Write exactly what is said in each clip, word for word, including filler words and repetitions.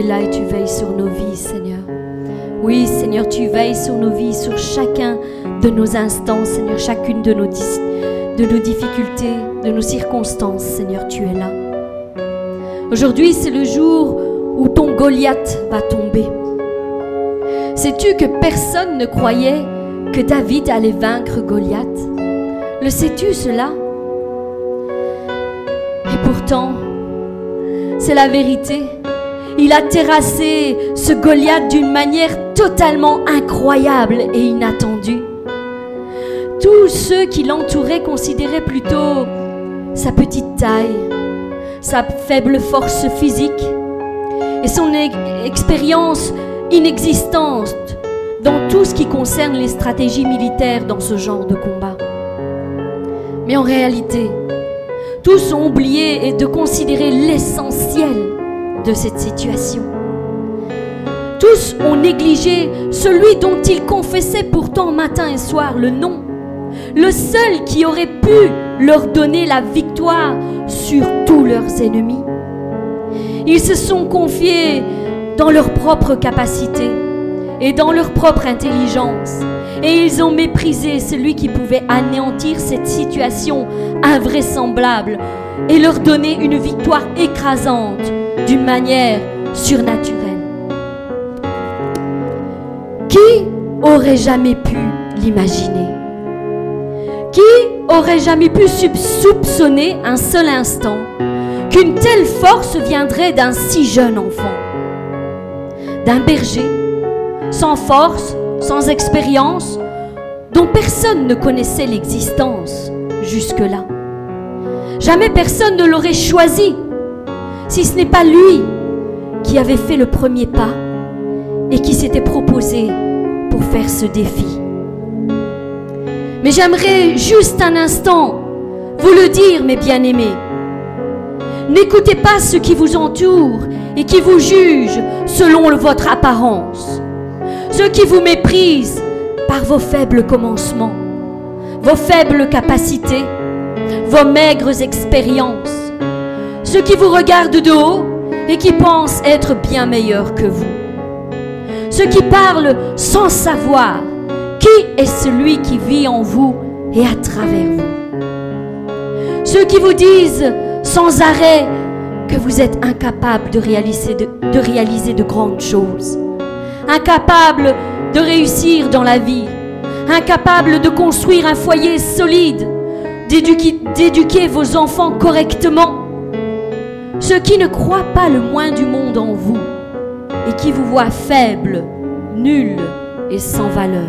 là et tu veilles sur nos vies, Seigneur. Oui, Seigneur, tu veilles sur nos vies, sur chacun de nos instants, Seigneur, chacune de nos, de nos difficultés, de nos circonstances, Seigneur, tu es là. Aujourd'hui, c'est le jour où ton Goliath va tomber. Sais-tu que personne ne croyait que David allait vaincre Goliath? Le sais-tu cela? Et pourtant, c'est la vérité. Il a terrassé ce Goliath d'une manière totalement incroyable et inattendue. Tous ceux qui l'entouraient considéraient plutôt sa petite taille, sa faible force physique et son e- expérience inexistante dans tout ce qui concerne les stratégies militaires dans ce genre de combat. Mais en réalité, tous ont oublié de considérer l'essentiel de cette situation. Tous ont négligé celui dont ils confessaient pourtant matin et soir le nom, le seul qui aurait pu leur donner la victoire sur tous leurs ennemis. Ils se sont confiés dans leur propre capacité et dans leur propre intelligence, et ils ont méprisé celui qui pouvait anéantir cette situation invraisemblable et leur donner une victoire écrasante d'une manière surnaturelle. Qui aurait jamais pu l'imaginer? Qui aurait jamais pu soupçonner un seul instant qu'une telle force viendrait d'un si jeune enfant, d'un berger, sans force, sans expérience, dont personne ne connaissait l'existence jusque-là? Jamais personne ne l'aurait choisi, si ce n'est pas lui qui avait fait le premier pas et qui s'était proposé pour faire ce défi. Mais j'aimerais juste un instant vous le dire, mes bien-aimés. N'écoutez pas ceux qui vous entourent et qui vous jugent selon votre apparence. Ceux qui vous méprisent par vos faibles commencements, vos faibles capacités, vos maigres expériences. Ceux qui vous regardent de haut et qui pensent être bien meilleurs que vous. Ceux qui parlent sans savoir qui est celui qui vit en vous et à travers vous. Ceux qui vous disent sans arrêt que vous êtes incapable de réaliser de, de réaliser de grandes choses, incapable de réussir dans la vie, incapable de construire un foyer solide, d'éduquer, d'éduquer vos enfants correctement. Ceux qui ne croient pas le moins du monde en vous et qui vous voient faibles, nuls et sans valeur.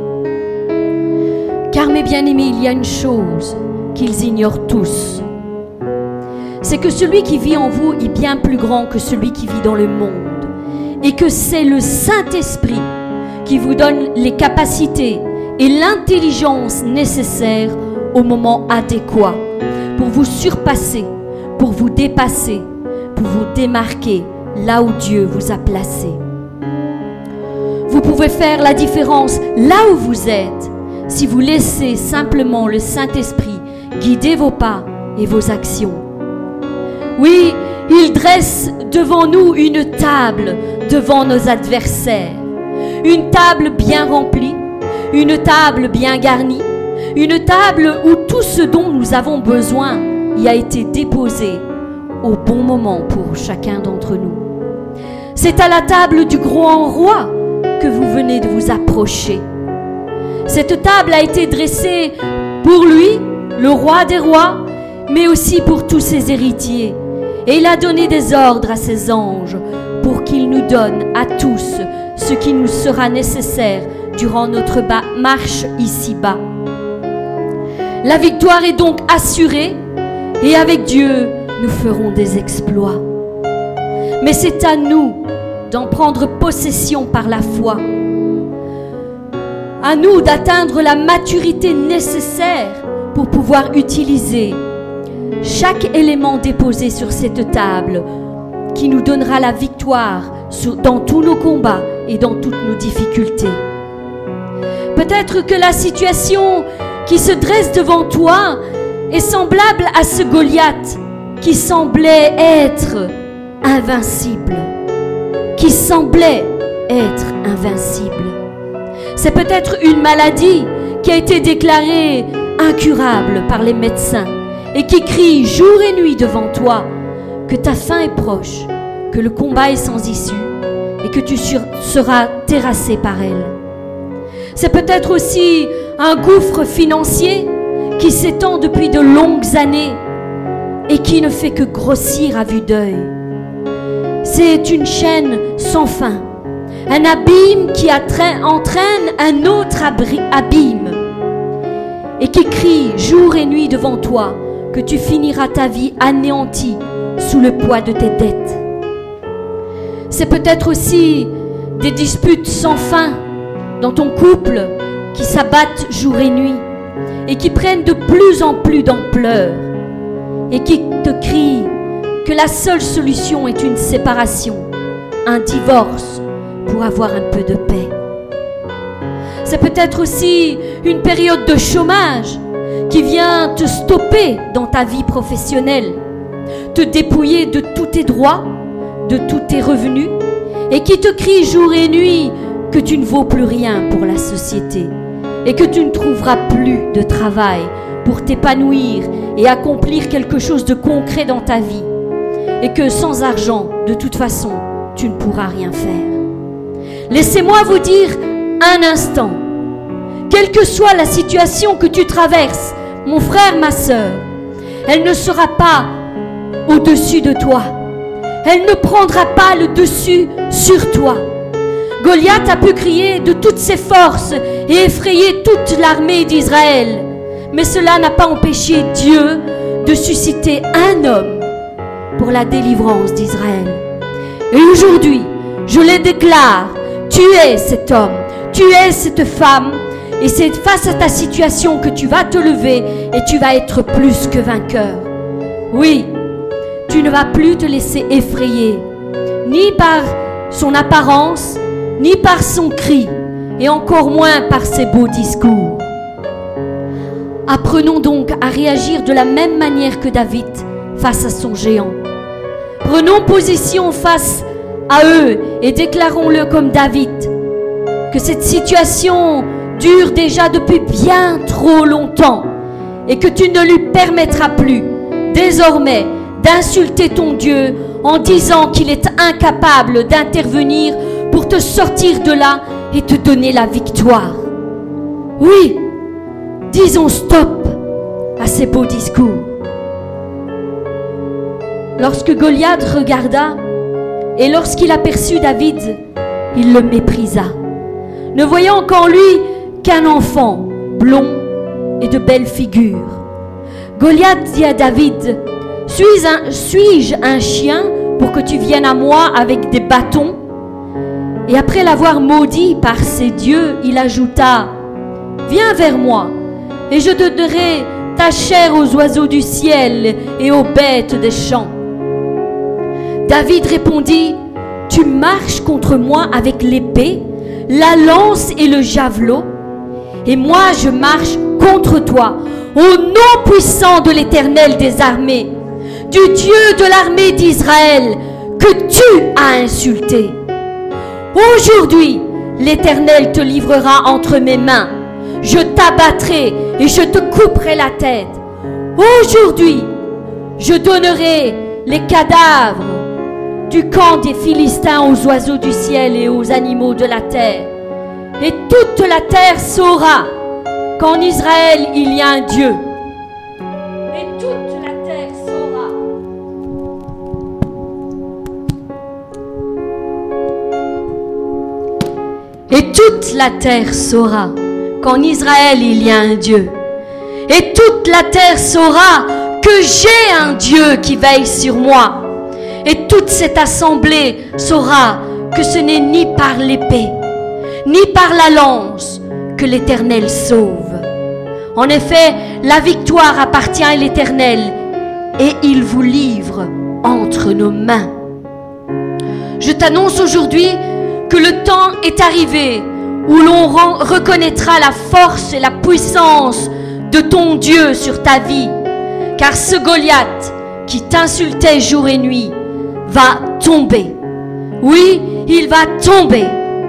Car mes bien-aimés, il y a une chose qu'ils ignorent tous. C'est que celui qui vit en vous est bien plus grand que celui qui vit dans le monde. Et que c'est le Saint-Esprit qui vous donne les capacités et l'intelligence nécessaires au moment adéquat pour vous surpasser, pour vous dépasser, pour vous démarquer là où Dieu vous a placé. Vous pouvez faire la différence là où vous êtes si vous laissez simplement le Saint-Esprit guider vos pas et vos actions. Oui, il dresse devant nous une table devant nos adversaires, une table bien remplie, une table bien garnie, une table où tout ce dont nous avons besoin y a été déposé au bon moment pour chacun d'entre nous. C'est à la table du grand roi que vous venez de vous approcher. Cette table a été dressée pour lui, le roi des rois, mais aussi pour tous ses héritiers. Et il a donné des ordres à ses anges pour qu'ils nous donnent à tous ce qui nous sera nécessaire durant notre ba- marche ici-bas. La victoire est donc assurée et avec Dieu, nous ferons des exploits. Mais c'est à nous d'en prendre possession par la foi. À nous d'atteindre la maturité nécessaire pour pouvoir utiliser chaque élément déposé sur cette table qui nous donnera la victoire sur, dans tous nos combats et dans toutes nos difficultés. Peut-être que la situation qui se dresse devant toi est semblable à ce Goliath qui semblait être invincible, qui qui semblait être invincible. C'est peut-être une maladie qui a été déclarée incurable par les médecins et qui crie jour et nuit devant toi que ta fin est proche, que le combat est sans issue et que tu sur- seras terrassé par elle. C'est peut-être aussi un gouffre financier qui s'étend depuis de longues années et qui ne fait que grossir à vue d'œil. C'est une chaîne sans fin, un abîme qui attra- entraîne un autre abri- abîme et qui crie jour et nuit devant toi que tu finiras ta vie anéanti sous le poids de tes dettes. C'est peut-être aussi des disputes sans fin dans ton couple qui s'abattent jour et nuit et qui prennent de plus en plus d'ampleur et qui te crient que la seule solution est une séparation, un divorce pour avoir un peu de paix. C'est peut-être aussi une période de chômage qui vient te stopper dans ta vie professionnelle, te dépouiller de tous tes droits, de tous tes revenus et qui te crie jour et nuit que tu ne vaux plus rien pour la société et que tu ne trouveras plus de travail pour t'épanouir et accomplir quelque chose de concret dans ta vie et que sans argent, de toute façon, tu ne pourras rien faire. Laissez-moi vous dire un instant, quelle que soit la situation que tu traverses, mon frère, ma sœur, elle ne sera pas au-dessus de toi. Elle ne prendra pas le dessus sur toi. Goliath a pu crier de toutes ses forces et effrayer toute l'armée d'Israël. Mais cela n'a pas empêché Dieu de susciter un homme pour la délivrance d'Israël. Et aujourd'hui, je le déclare, tu es cet homme, tu es cette femme, et c'est face à ta situation que tu vas te lever et tu vas être plus que vainqueur. Oui, tu ne vas plus te laisser effrayer, ni par son apparence, ni par son cri, et encore moins par ses beaux discours. Apprenons donc à réagir de la même manière que David face à son géant. Prenons position face à eux et déclarons-le comme David, que cette situation dure déjà depuis bien trop longtemps et que tu ne lui permettras plus désormais d'insulter ton Dieu en disant qu'il est incapable d'intervenir pour te sortir de là et te donner la victoire. Oui, disons stop à ces beaux discours. Lorsque Goliath regarda et lorsqu'il aperçut David, il le méprisa, ne voyant qu'en lui qu'un enfant blond et de belle figure. Goliath dit à David, suis-je un, suis-je un chien pour que tu viennes à moi avec des bâtons? Et après l'avoir maudit par ses dieux, il ajouta, viens vers moi et je te donnerai ta chair aux oiseaux du ciel et aux bêtes des champs. David répondit, tu marches contre moi avec l'épée, la lance et le javelot, et moi je marche contre toi, au nom puissant de l'Éternel des armées, du Dieu de l'armée d'Israël, que tu as insulté. Aujourd'hui, l'Éternel te livrera entre mes mains. Je t'abattrai et je te couperai la tête. Aujourd'hui, je donnerai les cadavres du camp des Philistins aux oiseaux du ciel et aux animaux de la terre. Et toute la terre saura qu'en Israël il y a un Dieu. Et toute la terre saura. Et toute la terre saura qu'en Israël il y a un Dieu. Et toute la terre saura que j'ai un Dieu qui veille sur moi. Et toute cette assemblée saura que ce n'est ni par l'épée, ni par la lance que l'Éternel sauve. En effet, la victoire appartient à l'Éternel et il vous livre entre nos mains. Je t'annonce aujourd'hui que le temps est arrivé où l'on reconnaîtra la force et la puissance de ton Dieu sur ta vie, car ce Goliath qui t'insultait jour et nuit va tomber. Oui, il va tomber.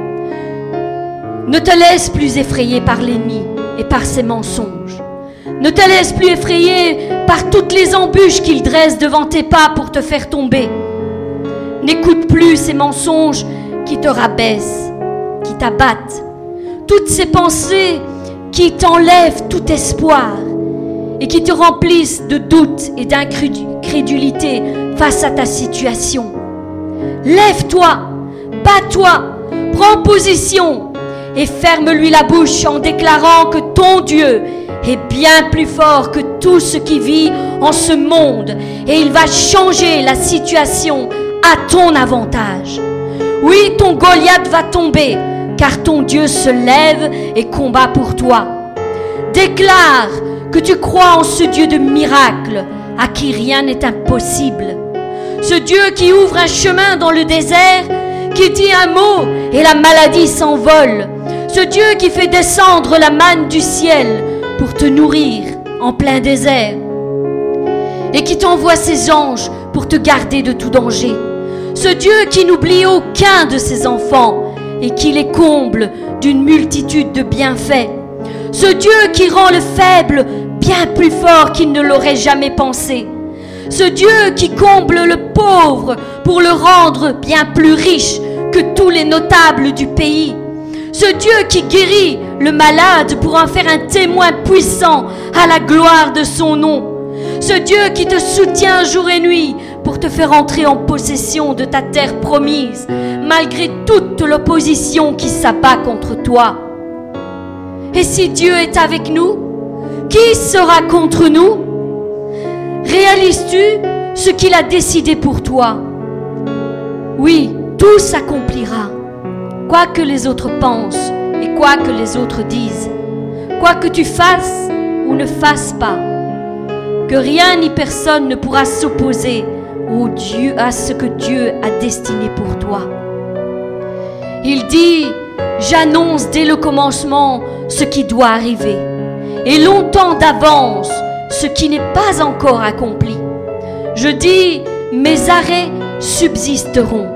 Ne te laisse plus effrayer par l'ennemi et par ses mensonges. Ne te laisse plus effrayer par toutes les embûches qu'il dresse devant tes pas pour te faire tomber. N'écoute plus ces mensonges qui te rabaissent, qui t'abattent. Toutes ces pensées qui t'enlèvent tout espoir et qui te remplissent de doutes et d'incrédulité face à ta situation. Lève-toi, bats-toi, prends position et ferme-lui la bouche en déclarant que ton Dieu est bien plus fort que tout ce qui vit en ce monde et il va changer la situation à ton avantage. Oui, ton Goliath va tomber car ton Dieu se lève et combat pour toi. Déclare que tu crois en ce Dieu de miracles à qui rien n'est impossible. Ce Dieu qui ouvre un chemin dans le désert, qui dit un mot et la maladie s'envole. Ce Dieu qui fait descendre la manne du ciel pour te nourrir en plein désert et qui t'envoie ses anges pour te garder de tout danger. Ce Dieu qui n'oublie aucun de ses enfants et qui les comble d'une multitude de bienfaits. Ce Dieu qui rend le faible bien plus fort qu'il ne l'aurait jamais pensé. Ce Dieu qui comble le pauvre pour le rendre bien plus riche que tous les notables du pays. Ce Dieu qui guérit le malade pour en faire un témoin puissant à la gloire de son nom. Ce Dieu qui te soutient jour et nuit pour te faire entrer en possession de ta terre promise, malgré toute l'opposition qui s'abat contre toi. Et si Dieu est avec nous, qui sera contre nous? Réalises-tu ce qu'il a décidé pour toi? Oui, tout s'accomplira, quoi que les autres pensent et quoi que les autres disent, quoi que tu fasses ou ne fasses pas, que rien ni personne ne pourra s'opposer au Dieu, à ce que Dieu a destiné pour toi. Il dit, j'annonce dès le commencement ce qui doit arriver, et longtemps d'avance ce qui n'est pas encore accompli. Je dis, mes arrêts subsisteront,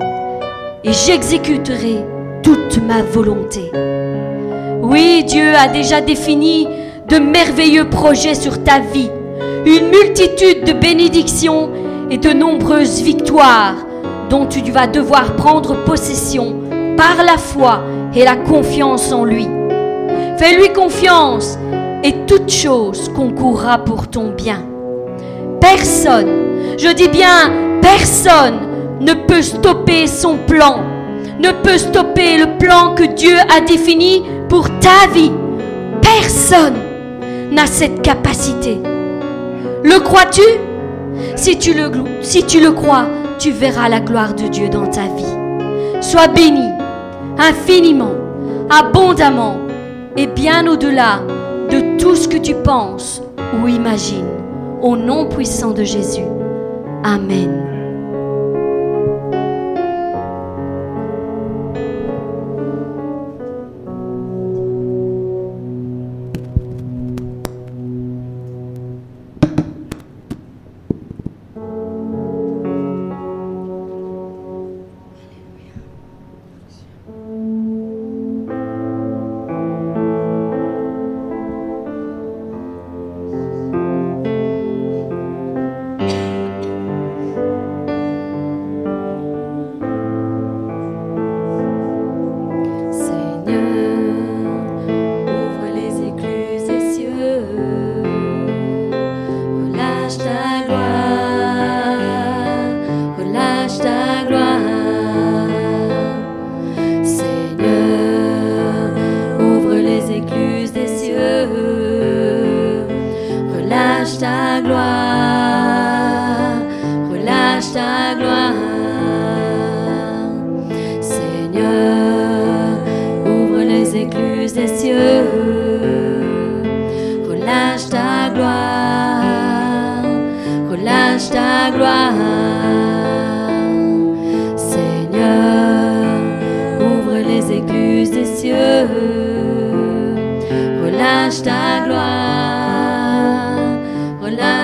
et j'exécuterai toute ma volonté. Oui, Dieu a déjà défini de merveilleux projets sur ta vie, une multitude de bénédictions et de nombreuses victoires dont tu vas devoir prendre possession par la foi et la confiance en lui. Fais-lui confiance et toute chose concourra pour ton bien. Personne, je dis bien personne, ne peut stopper son plan, ne peut stopper le plan que Dieu a défini pour ta vie. Personne n'a cette capacité. Le crois-tu? Si tu le, si tu le crois, tu verras la gloire de Dieu dans ta vie. Sois béni infiniment, abondamment et bien au-delà de tout ce que tu penses ou imagines. Au nom puissant de Jésus. Amen.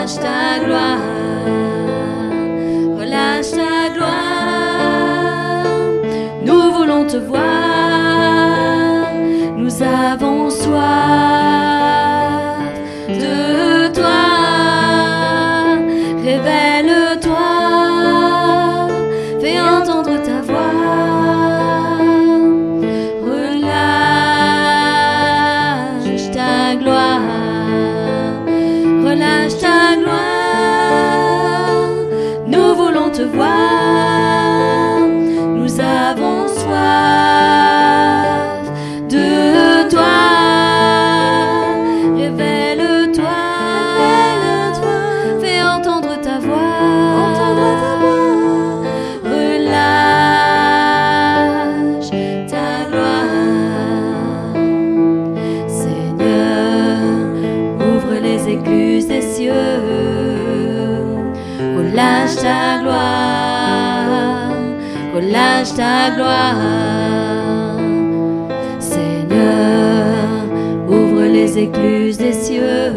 Relâche ta gloire, avons soif de toi. Révèle-toi, fais entendre ta voix. Relâche ta gloire, relâche ta gloire. Nous voulons te voir, nous avons soif de toi. Révèle-toi, fais entendre ta voix. Relâche ta gloire. Seigneur, ouvre les écluses des cieux. Relâche ta gloire, relâche ta gloire. Seigneur, ouvre les écluses des cieux.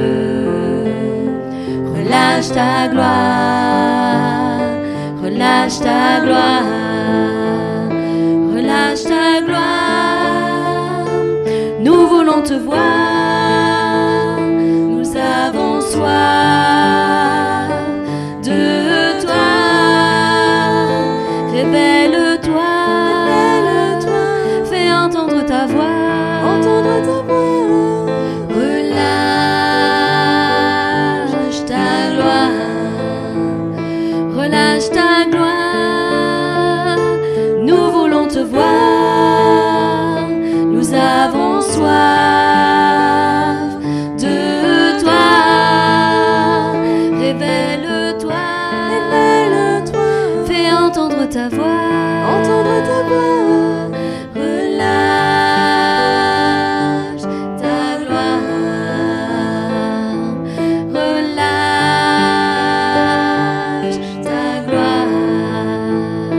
Relâche ta gloire, relâche ta gloire, relâche ta gloire. Nous voulons te voir, nous avons soif de toi. Révèle-toi, fais entendre ta voix, entendre ta voix. Relâche ta gloire, relâche ta gloire. Nous voulons te voir, nous avons soif de toi. Révèle-toi, fais entendre ta voix, entendre ta voix. Relâche ta gloire, relâche ta gloire,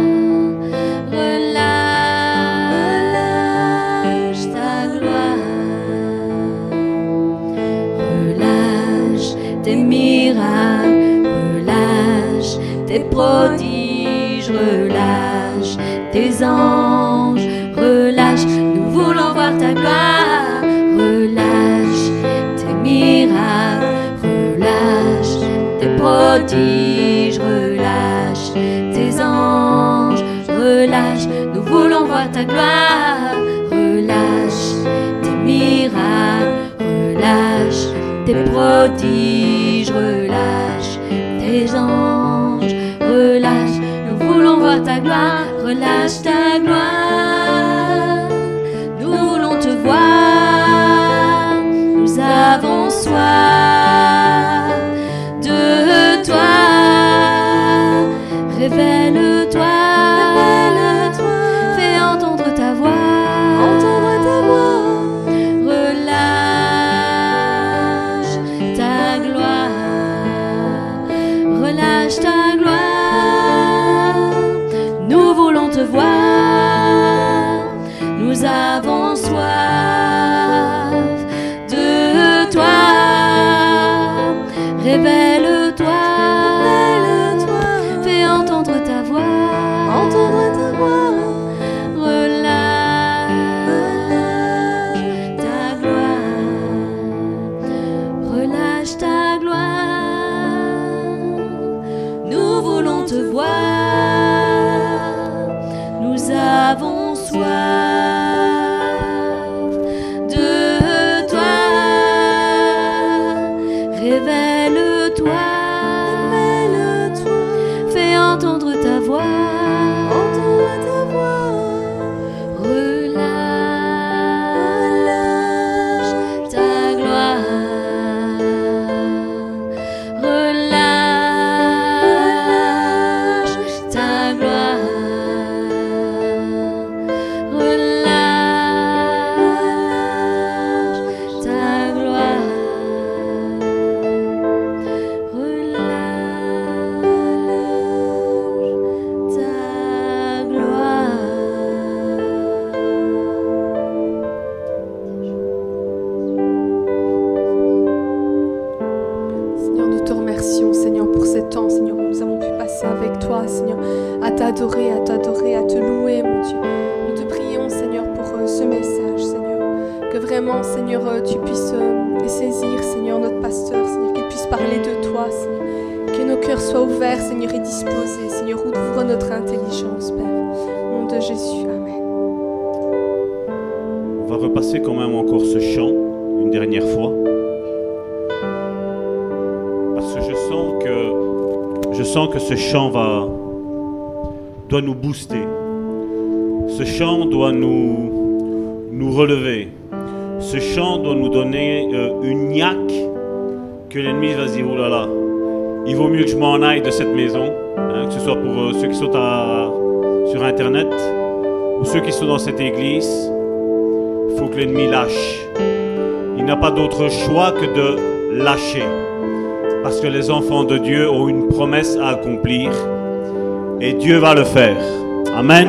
relâche ta gloire. Relâche tes miracles, relâche tes prodiges, relâche tes anges, relâche, nous voulons voir ta gloire. Relâche tes miracles, relâche tes prodiges, relâche tes anges, relâche, nous voulons voir ta gloire. Relâche tes miracles, relâche tes prodiges, relâche tes anges, relâche, nous voulons voir ta gloire. Relâche ta gloire, nous voulons te voir, nous avons soif de toi. Révèle-toi, fais entendre ta voix, entendre ta voix. Relâche ta gloire, relâche ta gloire. Nous voulons te voir, nous avons soif de toi. Révèle-toi, fais entendre ta voix, entendre ta voix. Relâche ta gloire, relâche ta gloire. Nous voulons te voir, nous avons soif de toi. Révèle-toi, fais entendre ta voix, entendre ta voix. Relâche ta gloire, relâche ta gloire. t'adorer, à t'adorer, à te louer, mon Dieu. Nous te prions, Seigneur, pour euh, ce message, Seigneur. Que vraiment, Seigneur, tu puisses euh, saisir, Seigneur, notre pasteur, Seigneur, qu'il puisse parler de toi, Seigneur. Que nos cœurs soient ouverts, Seigneur, et disposés. Seigneur, ouvre notre intelligence, Père. Au nom de Jésus, Amen. On va repasser quand même encore ce chant une dernière fois. Parce que je sens que, je sens que ce chant va, doit nous booster. Ce chant doit nous, nous relever. Ce chant doit nous donner euh, une niaque que l'ennemi va se dire, oh là là, il vaut mieux que je m'en aille de cette maison, hein, que ce soit pour euh, ceux qui sont à, sur Internet ou ceux qui sont dans cette église. Il faut que l'ennemi lâche. Il n'a pas d'autre choix que de lâcher. Parce que les enfants de Dieu ont une promesse à accomplir et Dieu va le faire. Amen.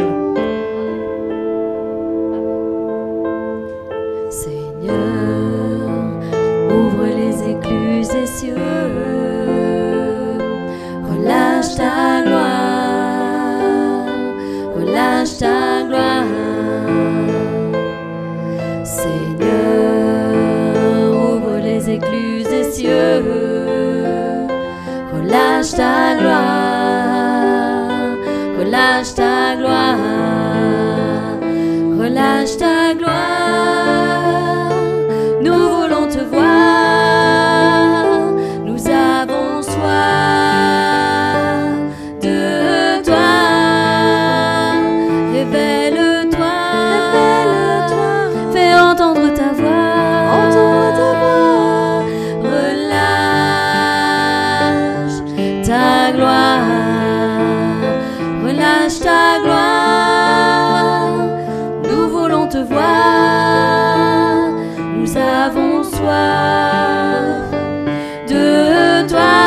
Ta gloire, relâche ta gloire, Seigneur, ouvre les écluses des cieux, relâche ta gloire, relâche ta gloire, relâche ta gloire, nous voulons te voir, nous avons soif. Ta gloire, nous voulons te voir, nous avons soif de toi,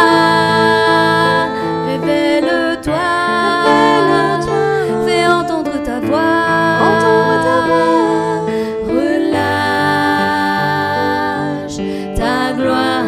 révèle-toi, révèle-toi, fais entendre ta voix, entendre ta voix, relâche ta gloire.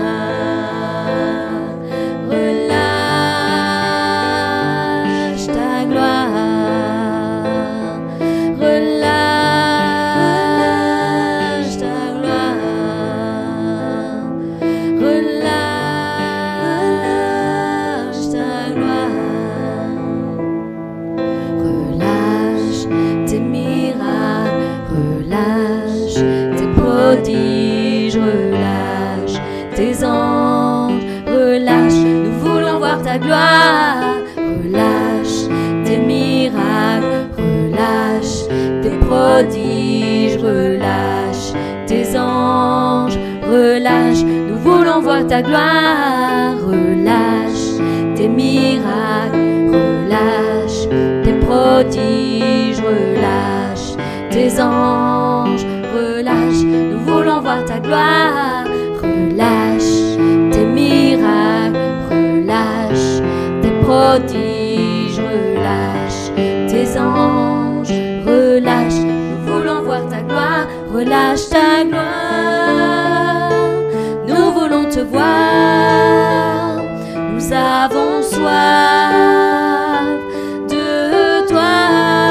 Ta gloire, relâche tes miracles, relâche tes prodiges, relâche tes anges, relâche, nous voulons voir ta gloire, relâche tes miracles, relâche tes prodiges, relâche tes anges, relâche, nous voulons voir ta gloire, relâche tes miracles, relâche tes prodiges, relâche tes anges, relâche, nous voulons voir ta gloire, relâche ta gloire, nous voulons te voir, nous avons soif de toi,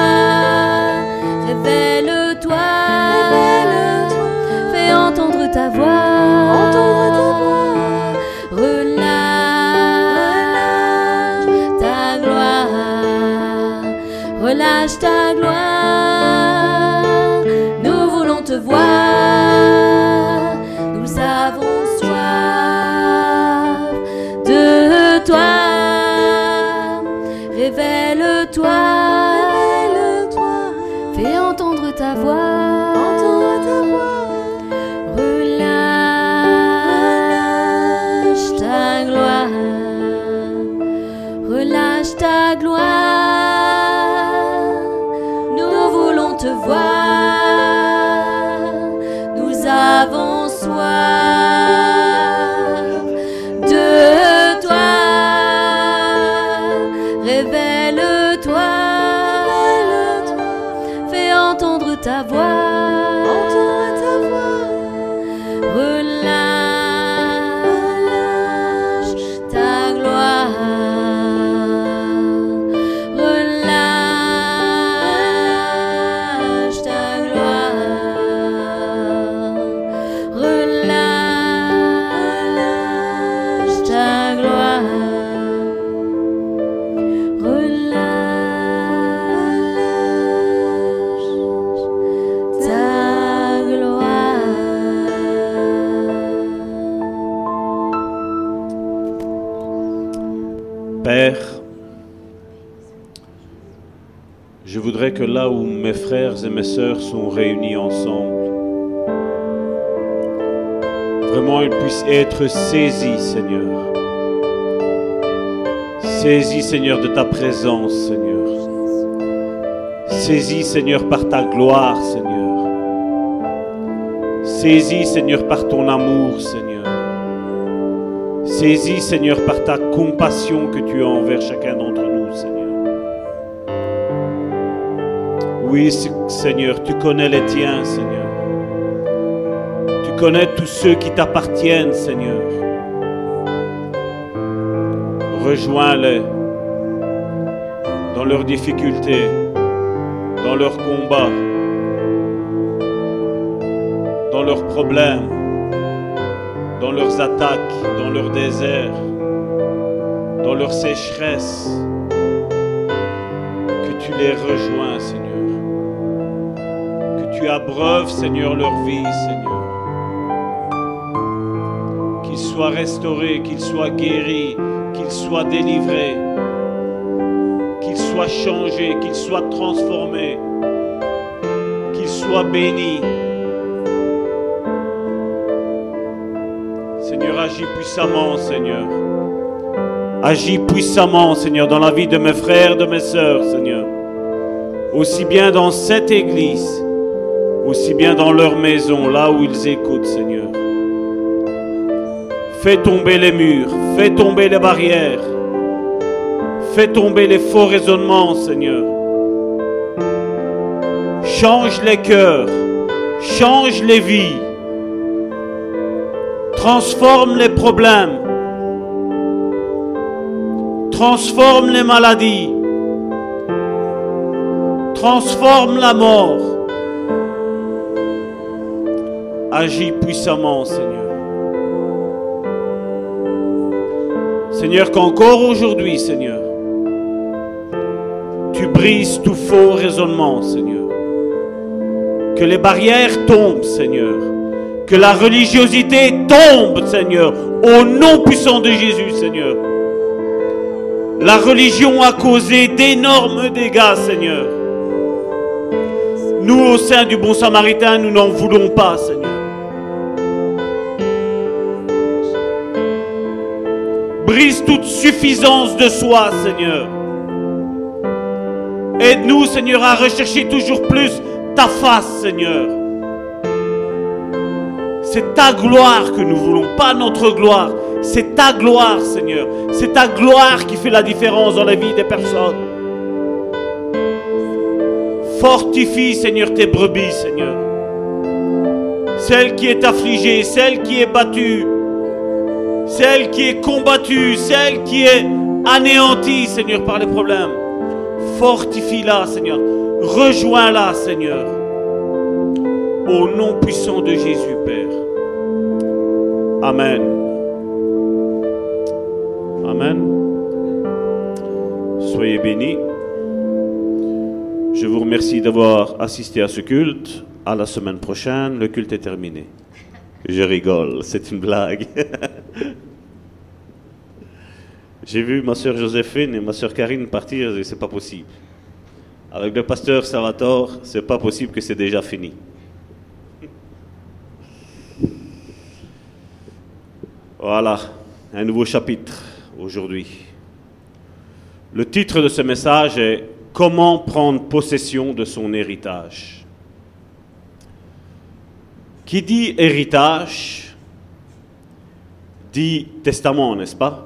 révèle-toi, révèle-toi, fais entendre ta voix, entendre ta voix, relâche ta gloire, relâche ta gloire, nous voulons te voir, nous avons soif de toi, révèle-toi, révèle-toi, fais entendre ta voix, entendre ta voix, relâche ta gloire, relâche ta gloire, nous voulons te voir, nous avons soif de toi, révèle-toi, révèle-toi, fais entendre ta voix, entendre ta voix, relâche ta gloire, relâche ta gloire, Père, je voudrais que là où mes frères et mes sœurs sont réunis ensemble, vraiment ils puissent être saisis, Seigneur. Saisis, Seigneur, de ta présence, Seigneur. Saisis, Seigneur, par ta gloire, Seigneur. Saisis, Seigneur, par ton amour, Seigneur. Saisis, Seigneur, par ta compassion que tu as envers chacun d'entre nous, Seigneur. Oui, Seigneur, tu connais les tiens, Seigneur. Tu connais tous ceux qui t'appartiennent, Seigneur. Rejoins-les dans leurs difficultés, dans leurs combats, dans leurs problèmes, dans leurs attaques, dans leurs déserts, dans leur sécheresse. Que tu les rejoins, Seigneur. Que tu abreuves, Seigneur, leur vie, Seigneur. Qu'ils soient restaurés, qu'ils soient guéris, qu'ils soient délivrés, qu'ils soient changés, qu'ils soient transformés, qu'ils soient bénis. Seigneur, agis puissamment, Seigneur. Agis puissamment, Seigneur, dans la vie de mes frères, de mes sœurs, Seigneur. Aussi bien dans cette église, aussi bien dans leur maison, là où ils écoutent, Seigneur. Fais tomber les murs, fais tomber les barrières, fais tomber les faux raisonnements, Seigneur. Change les cœurs, change les vies, transforme les problèmes, transforme les maladies, transforme la mort. Agis puissamment, Seigneur. Seigneur, qu'encore aujourd'hui, Seigneur, tu brises tout faux raisonnement, Seigneur. Que les barrières tombent, Seigneur. Que la religiosité tombe, Seigneur, au nom puissant de Jésus, Seigneur. La religion a causé d'énormes dégâts, Seigneur. Nous, au sein du Bon Samaritain, nous n'en voulons pas, Seigneur. Brise toute suffisance de soi, Seigneur. Aide-nous, Seigneur, à rechercher toujours plus ta face, Seigneur. C'est ta gloire que nous voulons, pas notre gloire. C'est ta gloire, Seigneur. C'est ta gloire qui fait la différence dans la vie des personnes. Fortifie, Seigneur, tes brebis, Seigneur. Celle qui est affligée, celle qui est battue, celle qui est combattue, celle qui est anéantie, Seigneur, par les problèmes. Fortifie-la, Seigneur. Rejoins-la, Seigneur. Au nom puissant de Jésus, Père. Amen. Amen. Soyez bénis. Je vous remercie d'avoir assisté à ce culte. À la semaine prochaine. Le culte est terminé. Je rigole, c'est une blague. J'ai vu ma sœur Joséphine et ma sœur Karine partir et c'est pas possible. Avec le pasteur Salvatore, c'est pas possible que c'est déjà fini. Voilà, un nouveau chapitre aujourd'hui. Le titre de ce message est « Comment prendre possession de son héritage ?» Qui dit héritage, dit testament, n'est-ce pas?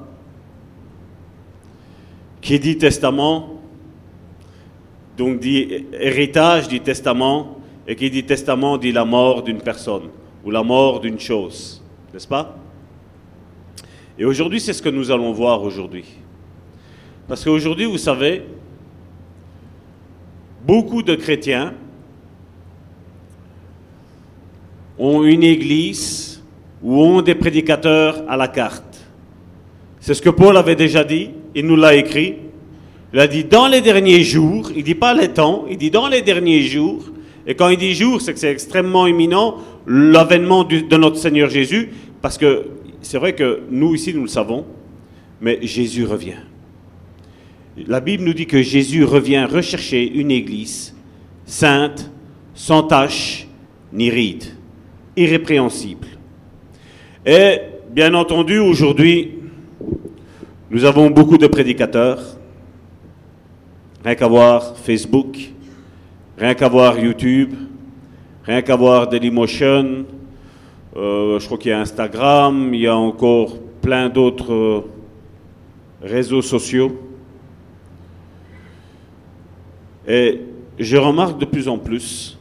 Qui dit testament, donc dit héritage, dit testament, et qui dit testament, dit la mort d'une personne, ou la mort d'une chose, n'est-ce pas? Et aujourd'hui, c'est ce que nous allons voir aujourd'hui. Parce qu'aujourd'hui, vous savez, beaucoup de chrétiens ont une église ou ont des prédicateurs à la carte. C'est ce que Paul avait déjà dit, il nous l'a écrit. Il a dit dans les derniers jours, il ne dit pas les temps, il dit dans les derniers jours. Et quand il dit jours, c'est que c'est extrêmement imminent, l'avènement du, de notre Seigneur Jésus, parce que c'est vrai que nous ici, nous le savons, mais Jésus revient. La Bible nous dit que Jésus revient rechercher une église sainte, sans tache ni ride, irrépréhensible. Et bien entendu, aujourd'hui, nous avons beaucoup de prédicateurs. Rien qu'à voir Facebook, rien qu'à voir YouTube, rien qu'à voir Dailymotion, euh, je crois qu'il y a Instagram, il y a encore plein d'autres euh, réseaux sociaux. Et je remarque de plus en plus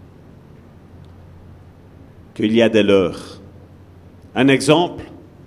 qu'il y a des leurres. Un exemple,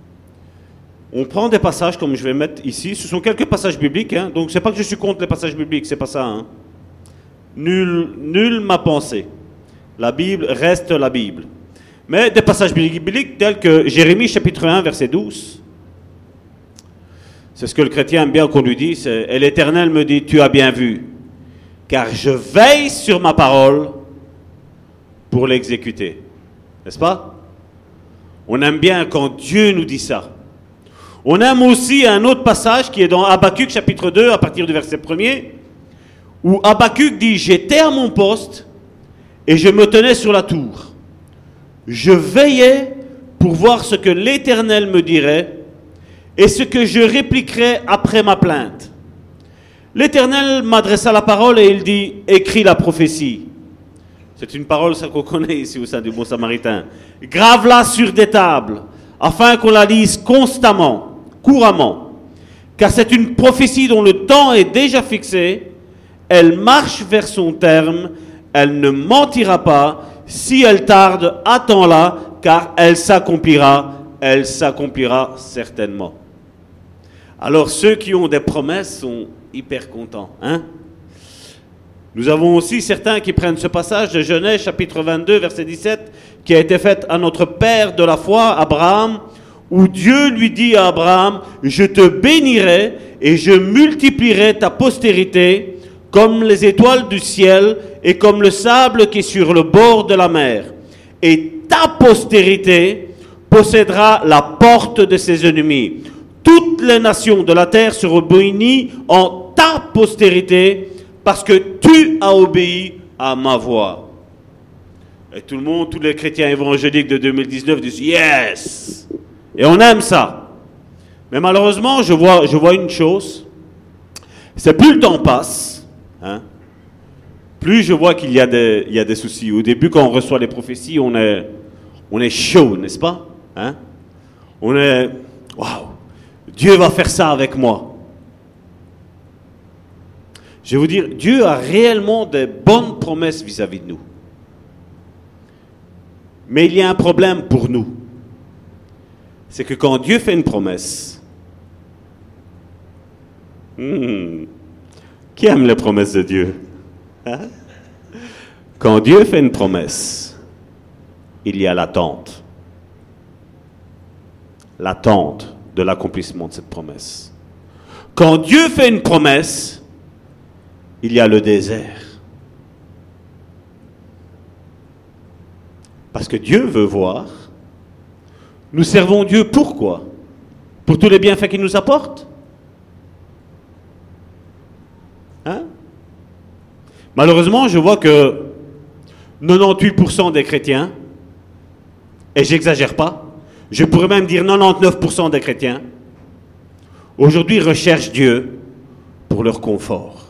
on prend des passages comme je vais mettre ici, ce sont quelques passages bibliques, hein, donc c'est pas que je suis contre les passages bibliques, c'est pas ça. Hein. Nul, nul m'a pensé. La Bible reste la Bible. Mais des passages bibliques tels que Jérémie chapitre un, verset douze. C'est ce que le chrétien aime bien qu'on lui dise. Et l'Éternel me dit, tu as bien vu, car je veille sur ma parole pour l'exécuter. N'est-ce pas? On aime bien quand Dieu nous dit ça. On aime aussi un autre passage qui est dans Habakkuk chapitre deux, à partir du verset premier, où Habakkuk dit, j'étais à mon poste et je me tenais sur la tour. Je veillais pour voir ce que l'Éternel me dirait et ce que je répliquerais après ma plainte. L'Éternel m'adressa la parole et il dit, écris la prophétie. C'est une parole ça qu'on connaît ici au sein du Bon Samaritain. Grave-la sur des tables, afin qu'on la lise constamment, couramment. Car c'est une prophétie dont le temps est déjà fixé. Elle marche vers son terme, elle ne mentira pas. Si elle tarde, attends-la, car elle s'accomplira, elle s'accomplira certainement. Alors ceux qui ont des promesses sont hyper contents, hein? Nous avons aussi certains qui prennent ce passage de Genèse chapitre vingt-deux, verset dix-sept, qui a été fait à notre père de la foi, Abraham, où Dieu lui dit à Abraham, je te bénirai et je multiplierai ta postérité comme les étoiles du ciel et comme le sable qui est sur le bord de la mer. Et ta postérité possédera la porte de ses ennemis. Toutes les nations de la terre seront bénies en ta postérité parce que tu as obéi à ma voix. Et tout le monde, tous les chrétiens évangéliques de deux mille dix-neuf disent « Yes !» Et on aime ça. Mais malheureusement, je vois, je vois une chose, c'est plus le temps passe, hein, plus je vois qu'il y a des, il y a des soucis. Au début, quand on reçoit les prophéties, on est, on est chaud, n'est-ce pas? Hein? On est, waouh, Dieu va faire ça avec moi. Je vais vous dire, Dieu a réellement des bonnes promesses vis-à-vis de nous. Mais il y a un problème pour nous. C'est que quand Dieu fait une promesse, hmm, qui aime les promesses de Dieu? Hein? Quand Dieu fait une promesse, il y a l'attente. L'attente de l'accomplissement de cette promesse. Quand Dieu fait une promesse, il y a le désert. Parce que Dieu veut voir. Nous servons Dieu pourquoi? Pour tous les bienfaits qu'il nous apporte? Hein? Malheureusement, je vois que quatre-vingt-dix-huit pour cent des chrétiens, et j'exagère pas, je pourrais même dire quatre-vingt-dix-neuf pour cent des chrétiens, aujourd'hui recherchent Dieu pour leur confort,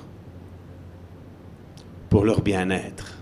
pour leur bien-être.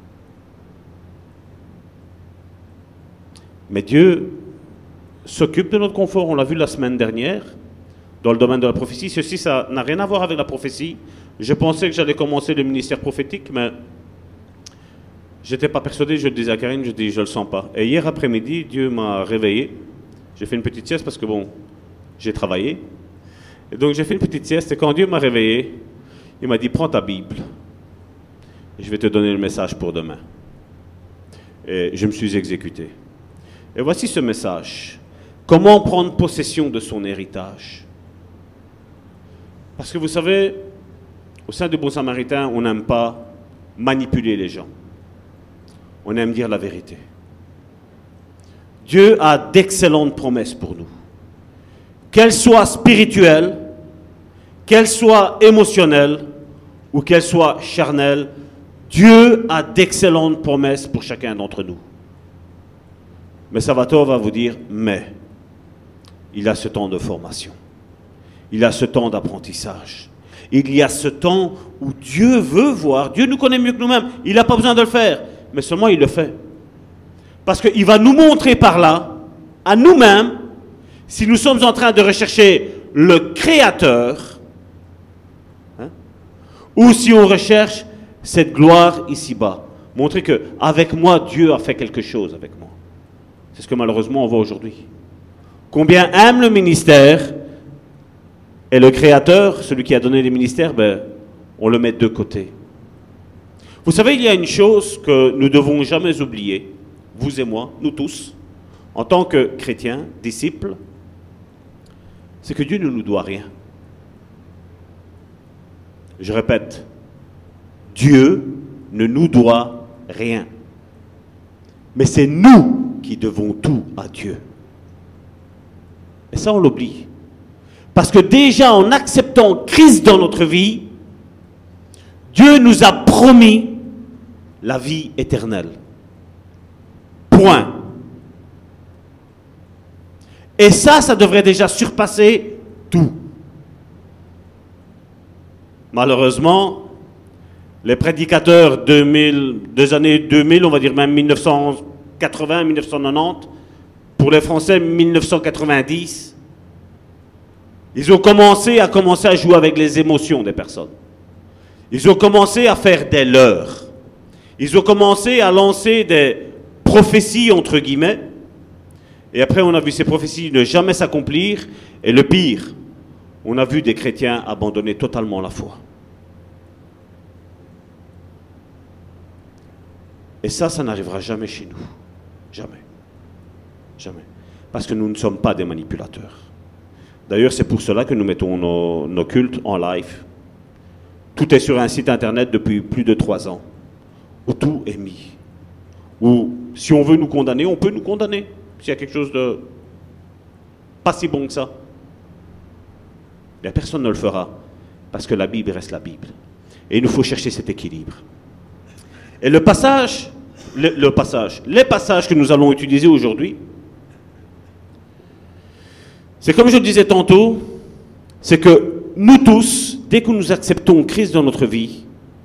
Mais Dieu s'occupe de notre confort, on l'a vu la semaine dernière, dans le domaine de la prophétie. Ceci, ça n'a rien à voir avec la prophétie. Je pensais que j'allais commencer le ministère prophétique, mais je n'étais pas persuadé. Je le disais à Karine, je dis, je ne le sens pas. Et hier après-midi, Dieu m'a réveillé. J'ai fait une petite sieste parce que, bon, j'ai travaillé. Et donc, j'ai fait une petite sieste. Et quand Dieu m'a réveillé, il m'a dit, prends ta Bible. Et je vais te donner le message pour demain. Et je me suis exécuté. Et voici ce message. Comment prendre possession de son héritage? Parce que vous savez, au sein du Bon Samaritain, on n'aime pas manipuler les gens. On aime dire la vérité. Dieu a d'excellentes promesses pour nous. Qu'elles soient spirituelles, qu'elle soit émotionnelle ou qu'elle soit charnelle, Dieu a d'excellentes promesses pour chacun d'entre nous. Mais Salvatore va vous dire, mais il a ce temps de formation. Il a ce temps d'apprentissage. Il y a ce temps où Dieu veut voir. Dieu nous connaît mieux que nous-mêmes. Il n'a pas besoin de le faire. Mais seulement il le fait. Parce qu'il va nous montrer par là, à nous-mêmes, si nous sommes en train de rechercher le Créateur, hein, ou si on recherche cette gloire ici-bas. Montrer que avec moi, Dieu a fait quelque chose avec moi. C'est ce que malheureusement on voit aujourd'hui. Combien aime le ministère et le Créateur, celui qui a donné les ministères, ben, on le met de côté. Vous savez, il y a une chose que nous ne devons jamais oublier, vous et moi, nous tous, en tant que chrétiens, disciples, c'est que Dieu ne nous doit rien. Je répète, Dieu ne nous doit rien. Mais c'est nous qui devons tout à Dieu. Et ça, on l'oublie. Parce que déjà, en acceptant Christ dans notre vie, Dieu nous a promis la vie éternelle. Point. Et ça, ça devrait déjà surpasser tout. Malheureusement, les prédicateurs deux mille, des années deux mille, on va dire même mille neuf cent quatre-vingts, mille neuf cent quatre-vingt-dix, pour les Français mille neuf cent quatre-vingt-dix, ils ont commencé à commencer à jouer avec les émotions des personnes. Ils ont commencé à faire des leurs. Ils ont commencé à lancer des prophéties, entre guillemets. Et après, on a vu ces prophéties ne jamais s'accomplir. Et le pire, on a vu des chrétiens abandonner totalement la foi. Et ça, ça n'arrivera jamais chez nous. Jamais. Jamais. Parce que nous ne sommes pas des manipulateurs. D'ailleurs, c'est pour cela que nous mettons nos, nos cultes en live. Tout est sur un site internet depuis plus de trois ans. Où tout est mis. Où, si on veut nous condamner, on peut nous condamner. S'il y a quelque chose de pas si bon que ça. Mais personne ne le fera. Parce que la Bible reste la Bible. Et il nous faut chercher cet équilibre. Et le passage, le, le passage, les passages que nous allons utiliser aujourd'hui, c'est comme je disais tantôt, c'est que nous tous, dès que nous acceptons Christ dans notre vie,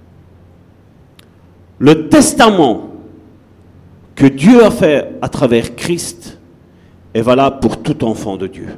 le testament que Dieu a fait à travers Christ est valable pour tout enfant de Dieu.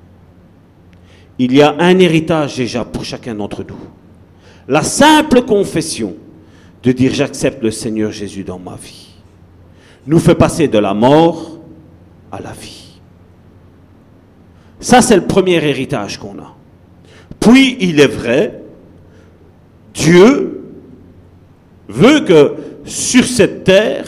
Il y a un héritage déjà pour chacun d'entre nous. La simple confession de dire « j'accepte le Seigneur Jésus dans ma vie » nous fait passer de la mort à la vie. Ça, c'est le premier héritage qu'on a. Puis, il est vrai, Dieu veut que sur cette terre,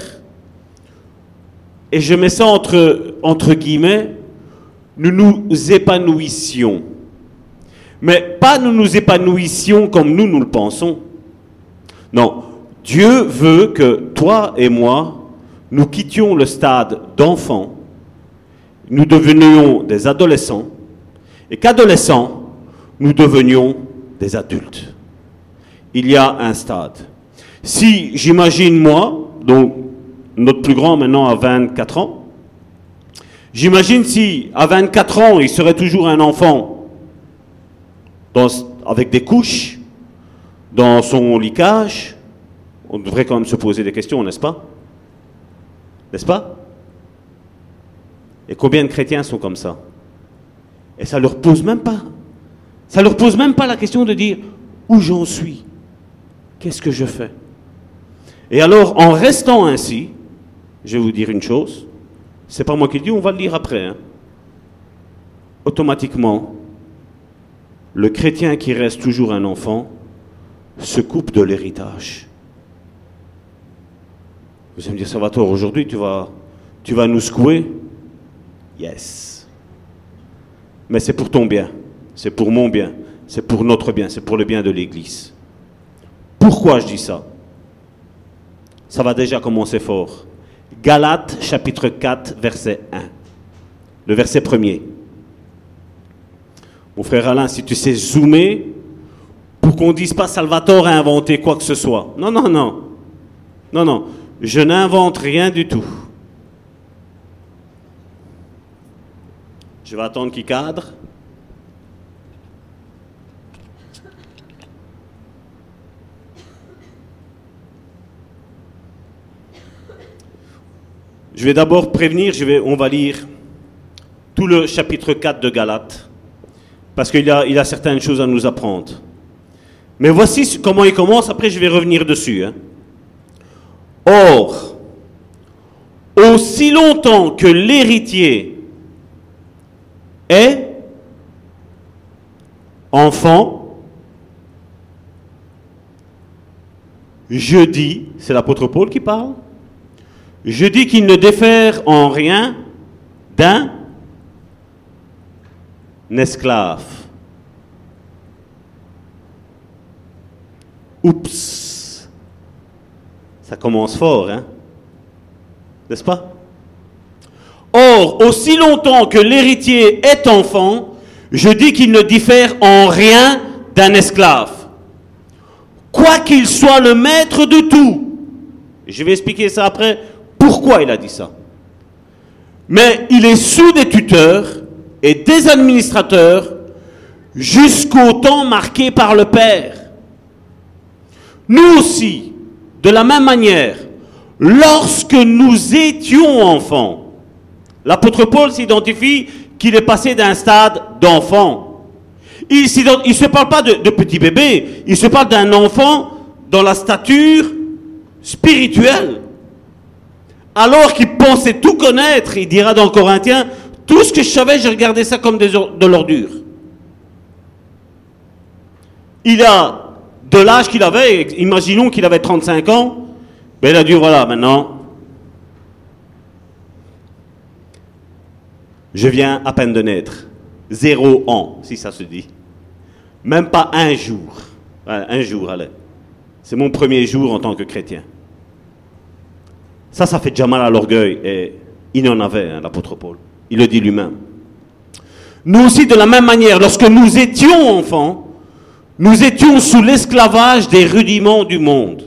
et je mets ça entre, entre guillemets, nous nous épanouissions. Mais pas nous nous épanouissions comme nous, nous le pensons. Non, Dieu veut que toi et moi, nous quittions le stade d'enfant, nous devenions des adolescents, et qu'adolescents, nous devenions des adultes. Il y a un stade. Si j'imagine moi, donc notre plus grand maintenant a vingt-quatre ans, j'imagine si à vingt-quatre ans, il serait toujours un enfant dans, avec des couches, dans son lit-cage, on devrait quand même se poser des questions, n'est-ce pas? N'est-ce pas? Et combien de chrétiens sont comme ça? Et ça leur pose même pas, ça leur pose même pas la question de dire où j'en suis, qu'est-ce que je fais? Et alors, en restant ainsi, je vais vous dire une chose, c'est pas moi qui le dis, on va le lire après. Hein. Automatiquement, le chrétien qui reste toujours un enfant se coupe de l'héritage. Vous allez me dire, Salvatore, aujourd'hui tu vas, tu vas nous secouer? Yes. Mais c'est pour ton bien, c'est pour mon bien, c'est pour notre bien, c'est pour le bien de l'Église. Pourquoi je dis ça? Ça va déjà commencer fort. Galates, chapitre quatre, verset un. Le verset premier. Mon frère Alain, si tu sais zoomer pour qu'on ne dise pas Salvatore a inventé quoi que ce soit. Non, non, non. Non, non. Je n'invente rien du tout. Je vais attendre qu'il cadre. Je vais d'abord prévenir, je vais, on va lire tout le chapitre quatre de Galates, parce qu'il y a, il y a certaines choses à nous apprendre. Mais voici comment il commence, après je vais revenir dessus. Hein. Or, aussi longtemps que l'héritier est enfant, je dis, c'est l'apôtre Paul qui parle, je dis qu'il ne diffère en rien d'un esclave. Oups, ça commence fort, hein? N'est-ce pas? Or, aussi longtemps que l'héritier est enfant, je dis qu'il ne diffère en rien d'un esclave, quoi qu'il soit le maître de tout. Je vais expliquer ça après, pourquoi il a dit ça. Mais il est sous des tuteurs et des administrateurs jusqu'au temps marqué par le Père. Nous aussi, de la même manière, lorsque nous étions enfants, l'apôtre Paul s'identifie qu'il est passé d'un stade d'enfant. Il ne se parle pas de, de petit bébé, il se parle d'un enfant dans la stature spirituelle. Alors qu'il pensait tout connaître, il dira dans Corinthiens, tout ce que je savais, j'ai regardé ça comme des, de l'ordure. Il a, de l'âge qu'il avait, imaginons qu'il avait trente-cinq ans, ben il a dit, voilà, maintenant, je viens à peine de naître. Zéro an, si ça se dit. Même pas un jour. Ouais, un jour, allez. C'est mon premier jour en tant que chrétien. Ça, ça fait déjà mal à l'orgueil. Et il en avait, hein, l'apôtre Paul. Il le dit lui-même. Nous aussi, de la même manière, lorsque nous étions enfants, nous étions sous l'esclavage des rudiments du monde.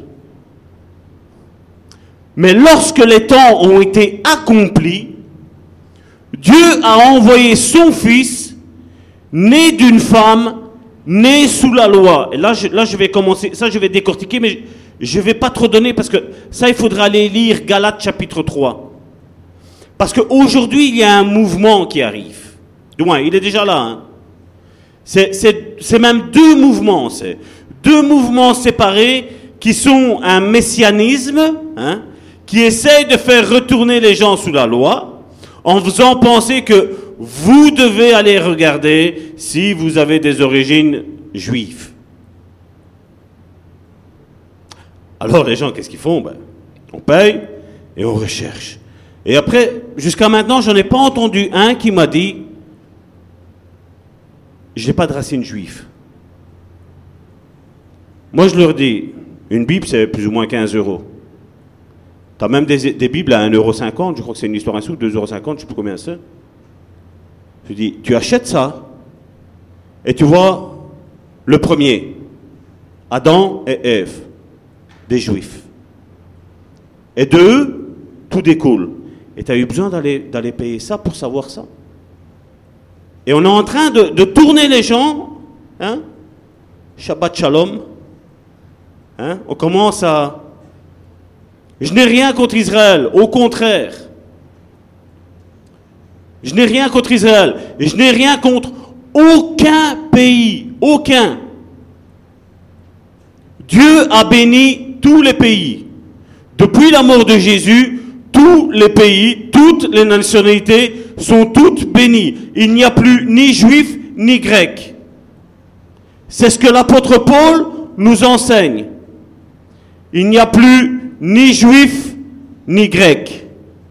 Mais lorsque les temps ont été accomplis, Dieu a envoyé son Fils, né d'une femme, né sous la loi. Et là je, là, je vais commencer, ça je vais décortiquer, mais je ne vais pas trop donner, parce que ça, il faudra aller lire Galates chapitre trois. Parce qu'aujourd'hui, il y a un mouvement qui arrive. Du moins, il est déjà là. Hein. C'est, c'est, c'est même deux mouvements. C'est deux mouvements séparés qui sont un messianisme, hein, qui essaye de faire retourner les gens sous la loi, en faisant penser que vous devez aller regarder si vous avez des origines juives. Alors les gens, qu'est-ce qu'ils font? Ben, on paye et on recherche. Et après, jusqu'à maintenant, je n'en ai pas entendu un qui m'a dit « Je n'ai pas de racines juives ». Moi, je leur dis, une Bible, c'est plus ou moins quinze euros. Tu as même des, des Bibles à un euro cinquante, je crois que c'est une histoire insoulte, deux euros cinquante, je ne sais plus combien c'est. Je dis, tu achètes ça, et tu vois le premier, Adam et Ève, des Juifs. Et de eux, tout découle. Et tu as eu besoin d'aller, d'aller payer ça pour savoir ça. Et on est en train de, de tourner les gens, hein, Shabbat Shalom, hein, on commence à... Je n'ai rien contre Israël, au contraire. Je n'ai rien contre Israël. Et je n'ai rien contre aucun pays, aucun. Dieu a béni tous les pays. Depuis la mort de Jésus, tous les pays, toutes les nationalités sont toutes bénies. Il n'y a plus ni juifs ni grecs. C'est ce que l'apôtre Paul nous enseigne. Il n'y a plus ni juifs, ni grecs.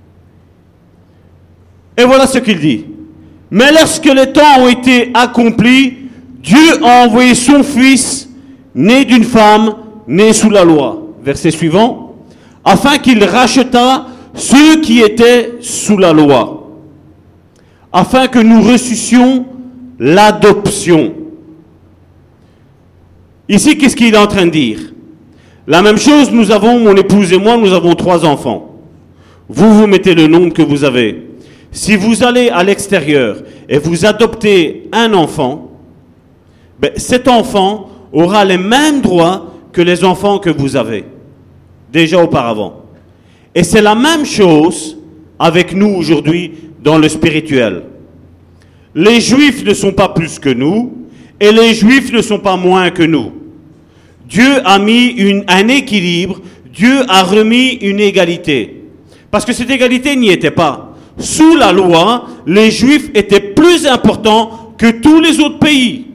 Et voilà ce qu'il dit. Mais lorsque les temps ont été accomplis, Dieu a envoyé son Fils, né d'une femme, né sous la loi. Verset suivant. Afin qu'il rachetât ceux qui étaient sous la loi. Afin que nous reçussions l'adoption. Ici, qu'est-ce qu'il est en train de dire? La même chose, nous avons, mon épouse et moi, nous avons trois enfants. Vous, vous mettez le nombre que vous avez. Si vous allez à l'extérieur et vous adoptez un enfant, ben, cet enfant aura les mêmes droits que les enfants que vous avez, déjà auparavant. Et c'est la même chose avec nous aujourd'hui dans le spirituel. Les Juifs ne sont pas plus que nous, et les Juifs ne sont pas moins que nous. Dieu a mis une, un équilibre, Dieu a remis une égalité. Parce que cette égalité n'y était pas. Sous la loi, les Juifs étaient plus importants que tous les autres pays.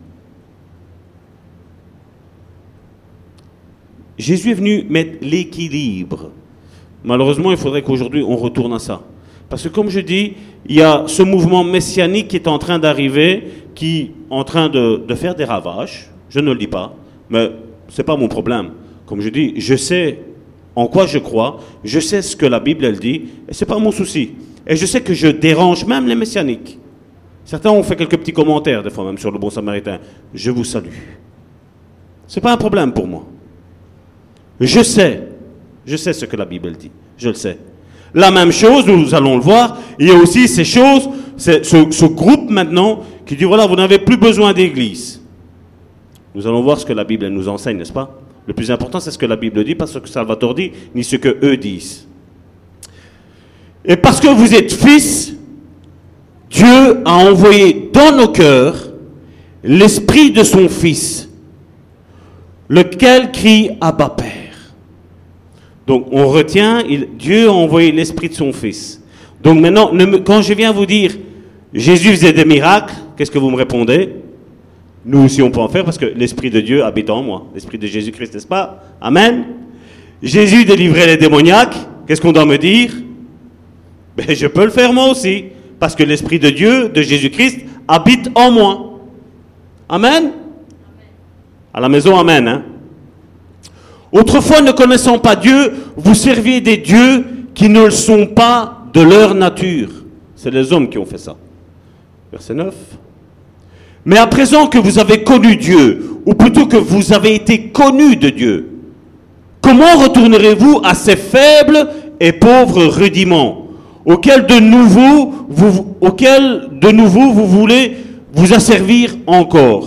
Jésus est venu mettre l'équilibre. Malheureusement, il faudrait qu'aujourd'hui on retourne à ça. Parce que comme je dis, il y a ce mouvement messianique qui est en train d'arriver, qui est en train de, de faire des ravages. Je ne le dis pas, mais ce n'est pas mon problème. Comme je dis, je sais en quoi je crois, je sais ce que la Bible elle dit, et ce n'est pas mon souci. Et je sais que je dérange même les messianiques. Certains ont fait quelques petits commentaires, des fois même sur le bon samaritain. Je vous salue. Ce n'est pas un problème pour moi. Je sais, je sais ce que la Bible dit, je le sais. La même chose, nous allons le voir, il y a aussi ces choses, ce, ce groupe maintenant qui dit, voilà, vous n'avez plus besoin d'église. Nous allons voir ce que la Bible nous enseigne, n'est-ce pas? Le plus important, c'est ce que la Bible dit, pas ce que Salvatore dit, ni ce que eux disent. Et parce que vous êtes fils, Dieu a envoyé dans nos cœurs l'esprit de son Fils, lequel crie Abba Père. Donc on retient, il, Dieu a envoyé l'esprit de son Fils. Donc maintenant, ne me, quand je viens vous dire Jésus faisait des miracles, qu'est-ce que vous me répondez? Nous aussi on peut en faire parce que l'esprit de Dieu habite en moi, l'esprit de Jésus-Christ, n'est-ce pas? Amen. Jésus délivrait les démoniaques, qu'est-ce qu'on doit me dire? Ben je peux le faire moi aussi, parce que l'esprit de Dieu, de Jésus-Christ, habite en moi. Amen. À la maison, amen. Hein? Autrefois, ne connaissant pas Dieu, vous serviez des dieux qui ne le sont pas de leur nature. C'est les hommes qui ont fait ça. Verset neuf. Mais à présent que vous avez connu Dieu, ou plutôt que vous avez été connus de Dieu, comment retournerez-vous à ces faibles et pauvres rudiments, auxquels de nouveau vous, auxquels de nouveau vous voulez vous asservir encore?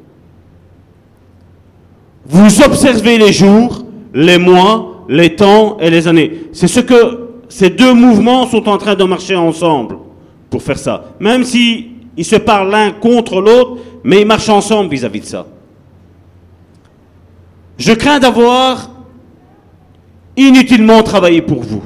Vous observez les jours, les mois, les temps et les années. C'est ce que ces deux mouvements sont en train de marcher ensemble pour faire ça. Même si ils se parlent l'un contre l'autre, mais ils marchent ensemble vis-à-vis de ça. Je crains d'avoir inutilement travaillé pour vous.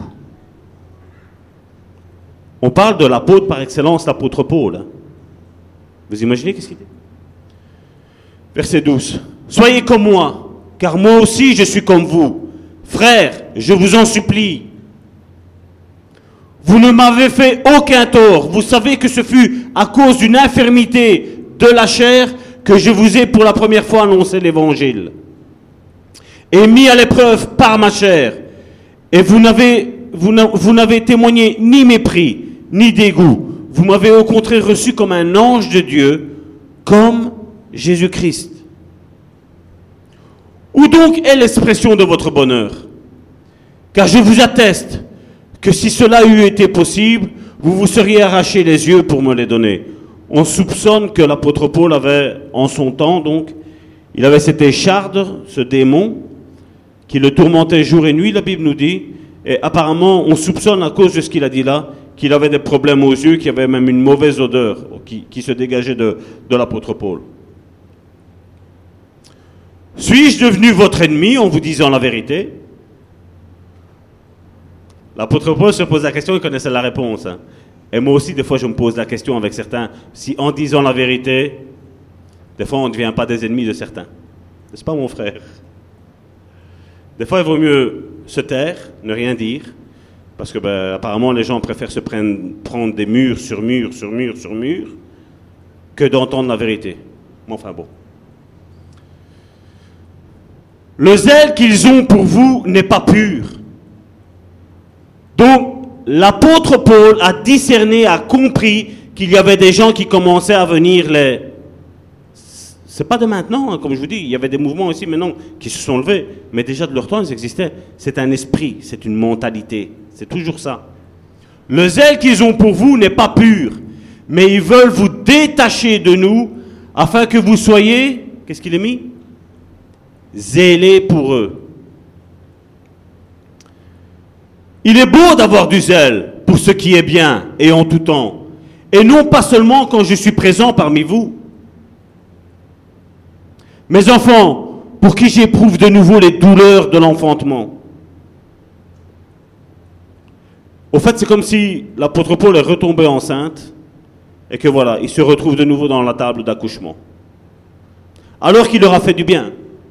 On parle de l'apôtre par excellence, l'apôtre Paul. Hein. Vous imaginez qu'est-ce qu'il dit? Verset douze. Soyez comme moi, car moi aussi je suis comme vous. Frères, je vous en supplie. Vous ne m'avez fait aucun tort. Vous savez que ce fut à cause d'une infirmité de la chair que je vous ai pour la première fois annoncé l'évangile. Et mis à l'épreuve par ma chair. Et vous n'avez, vous vous n'avez témoigné ni mépris, ni dégoût. Vous m'avez au contraire reçu comme un ange de Dieu, comme Jésus-Christ. Où donc est l'expression de votre bonheur? Car je vous atteste que si cela eût été possible, vous vous seriez arraché les yeux pour me les donner. On soupçonne que l'apôtre Paul avait, en son temps, donc, il avait cette écharde, ce démon, qui le tourmentait jour et nuit, la Bible nous dit, et apparemment, on soupçonne à cause de ce qu'il a dit là, qu'il avait des problèmes aux yeux, qu'il y avait même une mauvaise odeur qui, qui se dégageait de, de l'apôtre Paul. Suis-je devenu votre ennemi en vous disant la vérité? L'apôtre Paul se pose la question, il connaissait la réponse. Hein. Et moi aussi, des fois, je me pose la question avec certains, si en disant la vérité, des fois, on ne devient pas des ennemis de certains. N'est-ce pas, mon frère? Des fois, il vaut mieux se taire, ne rien dire, parce que, ben, apparemment, les gens préfèrent se prendre, prendre des murs sur murs, sur murs, sur murs, que d'entendre la vérité. Mais enfin, bon. Le zèle qu'ils ont pour vous n'est pas pur. Donc, l'apôtre Paul a discerné, a compris qu'il y avait des gens qui commençaient à venir les c'est pas de maintenant, hein, comme je vous dis, il y avait des mouvements aussi maintenant qui se sont levés, mais déjà de leur temps, ils existaient. C'est un esprit, c'est une mentalité, c'est toujours ça. Le zèle qu'ils ont pour vous n'est pas pur, mais ils veulent vous détacher de nous afin que vous soyez, qu'est-ce qu'il est mis? Zélés pour eux. Il est beau d'avoir du zèle pour ce qui est bien et en tout temps, et non pas seulement quand je suis présent parmi vous. Mes enfants, pour qui j'éprouve de nouveau les douleurs de l'enfantement. Au fait, c'est comme si l'apôtre Paul est retombé enceinte et que voilà, il se retrouve de nouveau dans la table d'accouchement. Alors qu'il leur a fait du bien.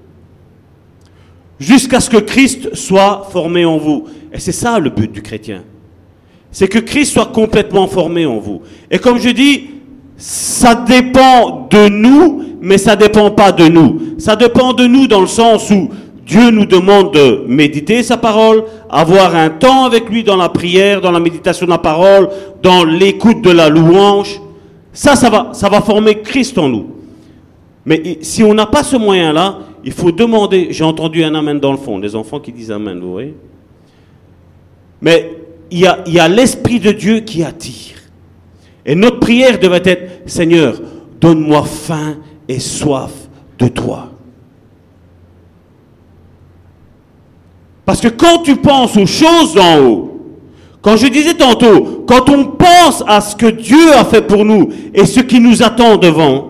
Jusqu'à ce que Christ soit formé en vous. Et c'est ça le but du chrétien. C'est que Christ soit complètement formé en vous. Et comme je dis, ça dépend de nous, mais ça ne dépend pas de nous. Ça dépend de nous dans le sens où Dieu nous demande de méditer sa parole, avoir un temps avec lui dans la prière, dans la méditation de la parole, dans l'écoute de la louange. Ça, ça va, ça va former Christ en nous. Mais si on n'a pas ce moyen-là, il faut demander. J'ai entendu un amen dans le fond, les enfants qui disent amen, vous voyez. Mais il y a, il y a l'Esprit de Dieu qui attire. Et notre prière devait être, Seigneur, donne-moi faim et soif de toi. Parce que quand tu penses aux choses d'en haut, quand je disais tantôt, quand on pense à ce que Dieu a fait pour nous et ce qui nous attend devant,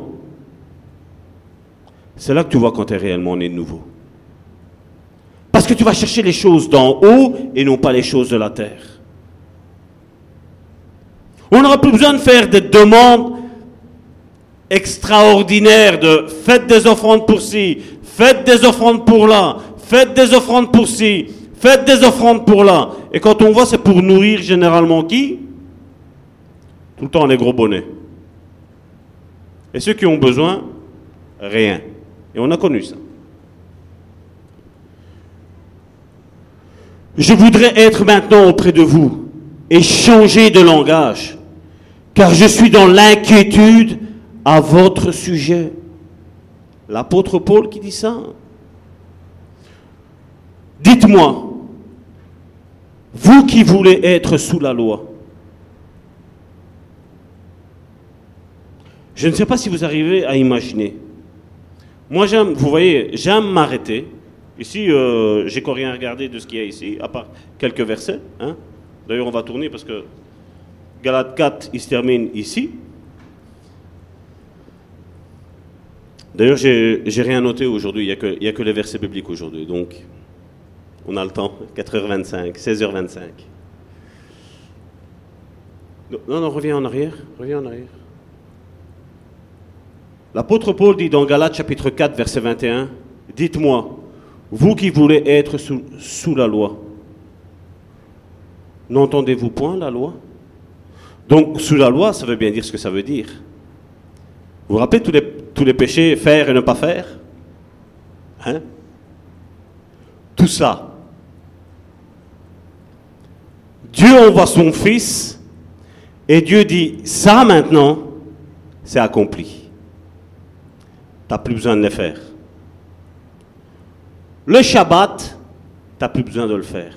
c'est là que tu vois quand tu es réellement né de nouveau. Parce que tu vas chercher les choses d'en haut et non pas les choses de la terre. On n'aura plus besoin de faire des demandes extraordinaires de faites des offrandes pour ci, faites des offrandes pour là, faites des offrandes pour ci, faites des offrandes pour là. Et quand on voit, c'est pour nourrir généralement qui? Tout le temps les gros bonnets. Et ceux qui ont besoin, rien. Et on a connu ça. Je voudrais être maintenant auprès de vous et changer de langage, car je suis dans l'inquiétude à votre sujet. L'apôtre Paul qui dit ça. Dites-moi, vous qui voulez être sous la loi, je ne sais pas si vous arrivez à imaginer. Moi, j'aime, vous voyez, j'aime m'arrêter. Ici, euh, j'ai encore rien regardé de ce qu'il y a ici, à part quelques versets. Hein. D'ailleurs, on va tourner parce que Galates quatre, il se termine ici. D'ailleurs, j'ai, j'ai rien noté aujourd'hui, il n'y a que, il y a que les versets bibliques aujourd'hui, donc on a le temps, quatre heures vingt-cinq, seize heures vingt-cinq. Non, non, reviens en arrière, reviens en arrière. L'apôtre Paul dit dans Galates chapitre quatre, verset vingt et un, « Dites-moi, vous qui voulez être sous, sous la loi, n'entendez-vous point la loi ?» Donc, sous la loi, ça veut bien dire ce que ça veut dire. Vous vous rappelez tous les, tous les péchés, faire et ne pas faire? Hein? Tout ça. Dieu envoie son Fils et Dieu dit, ça maintenant, c'est accompli. Tu n'as plus besoin de le faire. Le Shabbat, tu n'as plus besoin de le faire.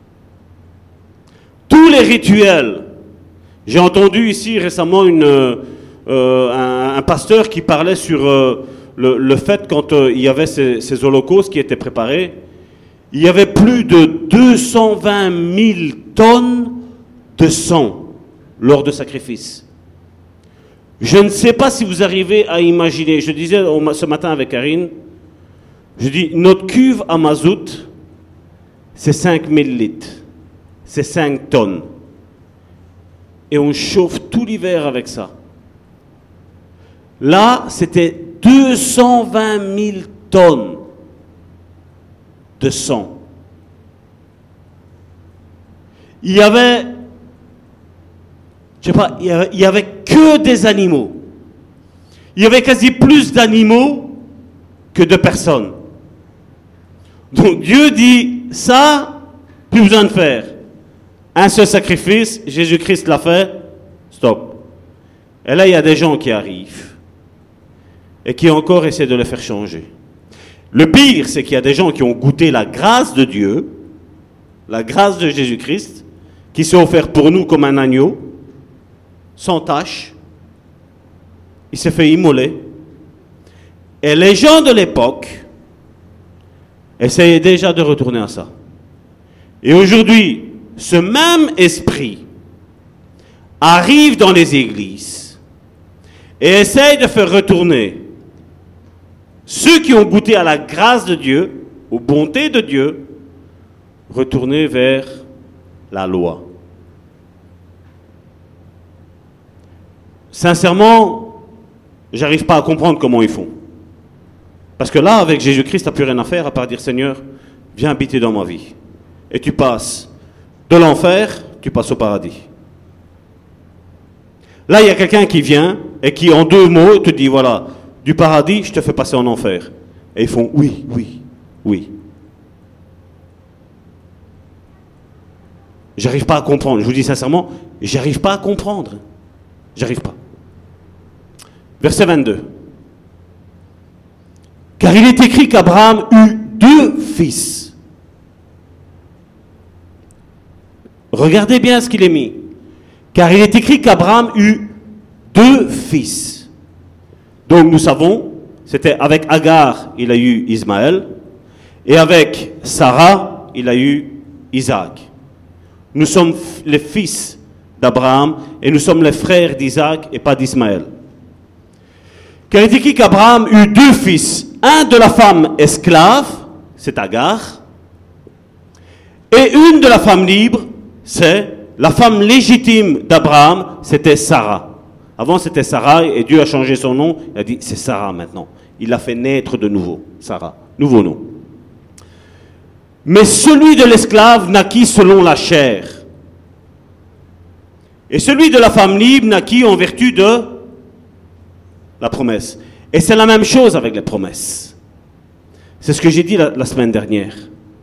Tous les rituels. J'ai entendu ici récemment une, euh, un, un pasteur qui parlait sur euh, le, le fait quand euh, il y avait ces, ces holocaustes qui étaient préparés, il y avait plus de deux cent vingt mille tonnes de sang lors de sacrifices. Je ne sais pas si vous arrivez à imaginer, je disais ce matin avec Karine, je dis, notre cuve à mazout, c'est cinq mille litres, c'est cinq tonnes. Et on chauffe tout l'hiver avec ça. Là, c'était deux cent vingt mille tonnes de sang. Il y avait, je sais pas, il y avait, il y avait que des animaux. Il y avait quasi plus d'animaux que de personnes. Donc Dieu dit, ça, plus besoin de faire. Un seul sacrifice, Jésus-Christ l'a fait, stop. Et là, il y a des gens qui arrivent. et qui encore essaient de les faire changer. Le pire, c'est qu'il y a des gens qui ont goûté la grâce de Dieu, la grâce de Jésus-Christ, qui s'est offert pour nous comme un agneau, sans tache. Il s'est fait immoler. Et les gens de l'époque essayaient déjà de retourner à ça. Et aujourd'hui, ce même esprit arrive dans les églises et essaye de faire retourner ceux qui ont goûté à la grâce de Dieu, aux bontés de Dieu, retourner vers la loi. Sincèrement, j'arrive pas à comprendre comment ils font. Parce que là, avec Jésus-Christ, tu n'as plus rien à faire à part dire, Seigneur, viens habiter dans ma vie. Et tu passes de l'enfer, tu passes au paradis. Là, il y a quelqu'un qui vient et qui, en deux mots, te dit, voilà, du paradis, je te fais passer en enfer. Et ils font, oui, oui, oui. J'arrive pas à comprendre. Je vous dis sincèrement, j'arrive pas à comprendre. J'arrive pas. Verset vingt-deux. Car il est écrit qu'Abraham eut deux fils. Regardez bien ce qu'il est mis. Car il est écrit qu'Abraham eut deux fils. Donc nous savons, c'était avec Agar, il a eu Ismaël, et avec Sarah, il a eu Isaac. Nous sommes les fils d'Abraham, et nous sommes les frères d'Isaac et pas d'Ismaël. Car il est écrit qu'Abraham eut deux fils, un de la femme esclave, c'est Agar, et une de la femme libre, c'est la femme légitime d'Abraham, c'était Sarah. Avant c'était Sarah, et Dieu a changé son nom, il a dit c'est Sarah maintenant. Il l'a fait naître de nouveau, Sarah, nouveau nom. Mais celui de l'esclave naquit selon la chair. Et celui de la femme libre naquit en vertu de la promesse. Et c'est la même chose avec les promesses. C'est ce que j'ai dit la, la semaine dernière.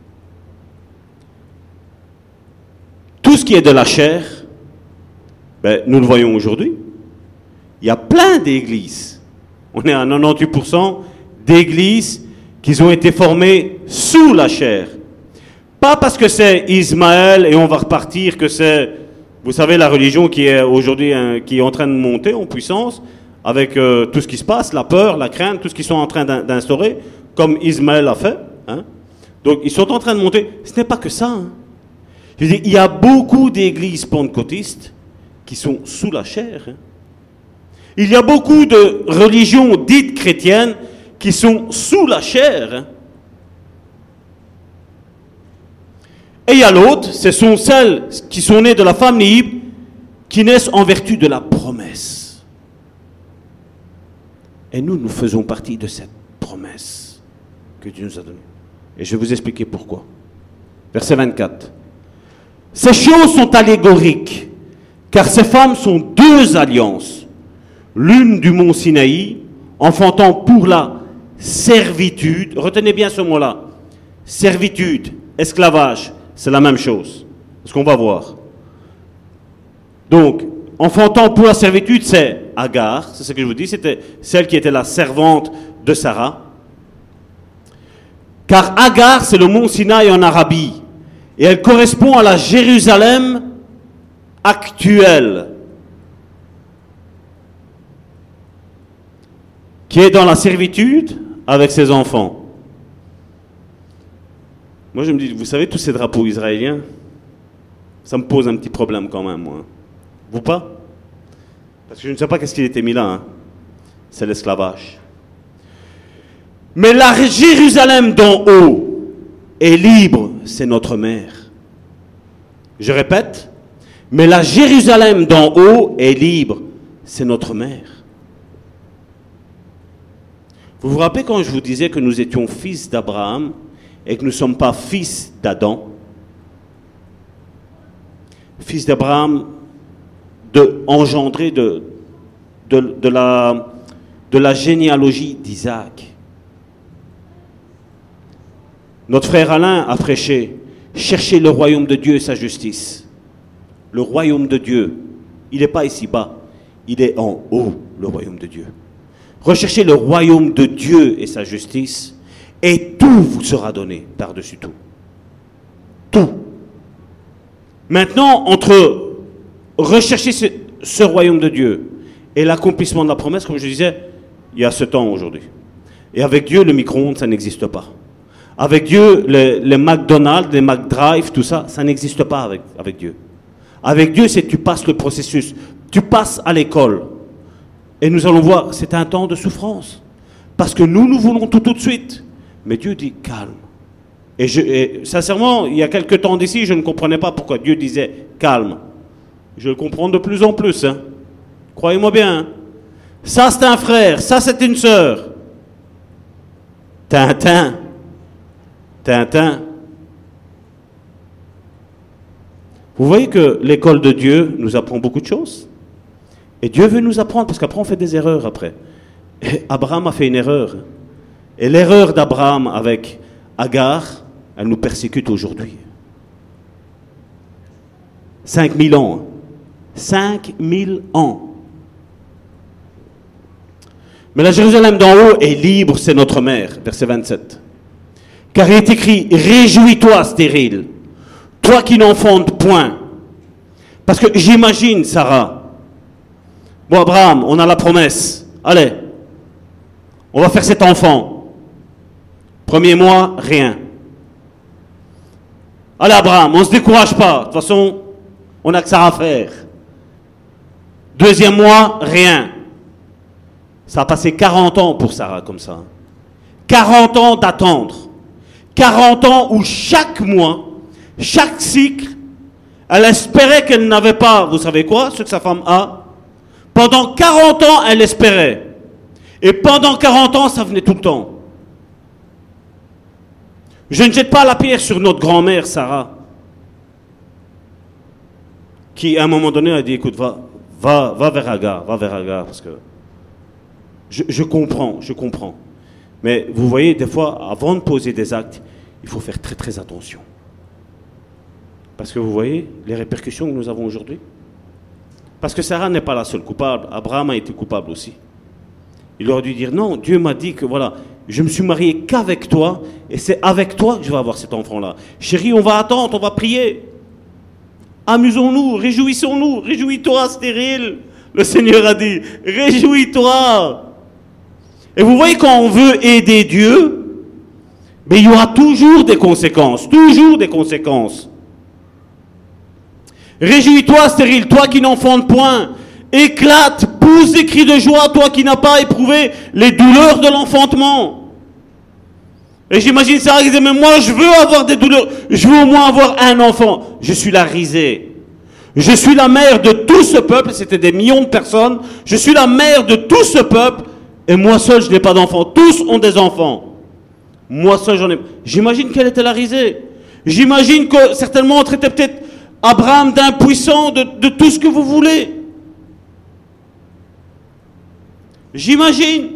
Tout ce qui est de la chair, ben, nous le voyons aujourd'hui. Il y a plein d'églises. On est à quatre-vingt-dix pour cent d'églises qui ont été formées sous la chair. Pas parce que c'est Ismaël et on va repartir, que c'est, vous savez, la religion qui est aujourd'hui hein, qui est en train de monter en puissance, avec euh, tout ce qui se passe, la peur, la crainte, tout ce qu'ils sont en train d'instaurer, comme Ismaël a fait. Hein. Donc ils sont en train de monter. Ce n'est pas que ça. Hein. Je veux dire, il y a beaucoup d'églises pentecôtistes qui sont sous la chair. Hein. Il y a beaucoup de religions dites chrétiennes qui sont sous la chair. Hein. Et il y a l'autre, ce sont celles qui sont nées de la femme libre, qui naissent en vertu de la promesse. Et nous, nous faisons partie de cette promesse que Dieu nous a donnée. Et je vais vous expliquer pourquoi. Verset vingt-quatre. Ces choses sont allégoriques, car ces femmes sont deux alliances. L'une du mont Sinaï, enfantant pour la servitude. Retenez bien ce mot-là. Servitude, esclavage, c'est la même chose. Ce qu'on va voir. Donc, enfantant pour la servitude, c'est Agar, c'est ce que je vous dis, c'était celle qui était la servante de Sarah. Car Agar, c'est le mont Sinaï en Arabie. Et elle correspond à la Jérusalem actuelle, qui est dans la servitude avec ses enfants. Moi, je me dis, vous savez, tous ces drapeaux israéliens, ça me pose un petit problème quand même, moi. Vous pas? Parce que je ne sais pas qu'est-ce qu'il était mis là. Hein. C'est l'esclavage. Mais la Jérusalem d'en haut est libre, c'est notre mère. Je répète, mais la Jérusalem d'en haut est libre, c'est notre mère. Vous vous rappelez quand je vous disais que nous étions fils d'Abraham et que nous ne sommes pas fils d'Adam? Fils d'Abraham, de, engendré de, de, de, la, de la généalogie d'Isaac. Notre frère Alain a prêché, cherchez le royaume de Dieu et sa justice. Le royaume de Dieu, il n'est pas ici-bas, il est en haut, le royaume de Dieu. Recherchez le royaume de Dieu et sa justice, et tout vous sera donné par-dessus tout. Tout. Maintenant, entre rechercher ce, ce royaume de Dieu et l'accomplissement de la promesse, comme je disais, il y a ce temps aujourd'hui. Et avec Dieu, le micro-ondes, ça n'existe pas. Avec Dieu, les, les McDonald's, les McDrive, tout ça, ça n'existe pas avec, avec Dieu. Avec Dieu, c'est que tu passes le processus. Tu passes à l'école. Et nous allons voir, c'est un temps de souffrance. Parce que nous, nous voulons tout tout de suite. Mais Dieu dit, calme. Et, je, et sincèrement, il y a quelques temps d'ici, je ne comprenais pas pourquoi Dieu disait, calme. Je le comprends de plus en plus. Hein. Croyez-moi bien. Hein. Ça, c'est un frère. Ça, c'est une sœur. Tintin. Tintin. Vous voyez que l'école de Dieu nous apprend beaucoup de choses. Et Dieu veut nous apprendre, parce qu'après on fait des erreurs après. Et Abraham a fait une erreur. Et l'erreur d'Abraham avec Agar, elle nous persécute aujourd'hui. Cinq mille ans. Cinq mille ans. Mais la Jérusalem d'en haut est libre, c'est notre mère. Verset vingt-sept. Car il est écrit, réjouis-toi, stérile, toi qui n'enfantes point. Parce que j'imagine, Sarah, bon, Abraham, on a la promesse. Allez, on va faire cet enfant. Premier mois, rien. Allez, Abraham, on ne se décourage pas. De toute façon, on n'a que ça à faire. Deuxième mois, rien. Ça a passé quarante ans pour Sarah comme ça. quarante ans d'attendre. quarante ans où chaque mois, chaque cycle, elle espérait qu'elle n'avait pas, vous savez quoi, ce que sa femme a. Pendant quarante ans, elle espérait. Et pendant quarante ans, ça venait tout le temps. Je ne jette pas la pierre sur notre grand-mère, Sarah, qui, à un moment donné, a dit, écoute, va, va, va vers Agar, va vers Agar, parce que je, je comprends, je comprends. Mais vous voyez, des fois, avant de poser des actes, il faut faire très, très attention. Parce que vous voyez les répercussions que nous avons aujourd'hui. Parce que Sarah n'est pas la seule coupable. Abraham a été coupable aussi. Il aurait dû dire, non, Dieu m'a dit que voilà, je me suis marié qu'avec toi, et c'est avec toi que je vais avoir cet enfant-là. Chérie, on va attendre, on va prier. Amusons-nous, réjouissons-nous, réjouis-toi, stérile. Le Seigneur a dit, réjouis-toi. Et vous voyez, quand on veut aider Dieu, mais il y aura toujours des conséquences, toujours des conséquences. Réjouis-toi, stérile, toi qui n'enfantes point. Éclate, pousse des cris de joie, toi qui n'as pas éprouvé les douleurs de l'enfantement. Et j'imagine Sarah qui disait, mais moi je veux avoir des douleurs, je veux au moins avoir un enfant. Je suis la risée. Je suis la mère de tout ce peuple, c'était des millions de personnes. Je suis la mère de tout ce peuple, et moi seul je n'ai pas d'enfants. Tous ont des enfants. Moi seul j'en ai. J'imagine qu'elle était la risée. J'imagine que certainement on traitait peut-être Abraham d'impuissant, de, de tout ce que vous voulez. J'imagine.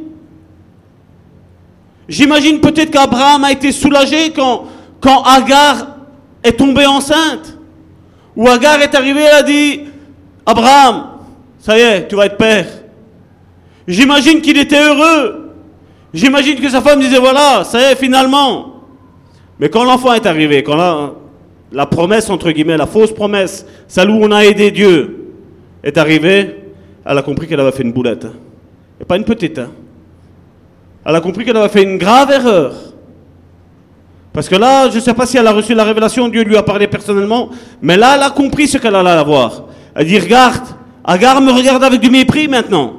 J'imagine peut-être qu'Abraham a été soulagé quand, quand Agar est tombée enceinte. Ou Agar est arrivée, elle a dit, Abraham, ça y est, tu vas être père. J'imagine qu'il était heureux. J'imagine que sa femme disait, voilà, ça y est, finalement. Mais quand l'enfant est arrivé, quand la, la promesse, entre guillemets, la fausse promesse, celle où on a aidé Dieu, est arrivée, elle a compris qu'elle avait fait une boulette. Et pas une petite, hein. Elle a compris qu'elle avait fait une grave erreur. Parce que là, je ne sais pas si elle a reçu la révélation, Dieu lui a parlé personnellement, mais là, elle a compris ce qu'elle allait avoir. Elle dit, regarde, Agar me regarde avec du mépris maintenant.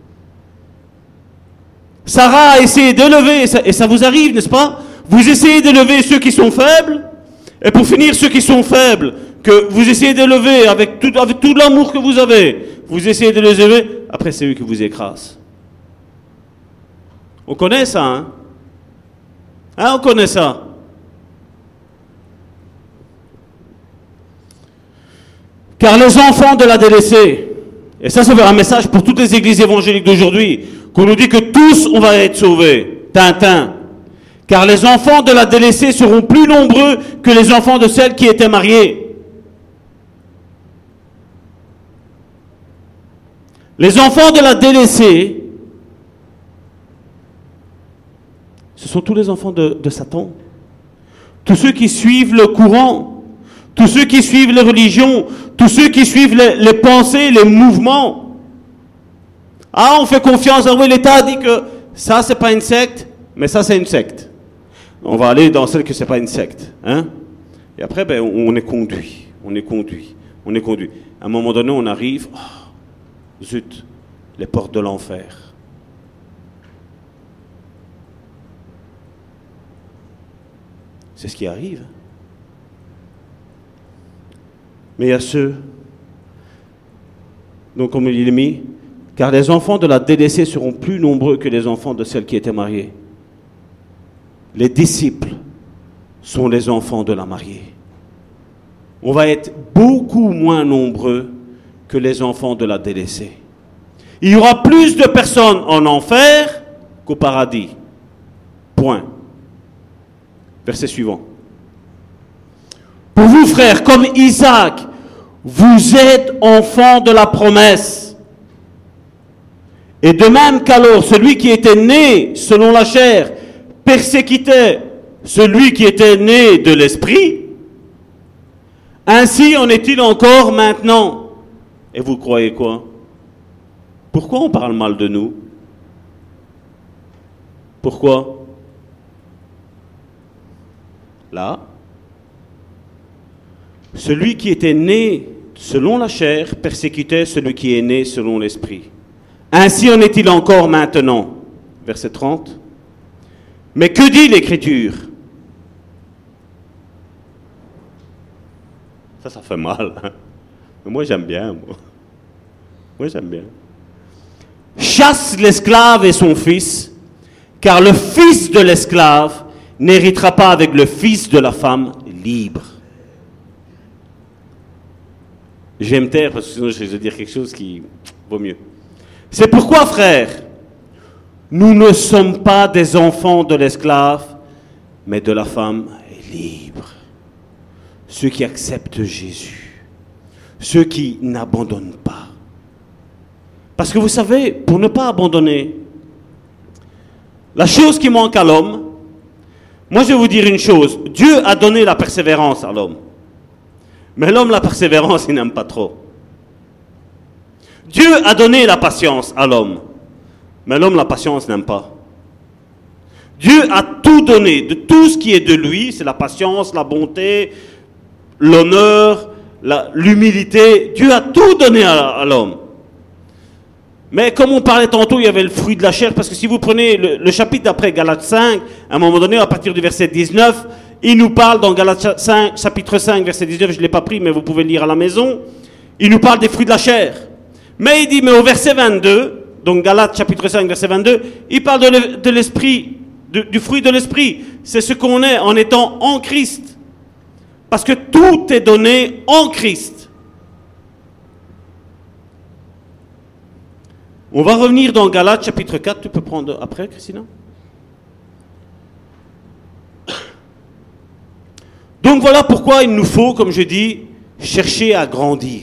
Sarah a essayé d'élever, et ça, et ça vous arrive, n'est-ce pas? Vous essayez d'élever ceux qui sont faibles, et pour finir, ceux qui sont faibles, que vous essayez d'élever avec tout, avec tout l'amour que vous avez, vous essayez de les élever, après c'est eux qui vous écrasent. On connaît ça, hein? Hein, on connaît ça. Car les enfants de la délaissée, et ça c'est un message pour toutes les églises évangéliques d'aujourd'hui, qu'on nous dit que tous on va être sauvés. Tintin. Car les enfants de la délaissée seront plus nombreux que les enfants de celles qui étaient mariées. Les enfants de la délaissée sont tous les enfants de, de Satan. Tous ceux qui suivent le courant, tous ceux qui suivent les religions, tous ceux qui suivent les, les pensées, les mouvements. Ah, on fait confiance, ah oui, l'État a dit que ça, c'est pas une secte, mais ça, c'est une secte. On va aller dans celle que c'est pas une secte. Hein? Et après, ben, on est conduit, on est conduit, on est conduit. À un moment donné, on arrive, oh, zut, les portes de l'enfer. C'est ce qui arrive. Mais il y a ceux, donc comme il est mis, car les enfants de la délaissée seront plus nombreux que les enfants de celle qui étaient mariée. Les disciples sont les enfants de la mariée. On va être beaucoup moins nombreux que les enfants de la délaissée. Il y aura plus de personnes en enfer qu'au paradis. Point. Verset suivant. Pour vous, frères, comme Isaac, vous êtes enfants de la promesse. Et de même qu'alors, celui qui était né selon la chair persécutait celui qui était né de l'esprit, ainsi en est-il encore maintenant. Et vous croyez quoi? Pourquoi on parle mal de nous? Pourquoi? Là, celui qui était né selon la chair persécutait celui qui est né selon l'esprit. Ainsi en est-il encore maintenant. Verset trente. Mais que dit l'Écriture? Ça, ça fait mal. Hein? Mais moi, j'aime bien. Moi, moi j'aime bien. Chasse l'esclave et son fils, car le fils de l'esclave n'héritera pas avec le fils de la femme libre. Je vais me taire parce que sinon je vais dire quelque chose qui vaut mieux. C'est pourquoi, frères, nous ne sommes pas des enfants de l'esclave, mais de la femme libre. Ceux qui acceptent Jésus, ceux qui n'abandonnent pas. Parce que vous savez, pour ne pas abandonner, la chose qui manque à l'homme, moi, je vais vous dire une chose. Dieu a donné la persévérance à l'homme. Mais l'homme, la persévérance, il n'aime pas trop. Dieu a donné la patience à l'homme. Mais l'homme, la patience, n'aime pas. Dieu a tout donné. De tout ce qui est de lui, c'est la patience, la bonté, l'honneur, la, l'humilité. Dieu a tout donné à, à l'homme. Mais comme on parlait tantôt, il y avait le fruit de la chair, parce que si vous prenez le, le chapitre d'après, Galates cinq, à un moment donné, à partir du verset dix-neuf, il nous parle dans Galates cinq, chapitre cinq, verset dix-neuf, je ne l'ai pas pris, mais vous pouvez le lire à la maison, il nous parle des fruits de la chair. Mais il dit, mais au verset vingt-deux, donc Galates chapitre cinq, verset vingt-deux, il parle de, le, de l'esprit, de, du fruit de l'esprit. C'est ce qu'on est en étant en Christ. Parce que tout est donné en Christ. On va revenir dans Galates chapitre quatre, tu peux prendre après, Christina. Donc voilà pourquoi il nous faut, comme je dis, chercher à grandir.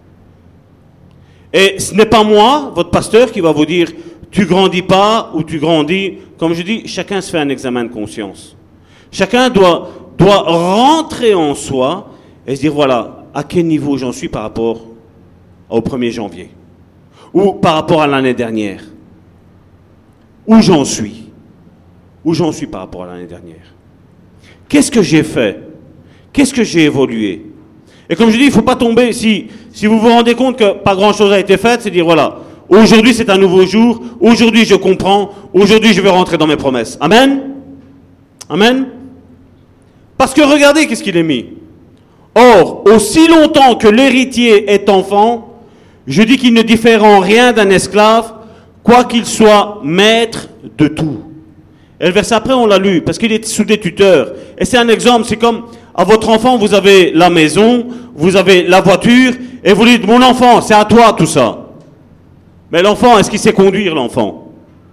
Et ce n'est pas moi, votre pasteur, qui va vous dire tu grandis pas ou tu grandis. Comme je dis, chacun se fait un examen de conscience. Chacun doit, doit rentrer en soi et se dire voilà, à quel niveau j'en suis par rapport au premier janvier. Ou par rapport à l'année dernière. Où j'en suis. Où j'en suis par rapport à l'année dernière. Qu'est-ce que j'ai fait? Qu'est-ce que j'ai évolué? Et comme je dis, il ne faut pas tomber. Si, si vous vous rendez compte que pas grand-chose a été fait, c'est dire voilà, aujourd'hui c'est un nouveau jour, aujourd'hui je comprends, aujourd'hui je vais rentrer dans mes promesses. Amen? Amen? Parce que regardez qu'est-ce qu'il est mis. Or, aussi longtemps que l'héritier est enfant, je dis qu'il ne diffère en rien d'un esclave, quoiqu'il soit maître de tout. Et le verset après, on l'a lu, parce qu'il est sous des tuteurs. Et c'est un exemple, c'est comme, à votre enfant, vous avez la maison, vous avez la voiture, et vous lui dites, mon enfant, c'est à toi tout ça. Mais l'enfant, est-ce qu'il sait conduire, l'enfant?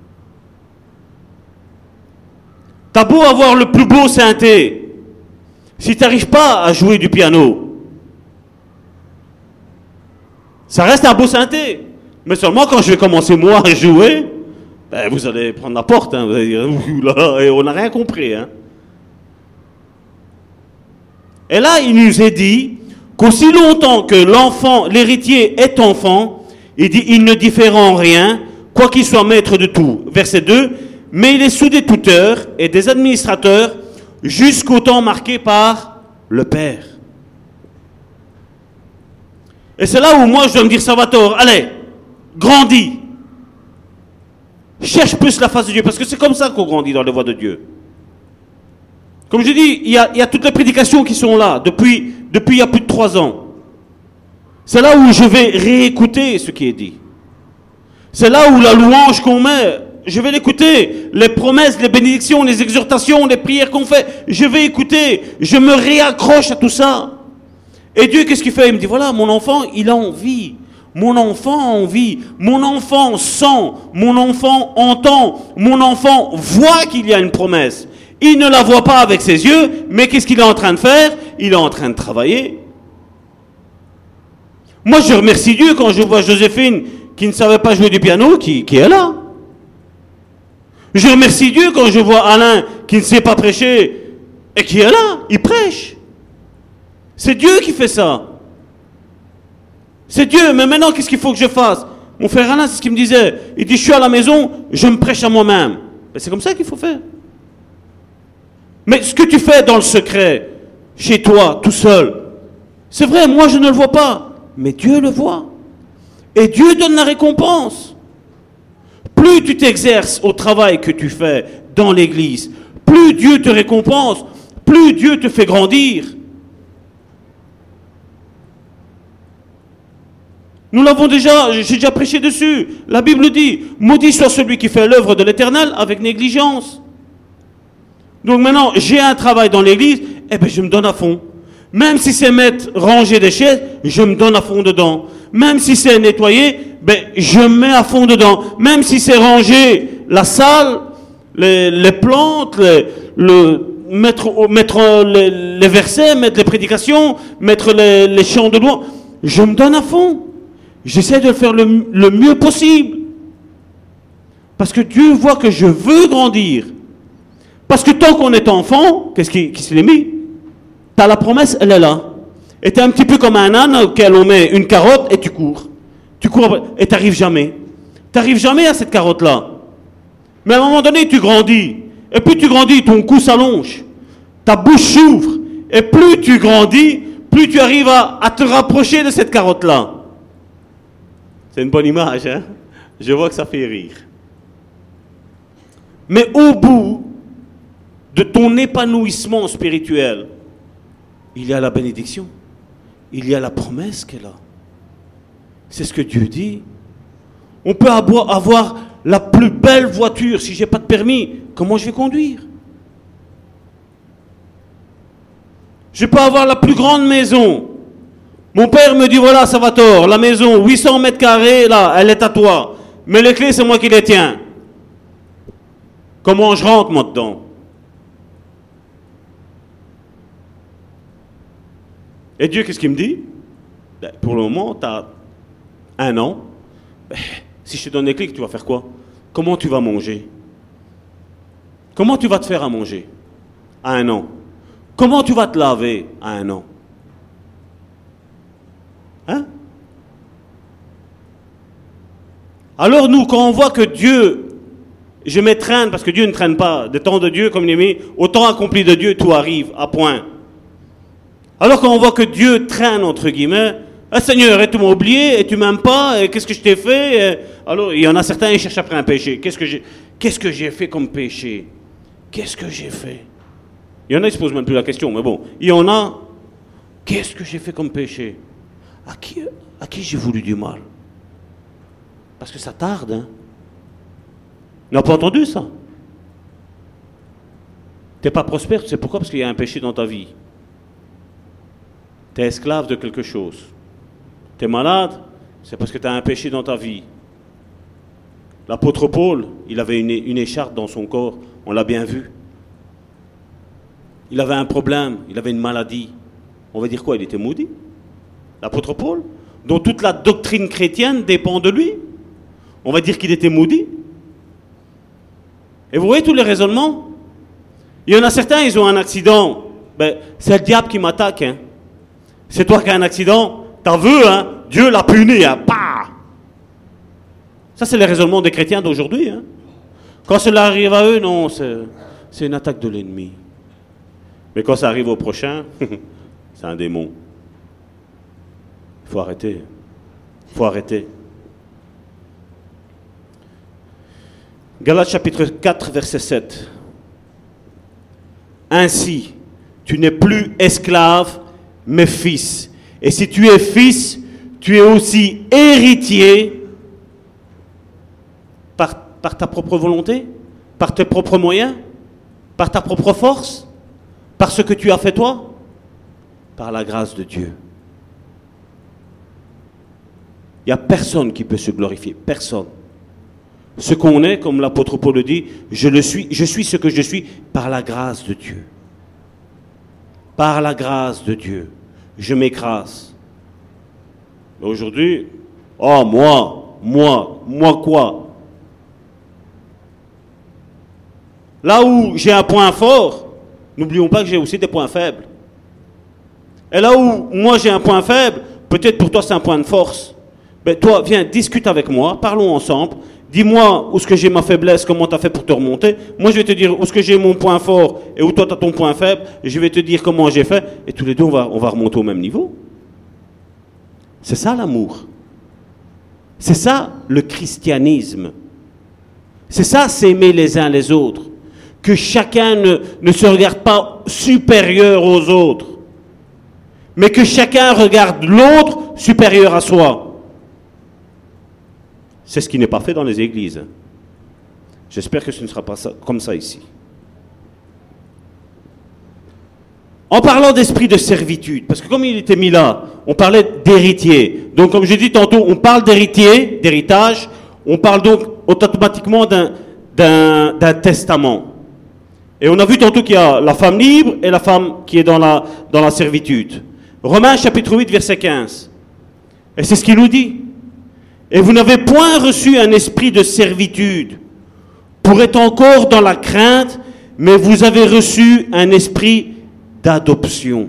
T'as beau avoir le plus beau synthé, si tu n'arrives pas à jouer du piano, ça reste un beau synthé. Mais seulement quand je vais commencer moi à jouer, ben, vous allez prendre la porte, hein, vous allez dire, là, et on n'a rien compris. Hein. Et là, il nous est dit qu'aussi longtemps que l'enfant, l'héritier est enfant, il dit, il ne diffère en rien, quoi qu'il soit maître de tout. Verset deux, mais il est sous des tuteurs et des administrateurs jusqu'au temps marqué par le Père. Et c'est là où moi je dois me dire, Salvatore, allez, grandis. Cherche plus la face de Dieu, parce que c'est comme ça qu'on grandit dans les voies de Dieu. Comme je dis, il y a, il y a toutes les prédications qui sont là, depuis, depuis il y a plus de trois ans. C'est là où je vais réécouter ce qui est dit. C'est là où la louange qu'on met, je vais l'écouter. Les promesses, les bénédictions, les exhortations, les prières qu'on fait, je vais écouter. Je me réaccroche à tout ça. Et Dieu, qu'est-ce qu'il fait? Il me dit, voilà, mon enfant, il a envie. Mon enfant a envie. Mon enfant sent. Mon enfant entend. Mon enfant voit qu'il y a une promesse. Il ne la voit pas avec ses yeux, mais qu'est-ce qu'il est en train de faire? Il est en train de travailler. Moi, je remercie Dieu quand je vois Joséphine qui ne savait pas jouer du piano, qui, qui est là. Je remercie Dieu quand je vois Alain qui ne sait pas prêcher et qui est là, il prêche. C'est Dieu qui fait ça. C'est Dieu, mais maintenant, qu'est-ce qu'il faut que je fasse? Mon frère Alain, c'est ce qu'il me disait. Il dit, je suis à la maison, je me prêche à moi-même. Ben, c'est comme ça qu'il faut faire. Mais ce que tu fais dans le secret, chez toi, tout seul, c'est vrai, moi je ne le vois pas, mais Dieu le voit. Et Dieu donne la récompense. Plus tu t'exerces au travail que tu fais dans l'église, plus Dieu te récompense, plus Dieu te fait grandir. Nous l'avons déjà, j'ai déjà prêché dessus. La Bible dit, maudit soit celui qui fait l'œuvre de l'Éternel avec négligence. Donc maintenant, j'ai un travail dans l'église, eh bien je me donne à fond. Même si c'est mettre, ranger des chaises, je me donne à fond dedans. Même si c'est nettoyer, ben je me mets à fond dedans. Même si c'est ranger la salle, les, les plantes, les, le, mettre, mettre les, les versets, mettre les prédications, mettre les, les chants de louange, je me donne à fond. J'essaie de le faire le, le mieux possible. Parce que Dieu voit que je veux grandir. Parce que tant qu'on est enfant, qu'est-ce qui, qui se l'est mis? T'as la promesse, elle est là. Et t'es un petit peu comme un âne auquel on met une carotte et tu cours. Tu cours après, et t'arrives jamais. T'arrives jamais à cette carotte-là. Mais à un moment donné, tu grandis. Et plus tu grandis, ton cou s'allonge. Ta bouche s'ouvre. Et plus tu grandis, plus tu arrives à, à te rapprocher de cette carotte-là. C'est une bonne image, hein? Je vois que ça fait rire. Mais au bout de ton épanouissement spirituel, il y a la bénédiction. Il y a la promesse qu'elle a. C'est ce que Dieu dit. On peut avoir la plus belle voiture. Si je n'ai pas de permis, comment je vais conduire? Je peux avoir la plus grande maison. Mon père me dit, voilà, Salvatore, la maison, huit cents mètres carrés, là, elle est à toi. Mais les clés, c'est moi qui les tiens. Comment je rentre, moi, dedans? Et Dieu, qu'est-ce qu'il me dit? Ben, pour le moment, tu as un an. Ben, si je te donne les clés, tu vas faire quoi? Comment tu vas manger? Comment tu vas te faire à manger à un an? Comment tu vas te laver à un an? Hein? Alors nous, quand on voit que Dieu, je m'étreins, parce que Dieu ne traîne pas, des temps de Dieu, comme il est mis, au temps accompli de Dieu, tout arrive, à point. Alors quand on voit que Dieu traîne, entre guillemets, ah, Seigneur, et tu m'as oublié, et tu m'aimes pas, et qu'est-ce que je t'ai fait? Et alors, il y en a certains, ils cherchent après un péché. Qu'est-ce que j'ai, qu'est-ce que j'ai fait comme péché? Qu'est-ce que j'ai fait? Il y en a, ils se posent même plus la question, mais bon. Il y en a, qu'est-ce que j'ai fait comme péché? À qui, à qui j'ai voulu du mal? Parce que ça tarde, hein? Tu n'as pas entendu ça? Tu n'es pas prospère, tu sais pourquoi? Parce qu'il y a un péché dans ta vie. Tu es esclave de quelque chose. Tu es malade, c'est parce que tu as un péché dans ta vie. L'apôtre Paul, il avait une, une écharpe dans son corps, on l'a bien vu. Il avait un problème, il avait une maladie. On va dire quoi? Il était maudit. L'apôtre Paul, dont toute la doctrine chrétienne dépend de lui. On va dire qu'il était maudit. Et vous voyez tous les raisonnements? Il y en a certains, ils ont un accident. Ben, c'est le diable qui m'attaque. Hein. C'est toi qui as un accident. T'en veux, hein? Dieu l'a puni. Hein. Bah! Ça, c'est les raisonnements des chrétiens d'aujourd'hui. Hein. Quand cela arrive à eux, non, c'est, c'est une attaque de l'ennemi. Mais quand ça arrive au prochain, c'est un démon. Il faut arrêter. Il faut arrêter. Galates chapitre quatre, verset sept. Ainsi, tu n'es plus esclave, mais fils. Et si tu es fils, tu es aussi héritier par, par ta propre volonté, par tes propres moyens, par ta propre force, par ce que tu as fait toi, par la grâce de Dieu. Il n'y a personne qui peut se glorifier, personne. Ce qu'on est, comme l'apôtre Paul le dit, je le suis, je suis ce que je suis par la grâce de Dieu. Par la grâce de Dieu, je m'écrase. Mais aujourd'hui, oh moi, moi, moi quoi? Là où j'ai un point fort, n'oublions pas que j'ai aussi des points faibles. Et là où moi j'ai un point faible, peut-être pour toi c'est un point de force. Mais toi, viens, discute avec moi, parlons ensemble. Dis-moi où est-ce que j'ai ma faiblesse, comment tu as fait pour te remonter. Moi, je vais te dire où est-ce que j'ai mon point fort et où toi, tu as ton point faible. Et je vais te dire comment j'ai fait. Et tous les deux, on va, on va remonter au même niveau. C'est ça l'amour. C'est ça le christianisme. C'est ça s'aimer les uns les autres. Que chacun ne, ne se regarde pas supérieur aux autres. Mais que chacun regarde l'autre supérieur à soi. C'est ce qui n'est pas fait dans les églises. J'espère que ce ne sera pas ça, comme ça ici. En parlant d'esprit de servitude, parce que comme il était mis là, on parlait d'héritier. Donc comme je dis tantôt, on parle d'héritier, d'héritage, on parle donc automatiquement d'un, d'un, d'un testament. Et on a vu tantôt qu'il y a la femme libre et la femme qui est dans la, dans la servitude. Romains chapitre huit, verset quinze. Et c'est ce qu'il nous dit. Et vous n'avez point reçu un esprit de servitude pour être encore dans la crainte, mais vous avez reçu un esprit d'adoption,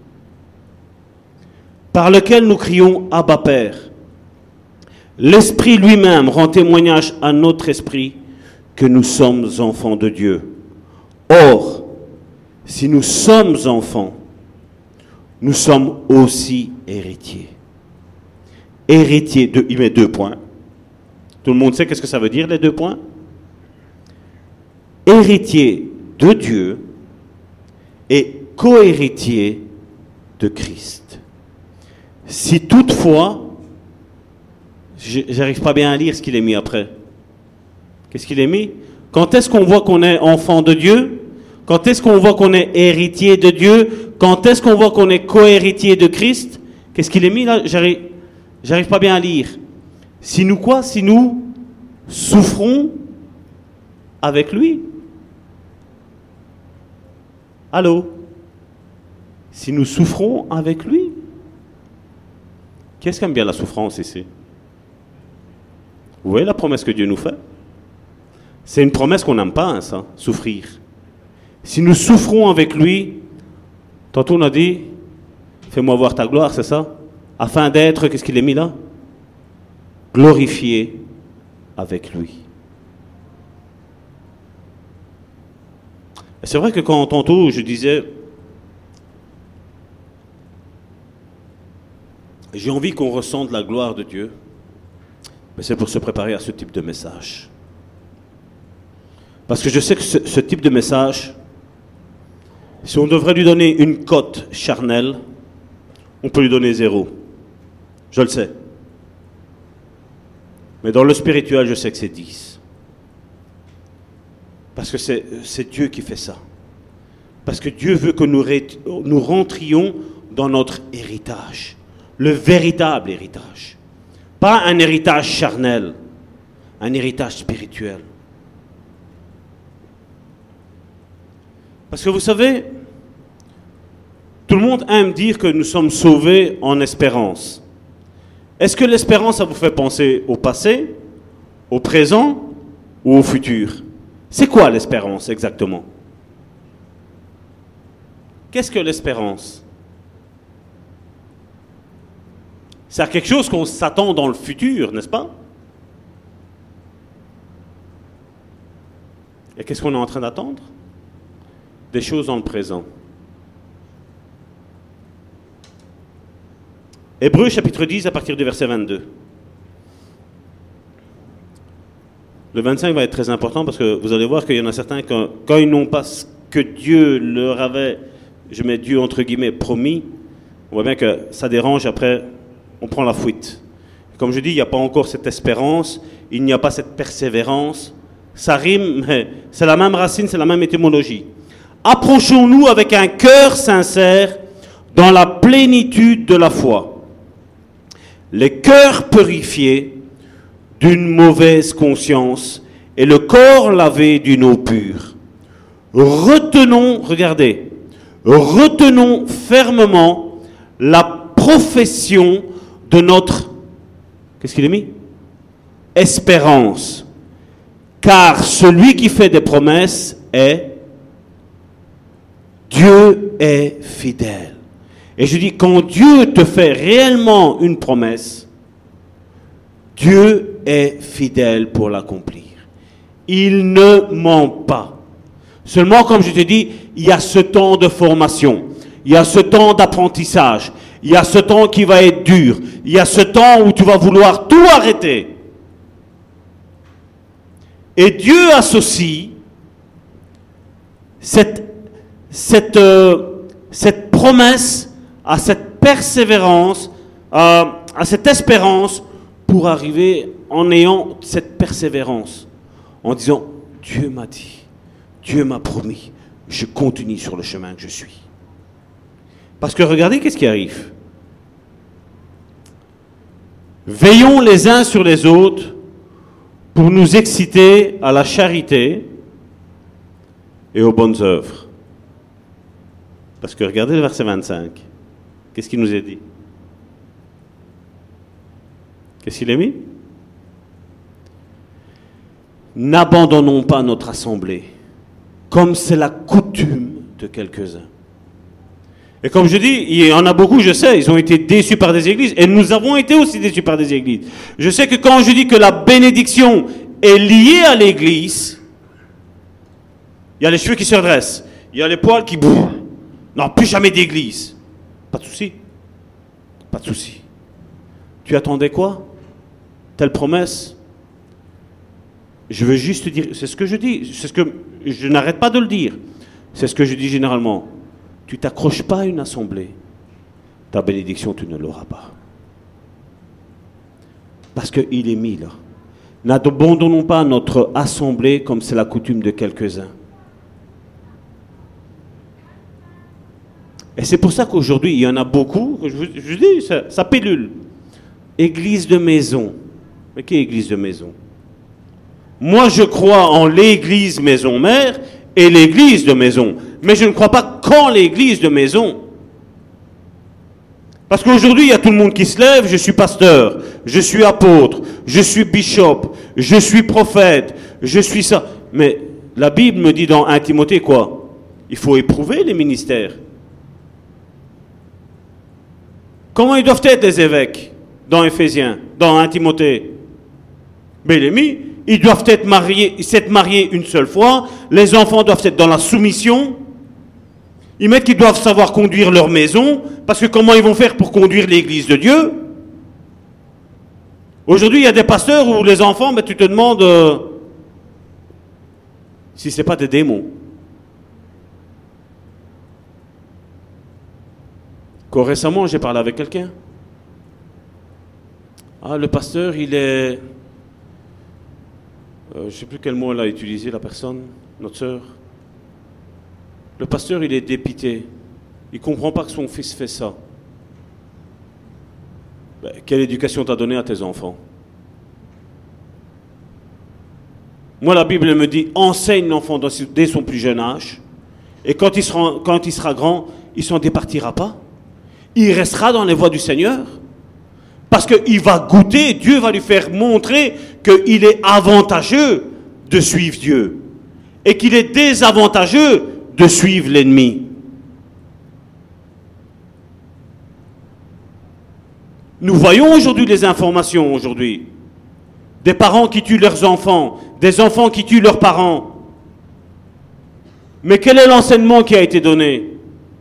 par lequel nous crions « Abba Père ». L'Esprit lui-même rend témoignage à notre esprit que nous sommes enfants de Dieu. Or, si nous sommes enfants, nous sommes aussi héritiers. Héritier de, il met deux points. Tout le monde sait qu'est-ce que ça veut dire, les deux points? Héritier de Dieu et co-héritier de Christ. Si toutefois, j'arrive pas bien à lire ce qu'il est mis après. Qu'est-ce qu'il est mis? Quand est-ce qu'on voit qu'on est enfant de Dieu? Quand est-ce qu'on voit qu'on est héritier de Dieu? Quand est-ce qu'on voit qu'on est co-héritier de Christ? Qu'est-ce qu'il est mis là? J'arrive, j'arrive pas bien à lire. Si nous quoi? Si nous souffrons avec lui. Allô? Si nous souffrons avec lui. Qu'est-ce qu'aime bien la souffrance ici? Vous voyez la promesse que Dieu nous fait? C'est une promesse qu'on n'aime pas, hein, ça, souffrir. Si nous souffrons avec lui, tantôt on a dit, fais-moi voir ta gloire, c'est ça? Afin d'être, qu'est-ce qu'il est mis là? Glorifié avec lui. Et c'est vrai que quand tantôt je disais, j'ai envie qu'on ressente la gloire de Dieu, mais c'est pour se préparer à ce type de message. Parce que je sais que ce, ce type de message, si on devrait lui donner une cote charnelle, on peut lui donner zéro. Je le sais. Mais dans le spirituel, je sais que c'est dix. Parce que c'est, c'est Dieu qui fait ça. Parce que Dieu veut que nous, ré, nous rentrions dans notre héritage. Le véritable héritage. Pas un héritage charnel, un héritage spirituel. Parce que vous savez, tout le monde aime dire que nous sommes sauvés en espérance. Est-ce que l'espérance, ça vous fait penser au passé, au présent ou au futur? C'est quoi l'espérance exactement? Qu'est-ce que l'espérance? C'est quelque chose qu'on s'attend dans le futur, n'est-ce pas? Et qu'est-ce qu'on est en train d'attendre? Des choses dans le présent. Hébreux chapitre dix à partir du verset vingt-deux. Le vingt-cinq va être très important parce que vous allez voir qu'il y en a certains, quand, quand ils n'ont pas ce que Dieu leur avait, je mets Dieu entre guillemets, promis, on voit bien que ça dérange, après on prend la fuite. Comme je dis, il n'y a pas encore cette espérance, il n'y a pas cette persévérance. Ça rime, mais c'est la même racine, c'est la même étymologie. Approchons-nous avec un cœur sincère dans la plénitude de la foi. Les cœurs purifiés d'une mauvaise conscience et le corps lavé d'une eau pure. Retenons, regardez, retenons fermement la profession de notre, qu'est-ce qu'il a mis? Espérance. Car celui qui fait des promesses est, Dieu est fidèle. Et je dis, quand Dieu te fait réellement une promesse, Dieu est fidèle pour l'accomplir. Il ne ment pas. Seulement, comme je te dis, il y a ce temps de formation, il y a ce temps d'apprentissage, il y a ce temps qui va être dur, il y a ce temps où tu vas vouloir tout arrêter. Et Dieu associe cette, cette, euh, cette promesse à cette persévérance, à, à cette espérance pour arriver en ayant cette persévérance, en disant, Dieu m'a dit, Dieu m'a promis, je continue sur le chemin que je suis. Parce que regardez qu'est-ce qui arrive. Veillons les uns sur les autres pour nous exciter à la charité et aux bonnes œuvres. Parce que regardez le verset vingt-cinq. Qu'est-ce qu'il nous a dit? Qu'est-ce qu'il a mis? N'abandonnons pas notre assemblée, comme c'est la coutume de quelques-uns. Et comme je dis, il y en a beaucoup, je sais, ils ont été déçus par des églises, et nous avons été aussi déçus par des églises. Je sais que quand je dis que la bénédiction est liée à l'église, il y a les cheveux qui se redressent, il y a les poils qui bougent. Non, plus jamais d'église. Pas de souci. Pas de souci. Tu attendais quoi? Telle promesse? Je veux juste te dire, c'est ce que je dis, c'est ce que je n'arrête pas de le dire. C'est ce que je dis généralement. Tu t'accroches pas à une assemblée, ta bénédiction, tu ne l'auras pas. Parce qu'il est mis là. N'abandonnons pas notre assemblée comme c'est la coutume de quelques-uns. Et c'est pour ça qu'aujourd'hui, il y en a beaucoup, je vous, je vous dis, ça, ça pilule. Église de maison. Mais qui est église de maison? Moi, je crois en l'église maison mère et l'église de maison. Mais je ne crois pas qu'en l'église de maison. Parce qu'aujourd'hui, il y a tout le monde qui se lève, je suis pasteur, je suis apôtre, je suis bishop, je suis prophète, je suis ça. Mais la Bible me dit dans un Timothée quoi? Il faut éprouver les ministères. Comment ils doivent être les évêques dans Éphésiens, dans un Timothée? Mais les mis, ils doivent être mariés, s'être mariés une seule fois, les enfants doivent être dans la soumission, ils mettent qu'ils doivent savoir conduire leur maison, parce que comment ils vont faire pour conduire l'église de Dieu? Aujourd'hui, il y a des pasteurs où les enfants, ben, tu te demandes euh, si ce n'est pas des démons. Quand récemment, j'ai parlé avec quelqu'un. Ah, le pasteur, il est... Euh, je ne sais plus quel mot elle a utilisé, la personne, notre sœur. Le pasteur, il est dépité. Il ne comprend pas que son fils fait ça. Ben, quelle éducation t'as donnée à tes enfants? Moi, la Bible me dit, enseigne l'enfant dès son plus jeune âge. Et quand il sera, quand il sera grand, il ne s'en départira pas. Il restera dans les voies du Seigneur. Parce qu'il va goûter, Dieu va lui faire montrer qu'il est avantageux de suivre Dieu. et qu'il est désavantageux de suivre l'ennemi. Nous voyons aujourd'hui les informations aujourd'hui. Des parents qui tuent leurs enfants, des enfants qui tuent leurs parents. Mais quel est l'enseignement qui a été donné?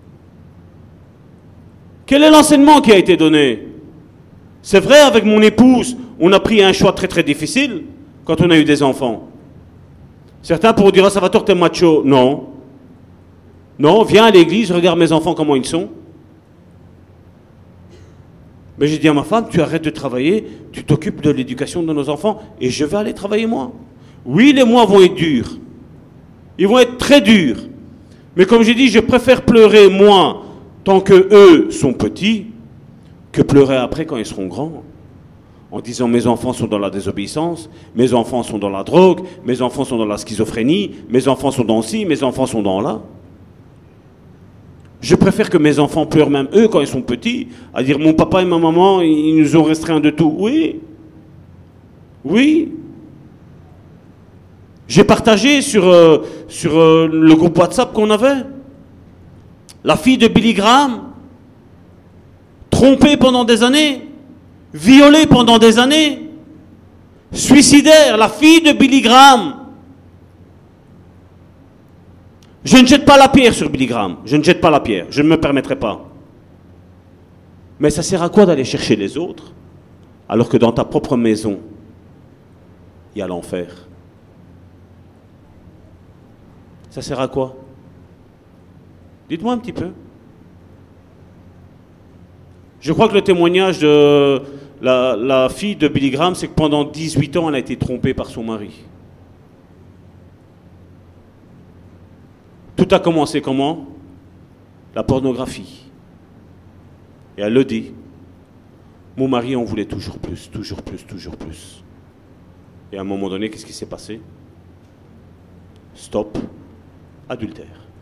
Quel est l'enseignement qui a été donné? C'est vrai, avec mon épouse, on a pris un choix très très difficile quand on a eu des enfants. Certains pourront dire, ah, Salvatore, t'es macho. Non. Non, viens à l'église, regarde mes enfants comment ils sont. Mais j'ai dit à ma femme, tu arrêtes de travailler, tu t'occupes de l'éducation de nos enfants et je vais aller travailler moi. Oui, les mois vont être durs. Ils vont être très durs. Mais comme j'ai dit, je préfère pleurer moi tant que eux sont petits que pleurer après quand ils seront grands. En disant mes enfants sont dans la désobéissance, mes enfants sont dans la drogue, mes enfants sont dans la schizophrénie, mes enfants sont dans ci, mes enfants sont dans là. Je préfère que mes enfants pleurent même eux quand ils sont petits, à dire mon papa et ma maman, ils nous ont restreint de tout. Oui. Oui. J'ai partagé sur, euh, sur euh, le groupe WhatsApp qu'on avait. La fille de Billy Graham, trompée pendant des années, violée pendant des années, suicidaire, la fille de Billy Graham. Je ne jette pas la pierre sur Billy Graham. Je ne jette pas la pierre. Je ne me permettrai pas. Mais ça sert à quoi d'aller chercher les autres alors que dans ta propre maison, il y a l'enfer? Ça sert à quoi? Dites-moi un petit peu. Je crois que le témoignage de la, la fille de Billy Graham, c'est que pendant dix-huit ans, elle a été trompée par son mari. Tout a commencé comment? La pornographie. Et elle le dit. Mon mari en voulait toujours plus, toujours plus, toujours plus. Et à un moment donné, qu'est-ce qui s'est passé? Stop, adultère.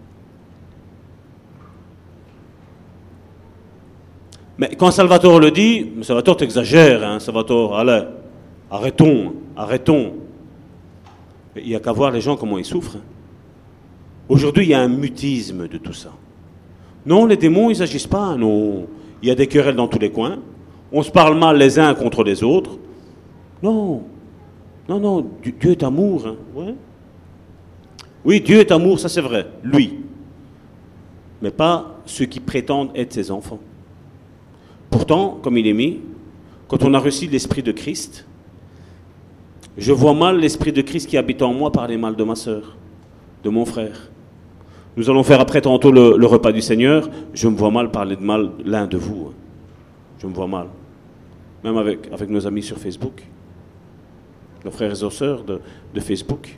Mais quand Salvatore le dit, Salvatore t'exagères, hein, Salvatore, allez, arrêtons, arrêtons. Il n'y a qu'à voir les gens comment ils souffrent. Aujourd'hui, il y a un mutisme de tout ça. Non, les démons, ils n'agissent pas. Non, il y a des querelles dans tous les coins. On se parle mal les uns contre les autres. Non, non, non, Dieu est amour. Hein. Ouais. Oui, Dieu est amour, ça c'est vrai, lui. Mais pas ceux qui prétendent être ses enfants. Pourtant, comme il est mis, quand on a reçu l'Esprit de Christ, je vois mal l'Esprit de Christ qui habite en moi parler mal de ma sœur, de mon frère. Nous allons faire après tantôt le, le repas du Seigneur. Je me vois mal parler de mal l'un de vous. Je me vois mal. Même avec, avec nos amis sur Facebook. Nos frères et sœurs de, de Facebook.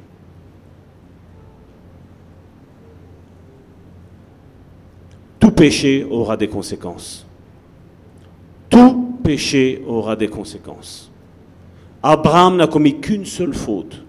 Tout péché aura des conséquences. Tout péché aura des conséquences. Abraham n'a commis qu'une seule faute.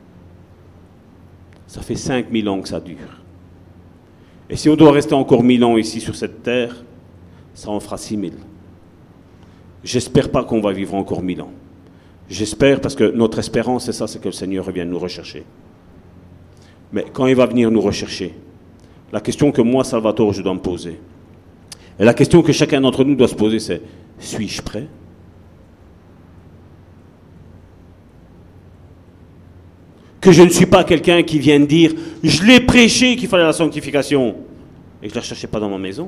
Ça fait cinq mille ans que ça dure. Et si on doit rester encore mille ans ici sur cette terre, ça en fera six mille. J'espère pas qu'on va vivre encore mille ans. J'espère, parce que notre espérance, c'est ça, c'est que le Seigneur revienne nous rechercher. Mais quand il va venir nous rechercher, la question que moi, Salvatore, je dois me poser, et la question que chacun d'entre nous doit se poser, c'est, suis-je prêt? Que je ne suis pas quelqu'un qui vient de dire « Je l'ai prêché qu'il fallait la sanctification » et que je ne la cherchais pas dans ma maison.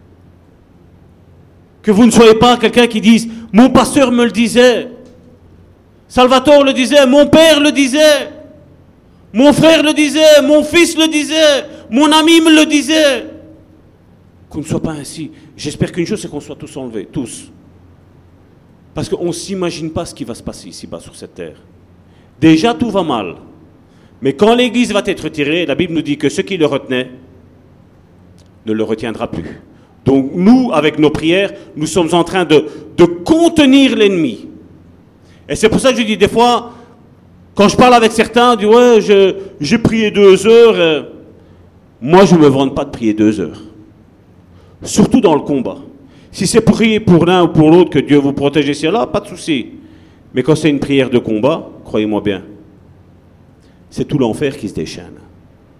Que vous ne soyez pas quelqu'un qui dise « Mon pasteur me le disait, Salvatore le disait, mon père le disait, mon frère le disait, mon fils le disait, mon ami me le disait. » Qu'on ne soit pas ainsi. J'espère qu'une chose, c'est qu'on soit tous enlevés, tous. Parce qu'on ne s'imagine pas ce qui va se passer ici-bas sur cette terre. Déjà, tout va mal. Mais quand l'Église va être retirée, la Bible nous dit que ce qui le retenait ne le retiendra plus. Donc nous, avec nos prières, nous sommes en train de, de contenir l'ennemi. Et c'est pour ça que je dis des fois, quand je parle avec certains, on dit « Ouais, je, j'ai prié deux heures. Euh. » Moi, je ne me vante pas de prier deux heures. Surtout dans le combat. Si c'est prier pour l'un ou pour l'autre, que Dieu vous protège ici et là, pas de souci. Mais quand c'est une prière de combat, croyez-moi bien, c'est tout l'enfer qui se déchaîne.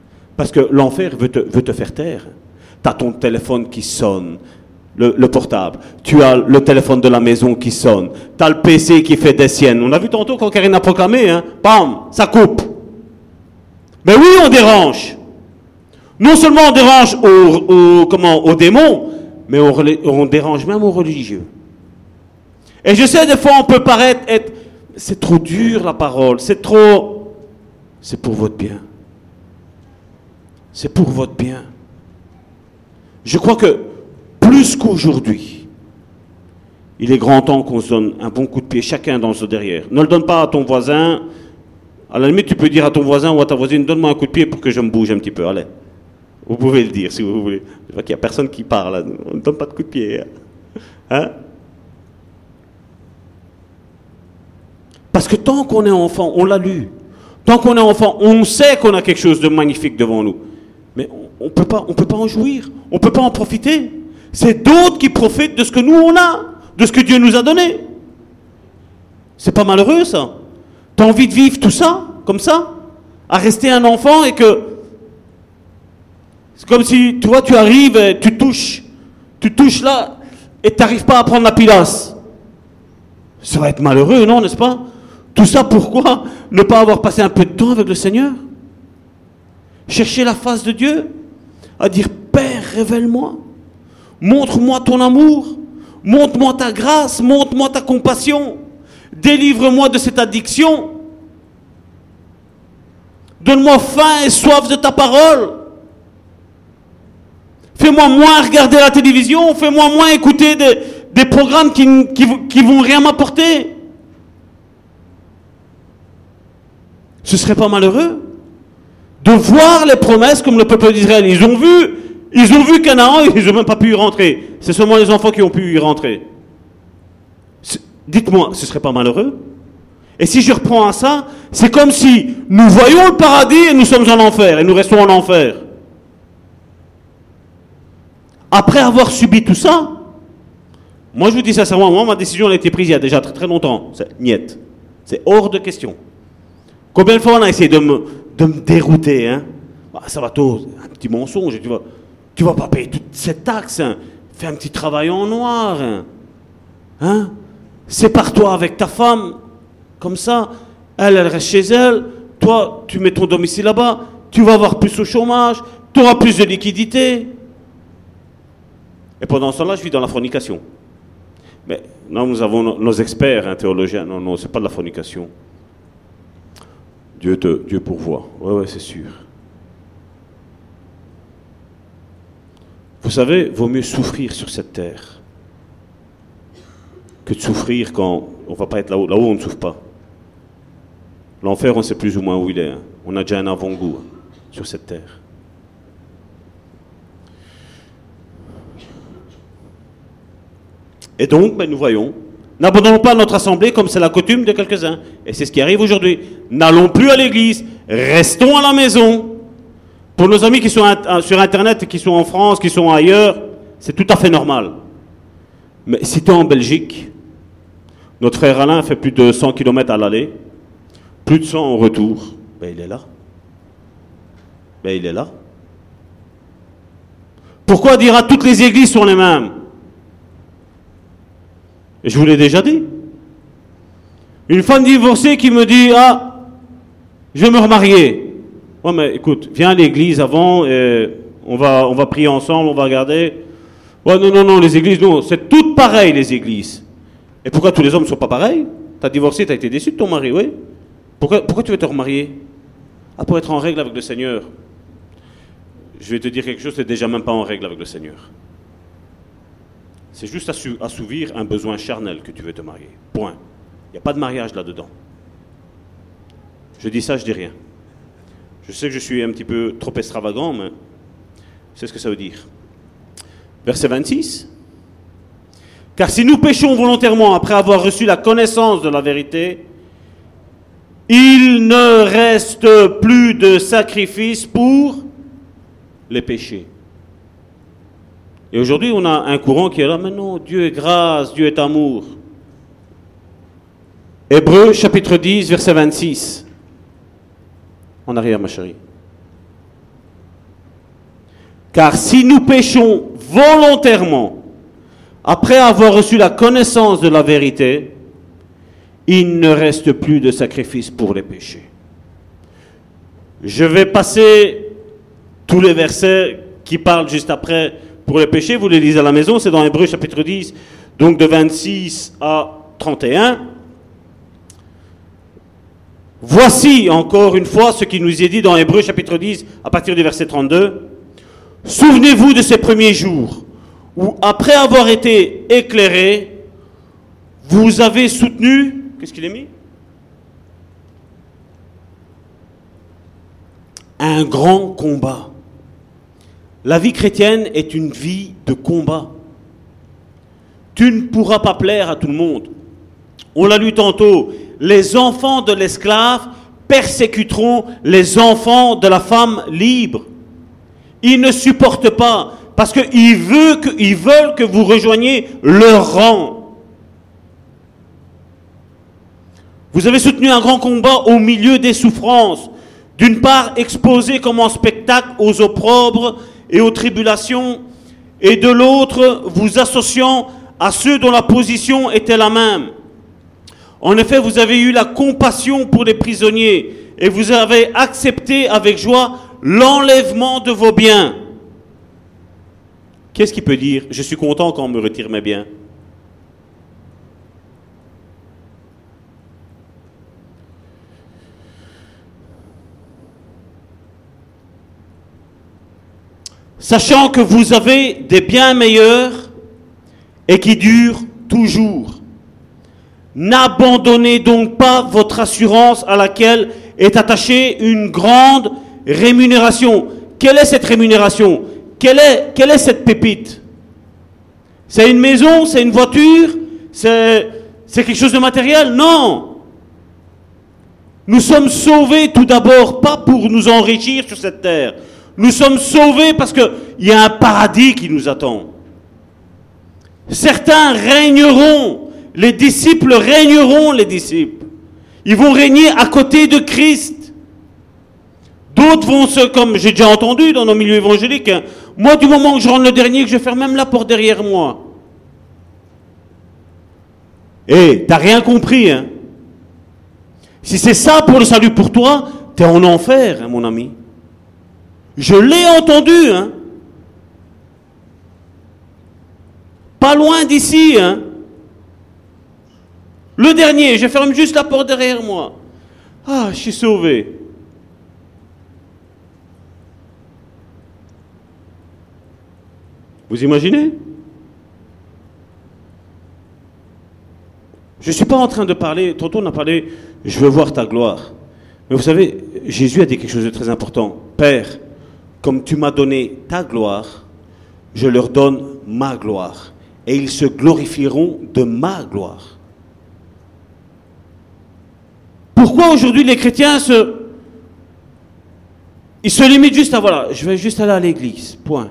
Parce que l'enfer veut te, veut te faire taire. Tu as ton téléphone qui sonne, le, le portable. Tu as le téléphone de la maison qui sonne. Tu as le P C qui fait des siennes. On a vu tantôt quand Karine a proclamé, hein, bam, ça coupe. Mais oui, on dérange. Non seulement on dérange aux, aux, comment, aux démons, mais on, on dérange même aux religieux. Et je sais, des fois, on peut paraître être... C'est trop dur, la parole. C'est trop... C'est pour votre bien. C'est pour votre bien. Je crois que, plus qu'aujourd'hui, il est grand temps qu'on se donne un bon coup de pied, chacun dans ce derrière. Ne le donne pas à ton voisin. À la limite, tu peux dire à ton voisin ou à ta voisine, donne-moi un coup de pied pour que je me bouge un petit peu. Allez. Vous pouvez le dire si vous voulez. Je vois qu'il n'y a personne qui parle. On ne donne pas de coup de pied. Hein? Parce que tant qu'on est enfant, on l'a lu. Tant qu'on est enfant, on sait qu'on a quelque chose de magnifique devant nous. Mais on ne peut pas, on peut pas en jouir. On ne peut pas en profiter. C'est d'autres qui profitent de ce que nous, on a. De ce que Dieu nous a donné. C'est pas malheureux, ça. Tu as envie de vivre tout ça, comme ça? À rester un enfant et que... C'est comme si, tu vois, tu arrives, et tu touches, tu touches là, et tu n'arrives pas à prendre la pilasse. Ça va être malheureux, non, n'est-ce pas? Tout ça, pourquoi? Ne pas avoir passé un peu de temps avec le Seigneur? Chercher la face de Dieu? À dire, Père, révèle-moi. Montre-moi ton amour. Montre-moi ta grâce. Montre-moi ta compassion. Délivre-moi de cette addiction. Donne-moi faim et soif de ta parole. Fais-moi moins regarder la télévision, fais-moi moins écouter des, des programmes qui ne qui, qui vont rien m'apporter. Ce serait pas malheureux de voir les promesses comme le peuple d'Israël. Ils ont vu, ils ont vu Canaan, ils n'ont même pas pu y rentrer. C'est seulement les enfants qui ont pu y rentrer. Dites-moi, ce serait pas malheureux? Et si je reprends à ça, c'est comme si nous voyons le paradis et nous sommes en enfer, et nous restons en enfer. Après avoir subi tout ça, moi je vous dis sincèrement, moi ma décision elle a été prise il y a déjà très très longtemps. C'est niet. C'est hors de question. Combien de fois on a essayé de me, de me dérouter, hein? Bah, ça va tôt, un petit mensonge, tu vas, tu vas pas payer toute cette taxe, hein? Fais un petit travail en noir, hein? Hein? Sépare-toi avec ta femme, comme ça, elle, elle reste chez elle, toi tu mets ton domicile là-bas, tu vas avoir plus au chômage, tu auras plus de liquidité. Et pendant ce temps-là, je vis dans la fornication. Mais non, nous avons nos experts, hein, théologiens. Non, non, c'est pas de la fornication. Dieu te, Dieu pourvoit. Ouais, ouais, c'est sûr. Vous savez, vaut mieux souffrir sur cette terre que de souffrir quand on va pas être là-haut. Là-haut, on ne souffre pas. L'enfer, on sait plus ou moins où il est. Hein. On a déjà un avant-goût hein, sur cette terre. Et donc, ben, nous voyons, n'abandonnons pas notre assemblée comme c'est la coutume de quelques-uns. Et c'est ce qui arrive aujourd'hui. N'allons plus à l'église, restons à la maison. Pour nos amis qui sont sur Internet, qui sont en France, qui sont ailleurs, c'est tout à fait normal. Mais si tu es en Belgique, notre frère Alain fait plus de cent kilomètres à l'aller, plus de cent au retour, ben il est là. Ben il est là. Pourquoi dire à toutes les églises sont les mêmes? Et je vous l'ai déjà dit. Une femme divorcée qui me dit « Ah, je vais me remarier. » Ouais, mais écoute, viens à l'église avant, et on va, on va prier ensemble, on va regarder. Ouais, non, non, non, les églises, non, c'est toutes pareilles, les églises. Et pourquoi tous les hommes ne sont pas pareils? Tu as divorcé, tu as été déçu de ton mari, oui. Pourquoi, pourquoi tu veux te remarier? Ah, pour être en règle avec le Seigneur. Je vais te dire quelque chose, tu n'es déjà même pas en règle avec le Seigneur. C'est juste assouvir un besoin charnel que tu veux te marier. Point. Il n'y a pas de mariage là-dedans. Je dis ça, je dis rien. Je sais que je suis un petit peu trop extravagant, mais c'est ce que ça veut dire. Verset vingt-six. Car si nous péchons volontairement après avoir reçu la connaissance de la vérité, il ne reste plus de sacrifice pour les péchés. Et aujourd'hui, on a un courant qui est là, mais non, Dieu est grâce, Dieu est amour. Hébreux, chapitre dix, verset vingt-six. En arrière, ma chérie. Car si nous péchons volontairement, après avoir reçu la connaissance de la vérité, il ne reste plus de sacrifice pour les péchés. Je vais passer tous les versets qui parlent juste après pour les péchés. Vous les lisez à la maison, c'est dans Hébreux chapitre dix, donc de vingt-six à trente et un. Voici encore une fois ce qui nous est dit dans Hébreux chapitre dix à partir du verset trente-deux. Souvenez-vous de ces premiers jours où, après avoir été éclairés, vous avez soutenu, qu'est-ce qu'il a mis? Un grand combat. La vie chrétienne est une vie de combat. Tu ne pourras pas plaire à tout le monde. On l'a lu tantôt, les enfants de l'esclave persécuteront les enfants de la femme libre. Ils ne supportent pas, parce qu'ils veulent que, ils veulent que vous rejoigniez leur rang. Vous avez soutenu un grand combat au milieu des souffrances. D'une part, exposé comme en spectacle aux opprobres et aux tribulations, et de l'autre, vous associant à ceux dont la position était la même. En effet, vous avez eu la compassion pour les prisonniers, et vous avez accepté avec joie l'enlèvement de vos biens. Qu'est-ce qui peut dire « Je suis content quand on me retire mes biens » ? Sachant que vous avez des biens meilleurs et qui durent toujours. N'abandonnez donc pas votre assurance à laquelle est attachée une grande rémunération. Quelle est cette rémunération ? Quelle est, quelle est cette pépite ? C'est une maison ? C'est une voiture ? C'est, c'est quelque chose de matériel ? Non ! Nous sommes sauvés tout d'abord, pas pour nous enrichir sur cette terre. Nous sommes sauvés parce qu'il y a un paradis qui nous attend. Certains régneront, les disciples régneront, les disciples. Ils vont régner à côté de Christ. D'autres vont se, comme j'ai déjà entendu dans nos milieux évangéliques, hein, moi du moment que je rentre le dernier, que je ferme même la porte derrière moi. Eh, t'as rien compris, hein. Si c'est ça pour le salut pour toi, t'es en enfer, hein, mon ami. Je l'ai entendu, hein. Pas loin d'ici, hein. Le dernier, je ferme juste la porte derrière moi. Ah, je suis sauvé. Vous imaginez ? Je ne suis pas en train de parler, tantôt on a parlé, je veux voir ta gloire. Mais vous savez, Jésus a dit quelque chose de très important. Père, comme tu m'as donné ta gloire, je leur donne ma gloire. Et ils se glorifieront de ma gloire. Pourquoi aujourd'hui les chrétiens se... Ils se limitent juste à, voilà, je vais juste aller à l'église, point.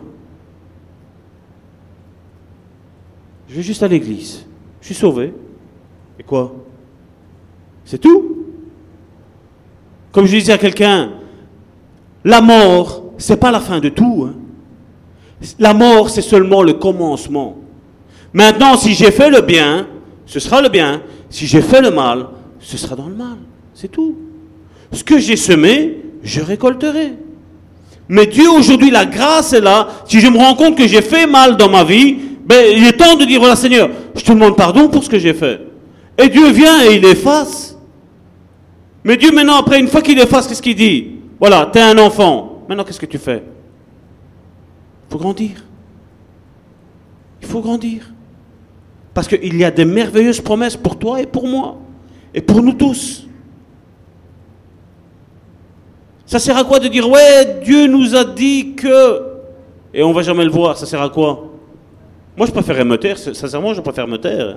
Je vais juste à l'église. Je suis sauvé. Et quoi ? C'est tout ? Comme je disais à quelqu'un, la mort, c'est pas la fin de tout. Hein. La mort, c'est seulement le commencement. Maintenant, si j'ai fait le bien, ce sera le bien. Si j'ai fait le mal, ce sera dans le mal. C'est tout. Ce que j'ai semé, je récolterai. Mais Dieu, aujourd'hui, la grâce est là. Si je me rends compte que j'ai fait mal dans ma vie, ben, il est temps de dire, voilà Seigneur, je te demande pardon pour ce que j'ai fait. Et Dieu vient et il efface. Mais Dieu, maintenant, après, une fois qu'il efface, qu'est-ce qu'il dit ? Voilà, tu es un enfant. Maintenant, qu'est-ce que tu fais ? Il faut grandir. Il faut grandir. Parce qu'il y a des merveilleuses promesses pour toi et pour moi. Et pour nous tous. Ça sert à quoi de dire, ouais, Dieu nous a dit que... Et on ne va jamais le voir, ça sert à quoi ? Moi, je préférerais me taire. Sincèrement, je préfère me taire.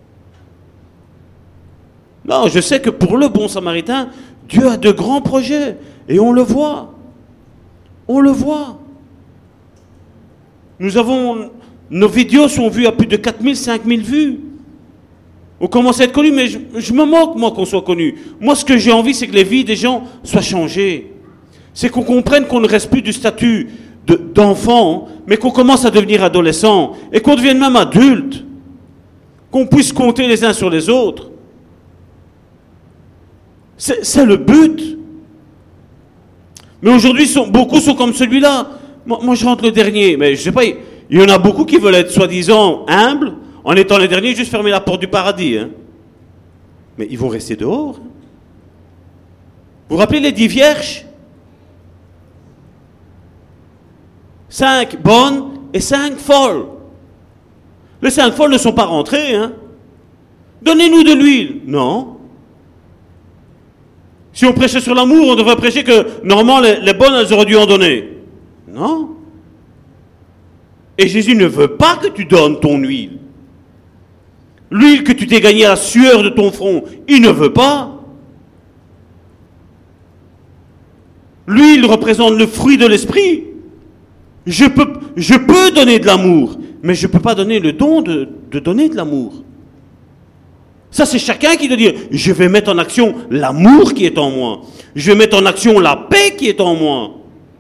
Non, je sais que pour le bon samaritain, Dieu a de grands projets. Et on le voit. On le voit. Nous avons... Nos vidéos sont vues à plus de quatre mille, cinq mille vues. On commence à être connus, mais je, je me moque, moi, qu'on soit connus. Moi, ce que j'ai envie, c'est que les vies des gens soient changées. C'est qu'on comprenne qu'on ne reste plus du statut de, d'enfant, mais qu'on commence à devenir adolescent, et qu'on devienne même adulte, qu'on puisse compter les uns sur les autres. C'est, c'est le but. Mais aujourd'hui, sont, beaucoup sont comme celui-là. Moi, moi, je rentre le dernier, mais je sais pas, il y en a beaucoup qui veulent être soi-disant humbles, en étant les derniers, juste fermer la porte du paradis. Hein. Mais ils vont rester dehors. Vous vous rappelez les dix vierges? Cinq bonnes et cinq folles. Les cinq folles ne sont pas rentrées. Hein. Donnez-nous de l'huile. Non. Si on prêchait sur l'amour, on devrait prêcher que normalement les, les bonnes, elles auraient dû en donner. Non. Et Jésus ne veut pas que tu donnes ton huile. L'huile que tu t'es gagnée à la sueur de ton front, il ne veut pas. L'huile représente le fruit de l'esprit. Je peux, je peux donner de l'amour, mais je ne peux pas donner le don de, de donner de l'amour. Ça, c'est chacun qui doit dire, je vais mettre en action l'amour qui est en moi. Je vais mettre en action la paix qui est en moi.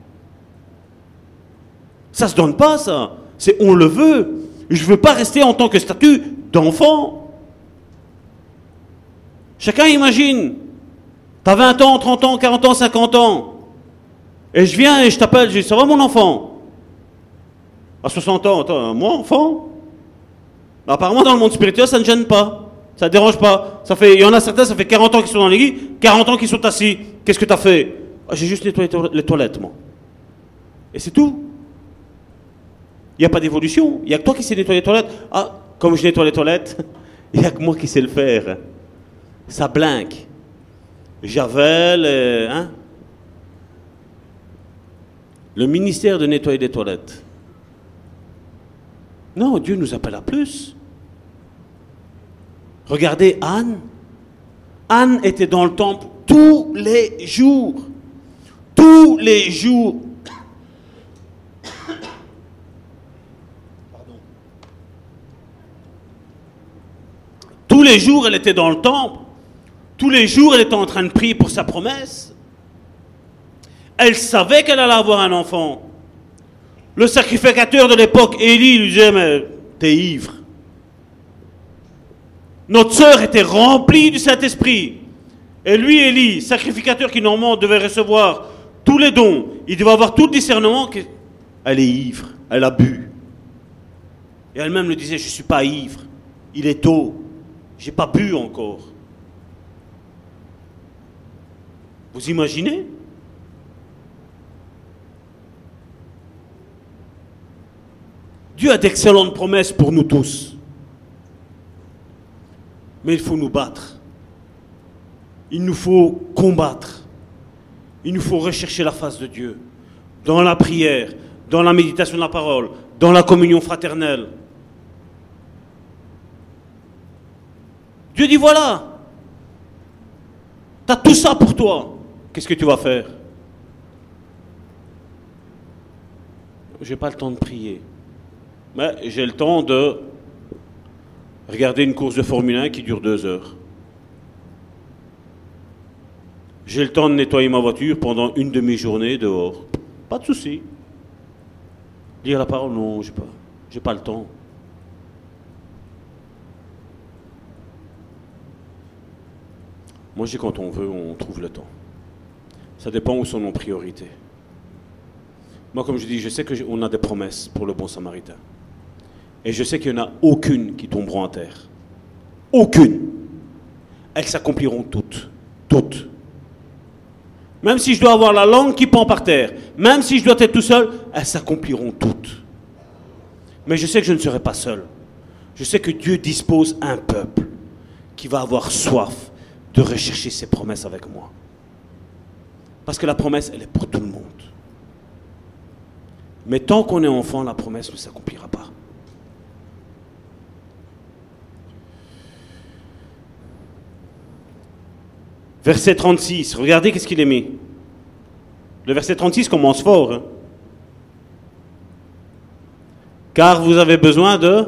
Ça ne se donne pas, ça. C'est on le veut. Je ne veux pas rester en tant que statut d'enfant. Chacun imagine. Tu as vingt ans, trente ans, quarante ans, cinquante ans. Et je viens et je t'appelle, je dis, ça va mon enfant? À soixante ans, attends, moi enfant? Apparemment dans le monde spirituel, ça ne gêne pas. Ça ne dérange pas. Ça fait, il y en a certains, ça fait quarante ans qu'ils sont dans l'église, quarante ans qu'ils sont assis. Qu'est-ce que tu as fait? Ah, j'ai juste nettoyé les toilettes, moi. Et c'est tout. Il n'y a pas d'évolution. Il n'y a que toi qui sais nettoyer les toilettes. Ah, comme je nettoie les toilettes, il n'y a que moi qui sais le faire. Ça blinque. Javel, et, hein? Le ministère de nettoyer des toilettes. Non, Dieu nous appelle à plus. Regardez Anne. Anne était dans le temple tous les jours. Tous les jours. Pardon. Tous les jours, elle était dans le temple. Tous les jours, elle était en train de prier pour sa promesse. Elle savait qu'elle allait avoir un enfant. Le sacrificateur de l'époque, Élie, lui disait, mais t'es ivre. Notre sœur était remplie du Saint-Esprit. Et lui, Élie, sacrificateur qui normalement devait recevoir tous les dons, il devait avoir tout le discernement. Elle est ivre, elle a bu. Et elle-même le disait, je ne suis pas ivre. Il est tôt, je n'ai pas bu encore. Vous imaginez ? Dieu a d'excellentes promesses pour nous tous. Mais il faut nous battre. Il nous faut combattre. Il nous faut rechercher la face de Dieu. Dans la prière, dans la méditation de la parole, dans la communion fraternelle. Dieu dit voilà, tu as tout ça pour toi. Qu'est-ce que tu vas faire? Je n'ai pas le temps de prier. Mais j'ai le temps de regarder une course de Formule un qui dure deux heures. J'ai le temps de nettoyer ma voiture pendant une demi-journée dehors. Pas de souci. Lire la parole, non, j'ai pas, j'ai pas le temps. Moi, je dis quand on veut, on trouve le temps. Ça dépend où sont nos priorités. Moi, comme je dis, je sais qu'on a des promesses pour le bon samaritain. Et je sais qu'il n'y en a aucune qui tomberont à terre. Aucune. Elles s'accompliront toutes. Toutes. Même si je dois avoir la langue qui pend par terre, même si je dois être tout seul, elles s'accompliront toutes. Mais je sais que je ne serai pas seul. Je sais que Dieu dispose un peuple qui va avoir soif de rechercher ses promesses avec moi. Parce que la promesse, elle est pour tout le monde. Mais tant qu'on est enfant, la promesse ne s'accomplira pas. Verset trente-six, regardez qu'est-ce qu'il est mis. Le verset trente-six commence fort. Hein. Car vous avez besoin de...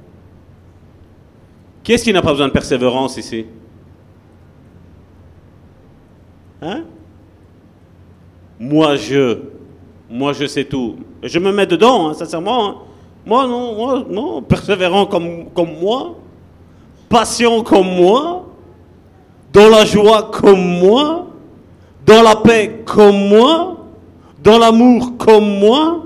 Qui est-ce qui n'a pas besoin de persévérance ici? Hein? Moi, je... moi je sais tout. Je me mets dedans, hein, sincèrement. Hein. Moi, non, moi, non, persévérant comme, comme moi, patient comme moi, dans la joie comme moi, dans la paix comme moi, dans l'amour comme moi.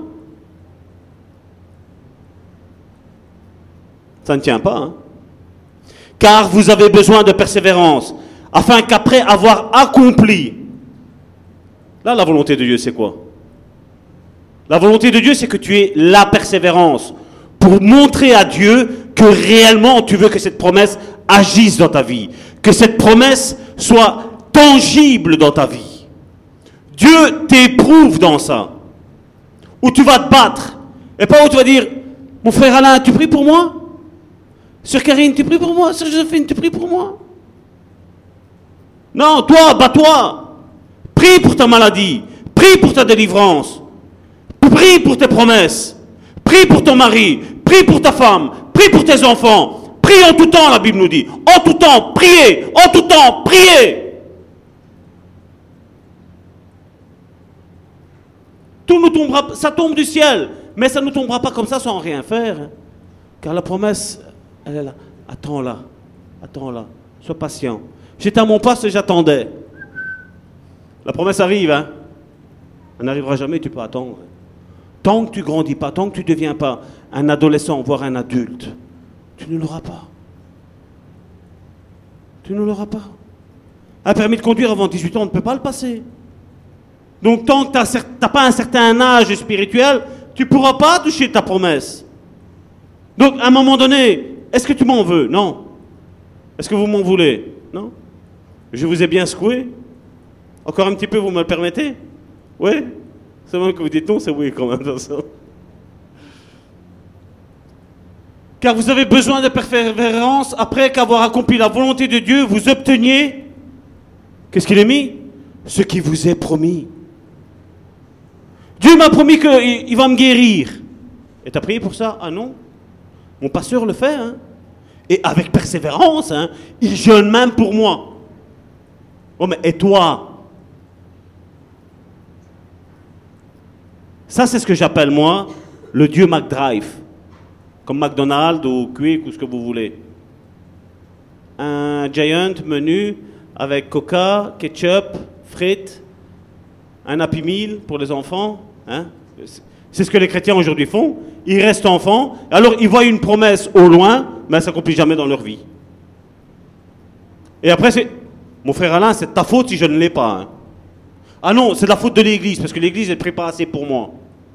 Ça ne tient pas, hein. Car vous avez besoin de persévérance, afin qu'après avoir accompli, là la volonté de Dieu c'est quoi? La volonté de Dieu c'est que tu aies la persévérance, pour montrer à Dieu que réellement tu veux que cette promesse agisse dans ta vie, que cette promesse soit tangible dans ta vie. Dieu t'éprouve dans ça, où tu vas te battre, et pas où tu vas dire, mon frère Alain, tu pries pour moi? Sœur Karine, tu pries pour moi? Sœur Joséphine, tu pries pour moi? Non, toi, bats-toi. Prie pour ta maladie. Prie pour ta délivrance. Prie pour tes promesses. Prie pour ton mari. Prie pour ta femme. Prie pour tes enfants. Prie en tout temps, la Bible nous dit. En tout temps, priez. En tout temps, priez. Tout nous tombera, ça tombe du ciel. Mais ça ne nous tombera pas comme ça sans rien faire. Car la promesse... elle est là. Attends-la. Attends-la. Sois patient. J'étais à mon poste et j'attendais. La promesse arrive, hein. Elle n'arrivera jamais, tu peux attendre. Tant que tu ne grandis pas, tant que tu ne deviens pas un adolescent, voire un adulte, tu ne l'auras pas. Tu ne l'auras pas. Un permis de conduire avant dix-huit ans, on ne peut pas le passer. Donc tant que tu n'as pas un certain âge spirituel, tu ne pourras pas toucher ta promesse. Donc à un moment donné, est-ce que tu m'en veux? Non. Est-ce que vous m'en voulez? Non. Je vous ai bien secoué? Encore un petit peu, vous me le permettez? Oui? C'est même que vous dites non, c'est oui quand même dans ça. Car vous avez besoin de persévérance après qu'avoir accompli la volonté de Dieu, vous obteniez, qu'est-ce qu'il a mis? Ce qui vous est promis. Dieu m'a promis qu'il va me guérir. Et tu as prié pour ça? Ah non? Mon pasteur le fait, hein? Et avec persévérance, hein? Il jeûne même pour moi. Oh, mais et toi? Ça, c'est ce que j'appelle, moi, le Dieu McDrive. Comme McDonald's ou Quick ou ce que vous voulez. Un Giant menu avec coca, ketchup, frites, un Happy Meal pour les enfants. Hein? C'est ce que les chrétiens aujourd'hui font. Ils restent enfants, alors ils voient une promesse au loin, mais elle ne s'accomplit jamais dans leur vie. Et après, c'est... Mon frère Alain, c'est ta faute si je ne l'ai pas. Hein. Ah non, c'est la faute de l'Église, parce que l'Église ne prie pas assez pour moi.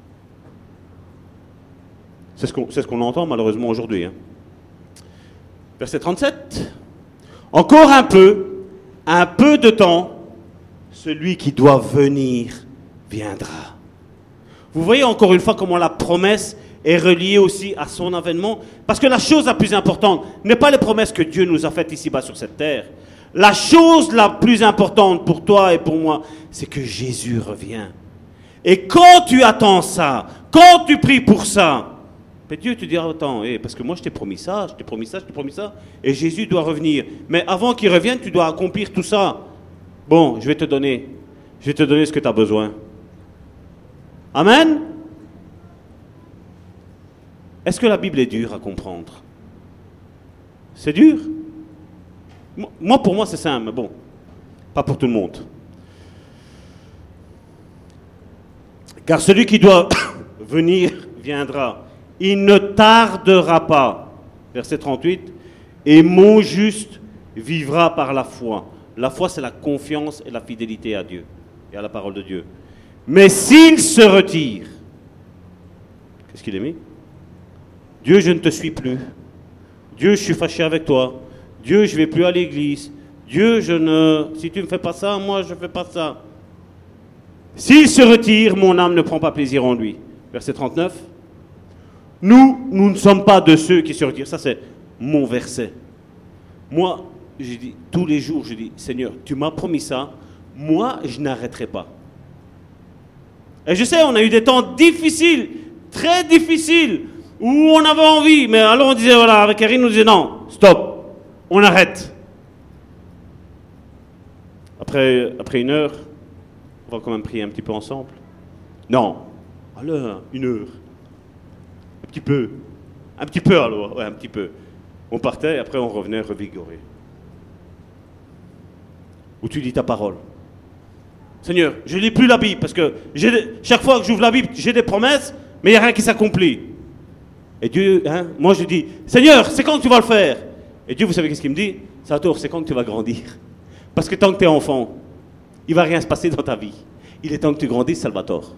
C'est ce qu'on, c'est ce qu'on entend malheureusement aujourd'hui. Hein. Verset trente-sept. Encore un peu, un peu de temps, celui qui doit venir viendra. Vous voyez encore une fois comment la promesse est reliée aussi à son avènement. Parce que la chose la plus importante n'est pas les promesses que Dieu nous a faites ici-bas sur cette terre. La chose la plus importante pour toi et pour moi, c'est que Jésus revient. Et quand tu attends ça, quand tu pries pour ça, mais Dieu te dira, attends, hey, parce que moi je t'ai promis ça, je t'ai promis ça, je t'ai promis ça, et Jésus doit revenir. Mais avant qu'il revienne, tu dois accomplir tout ça. Bon, je vais te donner, je vais te donner ce que tu as besoin. Amen. Est-ce que la Bible est dure à comprendre? C'est dur? Moi, pour moi, c'est simple, mais bon, pas pour tout le monde. Car celui qui doit venir viendra. Il ne tardera pas. Verset trente-huit. Et mon juste vivra par la foi. La foi, c'est la confiance et la fidélité à Dieu et à la parole de Dieu. Mais s'il se retire, qu'est-ce qu'il a mis? Dieu, je ne te suis plus. Dieu, je suis fâché avec toi. Dieu, je ne vais plus à l'église. Dieu, je ne... si tu ne me fais pas ça, moi, je ne fais pas ça. S'il se retire, mon âme ne prend pas plaisir en lui. Verset trente-neuf. Nous, nous ne sommes pas de ceux qui se retirent. Ça, c'est mon verset. Moi, je dis, tous les jours, je dis, Seigneur, tu m'as promis ça. Moi, je n'arrêterai pas. Et je sais, on a eu des temps difficiles, très difficiles, où on avait envie. Mais alors on disait, voilà, avec Karine, on disait, non, stop, on arrête. Après, après une heure, on va quand même prier un petit peu ensemble. Non, Alors, une heure. Un petit peu. Un petit peu alors, ouais, un petit peu. On partait et après on revenait revigoré. Où tu dis ta parole. Seigneur, je ne lis plus la Bible parce que j'ai des, chaque fois que j'ouvre la Bible, j'ai des promesses, mais il n'y a rien qui s'accomplit. Et Dieu, hein, moi je dis, Seigneur, c'est quand que tu vas le faire? Et Dieu, vous savez qu'est-ce qu'il me dit? Salvatore, c'est quand que tu vas grandir? Parce que tant que tu es enfant, il ne va rien se passer dans ta vie. Il est temps que tu grandisses, Salvatore.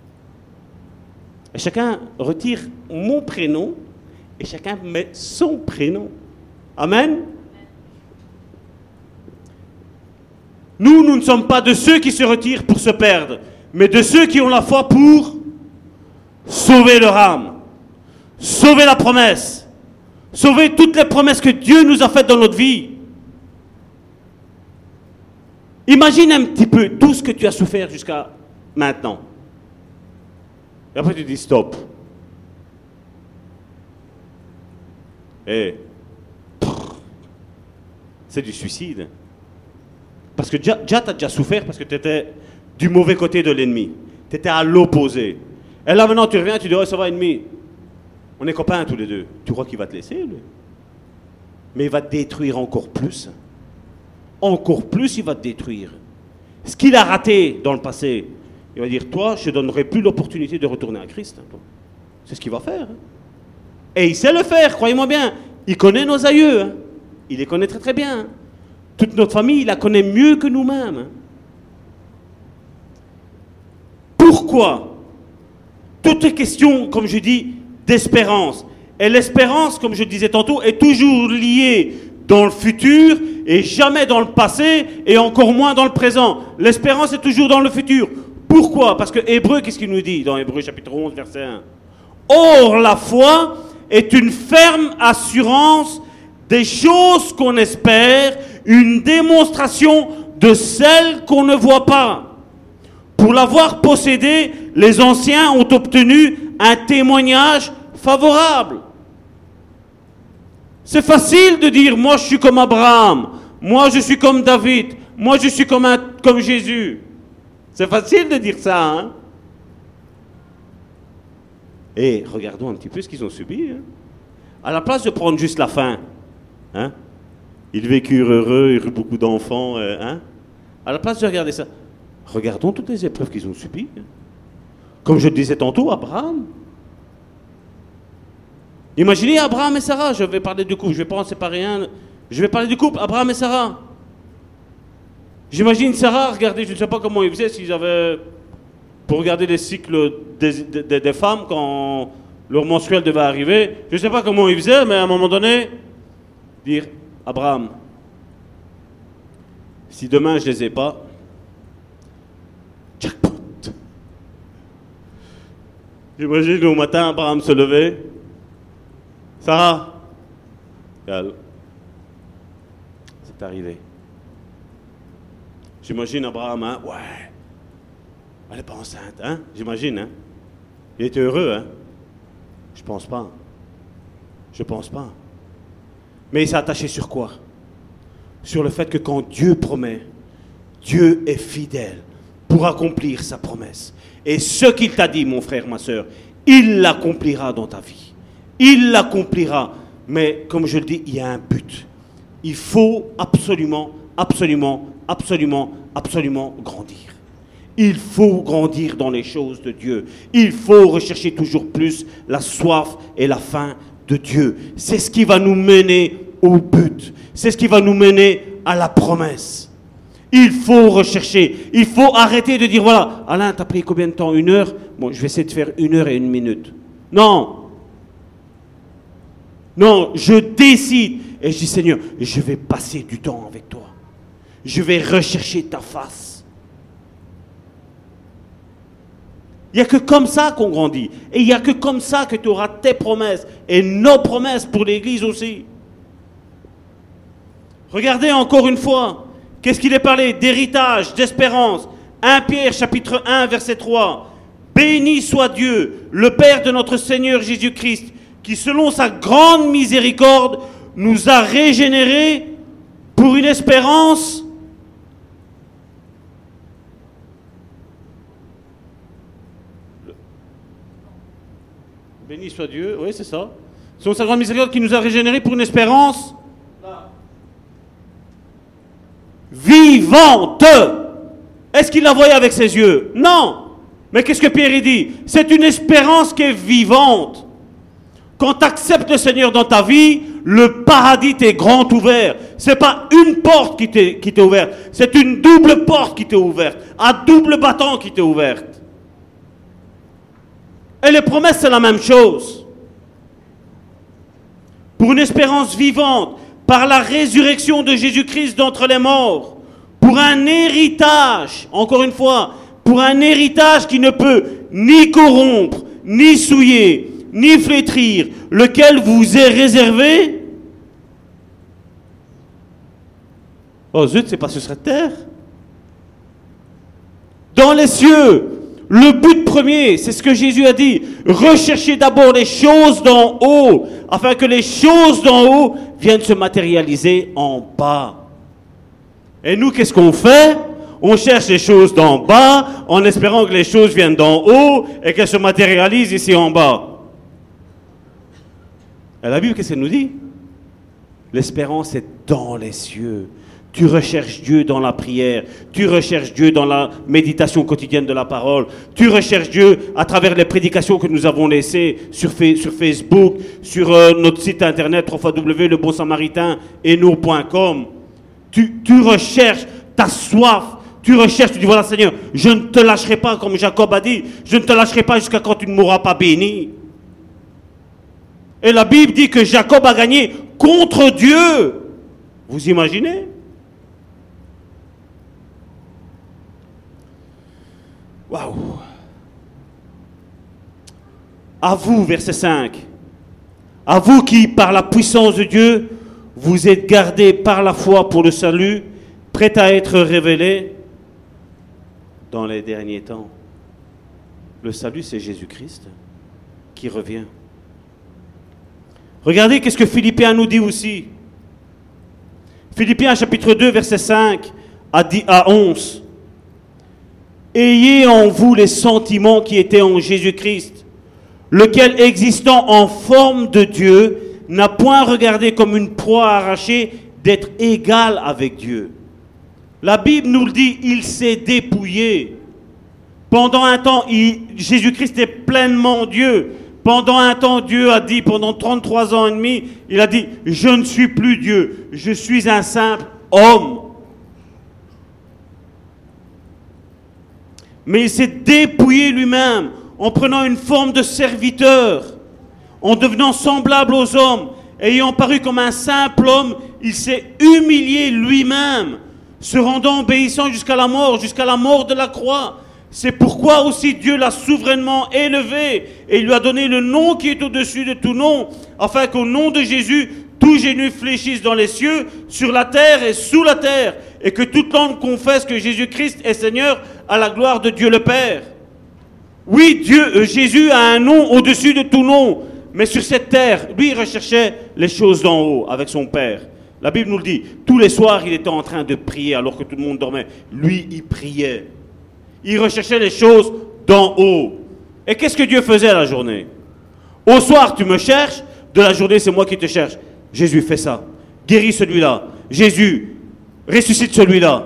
Et chacun retire mon prénom et chacun met son prénom. Amen. Nous, nous ne sommes pas de ceux qui se retirent pour se perdre, mais de ceux qui ont la foi pour sauver leur âme, sauver la promesse, sauver toutes les promesses que Dieu nous a faites dans notre vie. Imagine un petit peu tout ce que tu as souffert jusqu'à maintenant. Et après tu dis stop. Et c'est du suicide. Parce que déjà, déjà tu as déjà souffert parce que tu étais du mauvais côté de l'ennemi. Tu étais à l'opposé. Et là maintenant tu reviens, tu dis oh ça va ennemi. On est copains tous les deux. Tu crois qu'il va te laisser lui? Mais il va te détruire encore plus. Encore plus il va te détruire. Ce qu'il a raté dans le passé, il va dire, toi, je ne te donnerai plus l'opportunité de retourner à Christ. C'est ce qu'il va faire. Et il sait le faire, croyez-moi bien. Il connaît nos aïeux. Il les connaît très très bien. Toute notre famille, il la connaît mieux que nous-mêmes. Pourquoi? Toute est question, comme je dis, d'espérance. Et l'espérance, comme je le disais tantôt, est toujours liée dans le futur et jamais dans le passé et encore moins dans le présent. L'espérance est toujours dans le futur. Pourquoi? Parce que Hébreu, qu'est-ce qu'il nous dit dans Hébreu chapitre onze, verset un? Or, la foi est une ferme assurance des choses qu'on espère, une démonstration de celles qu'on ne voit pas. Pour l'avoir possédée, les anciens ont obtenu un témoignage favorable. C'est facile de dire, moi je suis comme Abraham, moi je suis comme David, moi je suis comme, un, comme Jésus. C'est facile de dire ça, hein? Et regardons un petit peu ce qu'ils ont subi. Hein? À la place de prendre juste la fin, hein? Ils vécurent heureux, ils eurent beaucoup d'enfants, euh, hein? À la place de regarder ça, regardons toutes les épreuves qu'ils ont subies. Hein? Comme je le disais tantôt, Abraham. Imaginez Abraham et Sarah, je vais parler du couple, je ne vais pas en séparer un, je vais parler du couple, Abraham et Sarah. J'imagine Sarah, regardez, je ne sais pas comment ils faisaient, s'ils avaient, pour regarder les cycles des, des, des femmes quand leur menstruel devait arriver, je ne sais pas comment ils faisaient, mais à un moment donné, dire, Abraham, si demain je ne les ai pas, jackpot. J'imagine au matin, Abraham se levait, Sarah, calme. C'est arrivé. J'imagine Abraham, hein? Ouais. Elle n'est pas enceinte, hein? J'imagine, hein? Il était heureux, hein? Je pense pas. Je pense pas. Mais il s'est attaché sur quoi? Sur le fait que quand Dieu promet, Dieu est fidèle pour accomplir sa promesse. Et ce qu'il t'a dit, mon frère, ma soeur, il l'accomplira dans ta vie. Il l'accomplira, mais comme je le dis, il y a un but. Il faut absolument, absolument, absolument, absolument grandir. Il faut grandir dans les choses de Dieu. Il faut rechercher toujours plus la soif et la faim de Dieu. C'est ce qui va nous mener au but. C'est ce qui va nous mener à la promesse. Il faut rechercher. Il faut arrêter de dire, voilà, Alain, t'as pris combien de temps? Une heure? Bon, je vais essayer de faire une heure et une minute. Non. Non, je décide et je dis Seigneur, je vais passer du temps avec toi. Je vais rechercher ta face. Il n'y a que comme ça qu'on grandit. Et il n'y a que comme ça que tu auras tes promesses et nos promesses pour l'Église aussi. Regardez encore une fois, qu'est-ce qu'il est parlé? D'héritage, d'espérance. premier Pierre chapitre un verset trois. Béni soit Dieu, le Père de notre Seigneur Jésus-Christ, qui selon sa grande miséricorde nous a régénérés pour une espérance Béni soit Dieu, oui, c'est ça. Selon sa grande miséricorde qui nous a régénérés pour une espérance vivante. Est-ce qu'il la voyait avec ses yeux? Non. Mais qu'est-ce que Pierre dit? C'est une espérance qui est vivante. Quand tu acceptes le Seigneur dans ta vie, le paradis t'est grand ouvert. Ce n'est pas une porte qui t'est, qui t'est ouverte, c'est une double porte qui t'est ouverte, à double battant qui t'est ouverte. Et les promesses, c'est la même chose. Pour une espérance vivante, par la résurrection de Jésus-Christ d'entre les morts, pour un héritage, encore une fois, pour un héritage qui ne peut ni corrompre, ni souiller, ni flétrir, lequel vous est réservé. Oh zut, c'est pas sur cette terre. Dans les cieux. Le but premier, c'est ce que Jésus a dit. Recherchez d'abord les choses d'en haut, afin que les choses d'en haut viennent se matérialiser en bas. Et nous, qu'est-ce qu'on fait? On cherche les choses d'en bas, en espérant que les choses viennent d'en haut et qu'elles se matérialisent ici en bas. Et la Bible, qu'est-ce qu'elle nous dit? L'espérance est dans les cieux. Tu recherches Dieu dans la prière, tu recherches Dieu dans la méditation quotidienne de la parole, tu recherches Dieu à travers les prédications que nous avons laissées sur, sur Facebook, sur euh, notre site internet w w w point le bon samaritain et nous point com. Tu, tu recherches, tu as soif, tu recherches, tu dis voilà Seigneur, je ne te lâcherai pas comme Jacob a dit, je ne te lâcherai pas jusqu'à quand tu ne m'auras pas béni. Et la Bible dit que Jacob a gagné contre Dieu. Vous imaginez? Waouh! À vous, verset cinq. À vous qui, par la puissance de Dieu, vous êtes gardés par la foi pour le salut, prêt à être révélé dans les derniers temps. Le salut, c'est Jésus-Christ qui revient. Regardez qu'est-ce que Philippiens nous dit aussi. Philippiens chapitre deux, verset cinq à onze. Ayez en vous les sentiments qui étaient en Jésus-Christ, lequel, existant en forme de Dieu, n'a point regardé comme une proie arrachée d'être égal avec Dieu. La Bible nous le dit, il s'est dépouillé. Pendant un temps, il, Jésus-Christ est pleinement Dieu. Pendant un temps, Dieu a dit, pendant trente-trois ans et demi, il a dit, je ne suis plus Dieu, je suis un simple homme. Mais il s'est dépouillé lui-même en prenant une forme de serviteur, en devenant semblable aux hommes, ayant paru comme un simple homme, il s'est humilié lui-même, se rendant obéissant jusqu'à la mort, jusqu'à la mort de la croix. C'est pourquoi aussi Dieu l'a souverainement élevé et il lui a donné le nom qui est au-dessus de tout nom, afin qu'au nom de Jésus, tout genou fléchisse dans les cieux, sur la terre et sous la terre, et que toute langue confesse que Jésus-Christ est Seigneur à la gloire de Dieu le Père. Oui, Dieu, euh, Jésus a un nom au-dessus de tout nom, mais sur cette terre, lui, il recherchait les choses d'en haut avec son Père. La Bible nous le dit, tous les soirs, il était en train de prier alors que tout le monde dormait. Lui, il priait. Il recherchait les choses d'en haut. Et qu'est-ce que Dieu faisait à la journée? Au soir, tu me cherches, de la journée, c'est moi qui te cherche. Jésus, fais ça. Guéris celui-là. Jésus, ressuscite celui-là.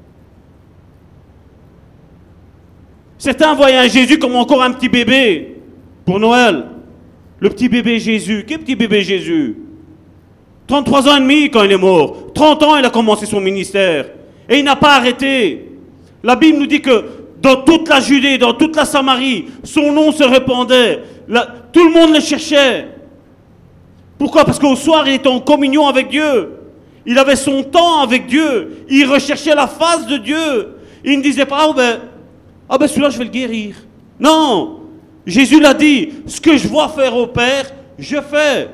Certains voyaient un Jésus comme encore un petit bébé pour Noël. Le petit bébé Jésus. Quel petit bébé Jésus? trente-trois ans et demi quand il est mort. trente ans, il a commencé son ministère. Et il n'a pas arrêté. La Bible nous dit que dans toute la Judée, dans toute la Samarie, son nom se répandait. La, tout le monde le cherchait. Pourquoi? Parce qu'au soir, il était en communion avec Dieu. Il avait son temps avec Dieu. Il recherchait la face de Dieu. Il ne disait pas, ah ben, ah ben celui-là, je vais le guérir. Non. Jésus l'a dit, ce que je vois faire au Père, je fais.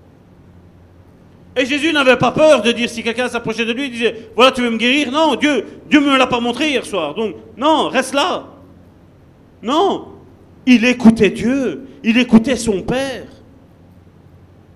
Et Jésus n'avait pas peur de dire, si quelqu'un s'approchait de lui, il disait, voilà, tu veux me guérir? Non, Dieu, Dieu ne me l'a pas montré hier soir. Donc, non, reste là. Non. Il écoutait Dieu. Il écoutait son Père.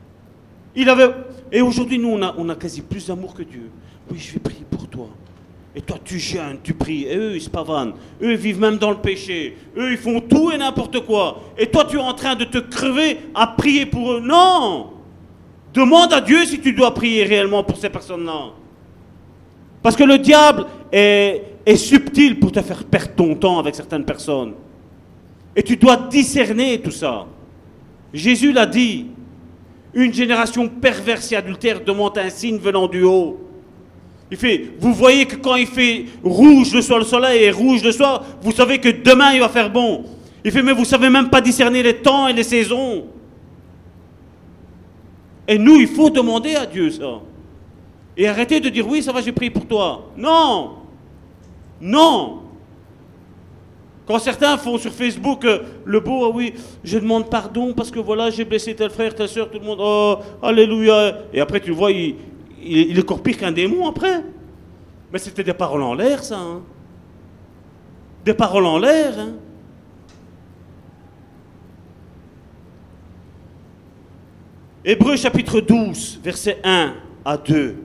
Il avait... Et aujourd'hui, nous, on a, on a quasi plus d'amour que Dieu. Oui, je vais prier pour toi. Et toi, tu jeûnes, tu pries. Et eux, ils se pavanent. Eux, ils vivent même dans le péché. Eux, ils font tout et n'importe quoi. Et toi, tu es en train de te crever à prier pour eux. Non! Demande à Dieu si tu dois prier réellement pour ces personnes-là. Parce que le diable est, est subtil pour te faire perdre ton temps avec certaines personnes. Et tu dois discerner tout ça. Jésus l'a dit. Une génération perverse et adultère demande un signe venant du haut. Il fait, vous voyez que quand il fait rouge le soir, le soleil est rouge le soir, vous savez que demain il va faire bon. Il fait, mais vous ne savez même pas discerner les temps et les saisons. Et nous, il faut demander à Dieu ça. Et arrêter de dire, oui, ça va, j'ai prié pour toi. Non. Non. Quand certains font sur Facebook euh, le beau, ah oui, je demande pardon parce que voilà, j'ai blessé tel frère, telle soeur, tout le monde, oh, alléluia. Et après, tu le vois, il, il, il est encore pire qu'un démon après. Mais c'était des paroles en l'air, ça. Hein. Des paroles en l'air. Hein. Hébreux chapitre douze, versets un à deux.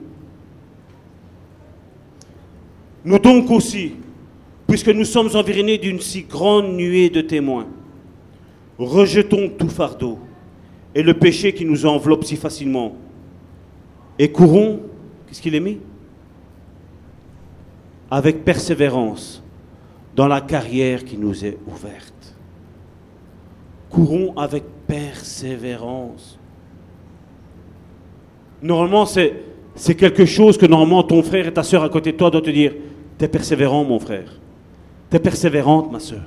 Nous donc aussi, puisque nous sommes environnés d'une si grande nuée de témoins, rejetons tout fardeau et le péché qui nous enveloppe si facilement. Et courons, qu'est-ce qu'il est mis? Avec persévérance dans la carrière qui nous est ouverte. Courons avec persévérance. Normalement, c'est, c'est quelque chose que normalement ton frère et ta sœur à côté de toi doivent te dire, t'es persévérant mon frère, t'es persévérante ma sœur.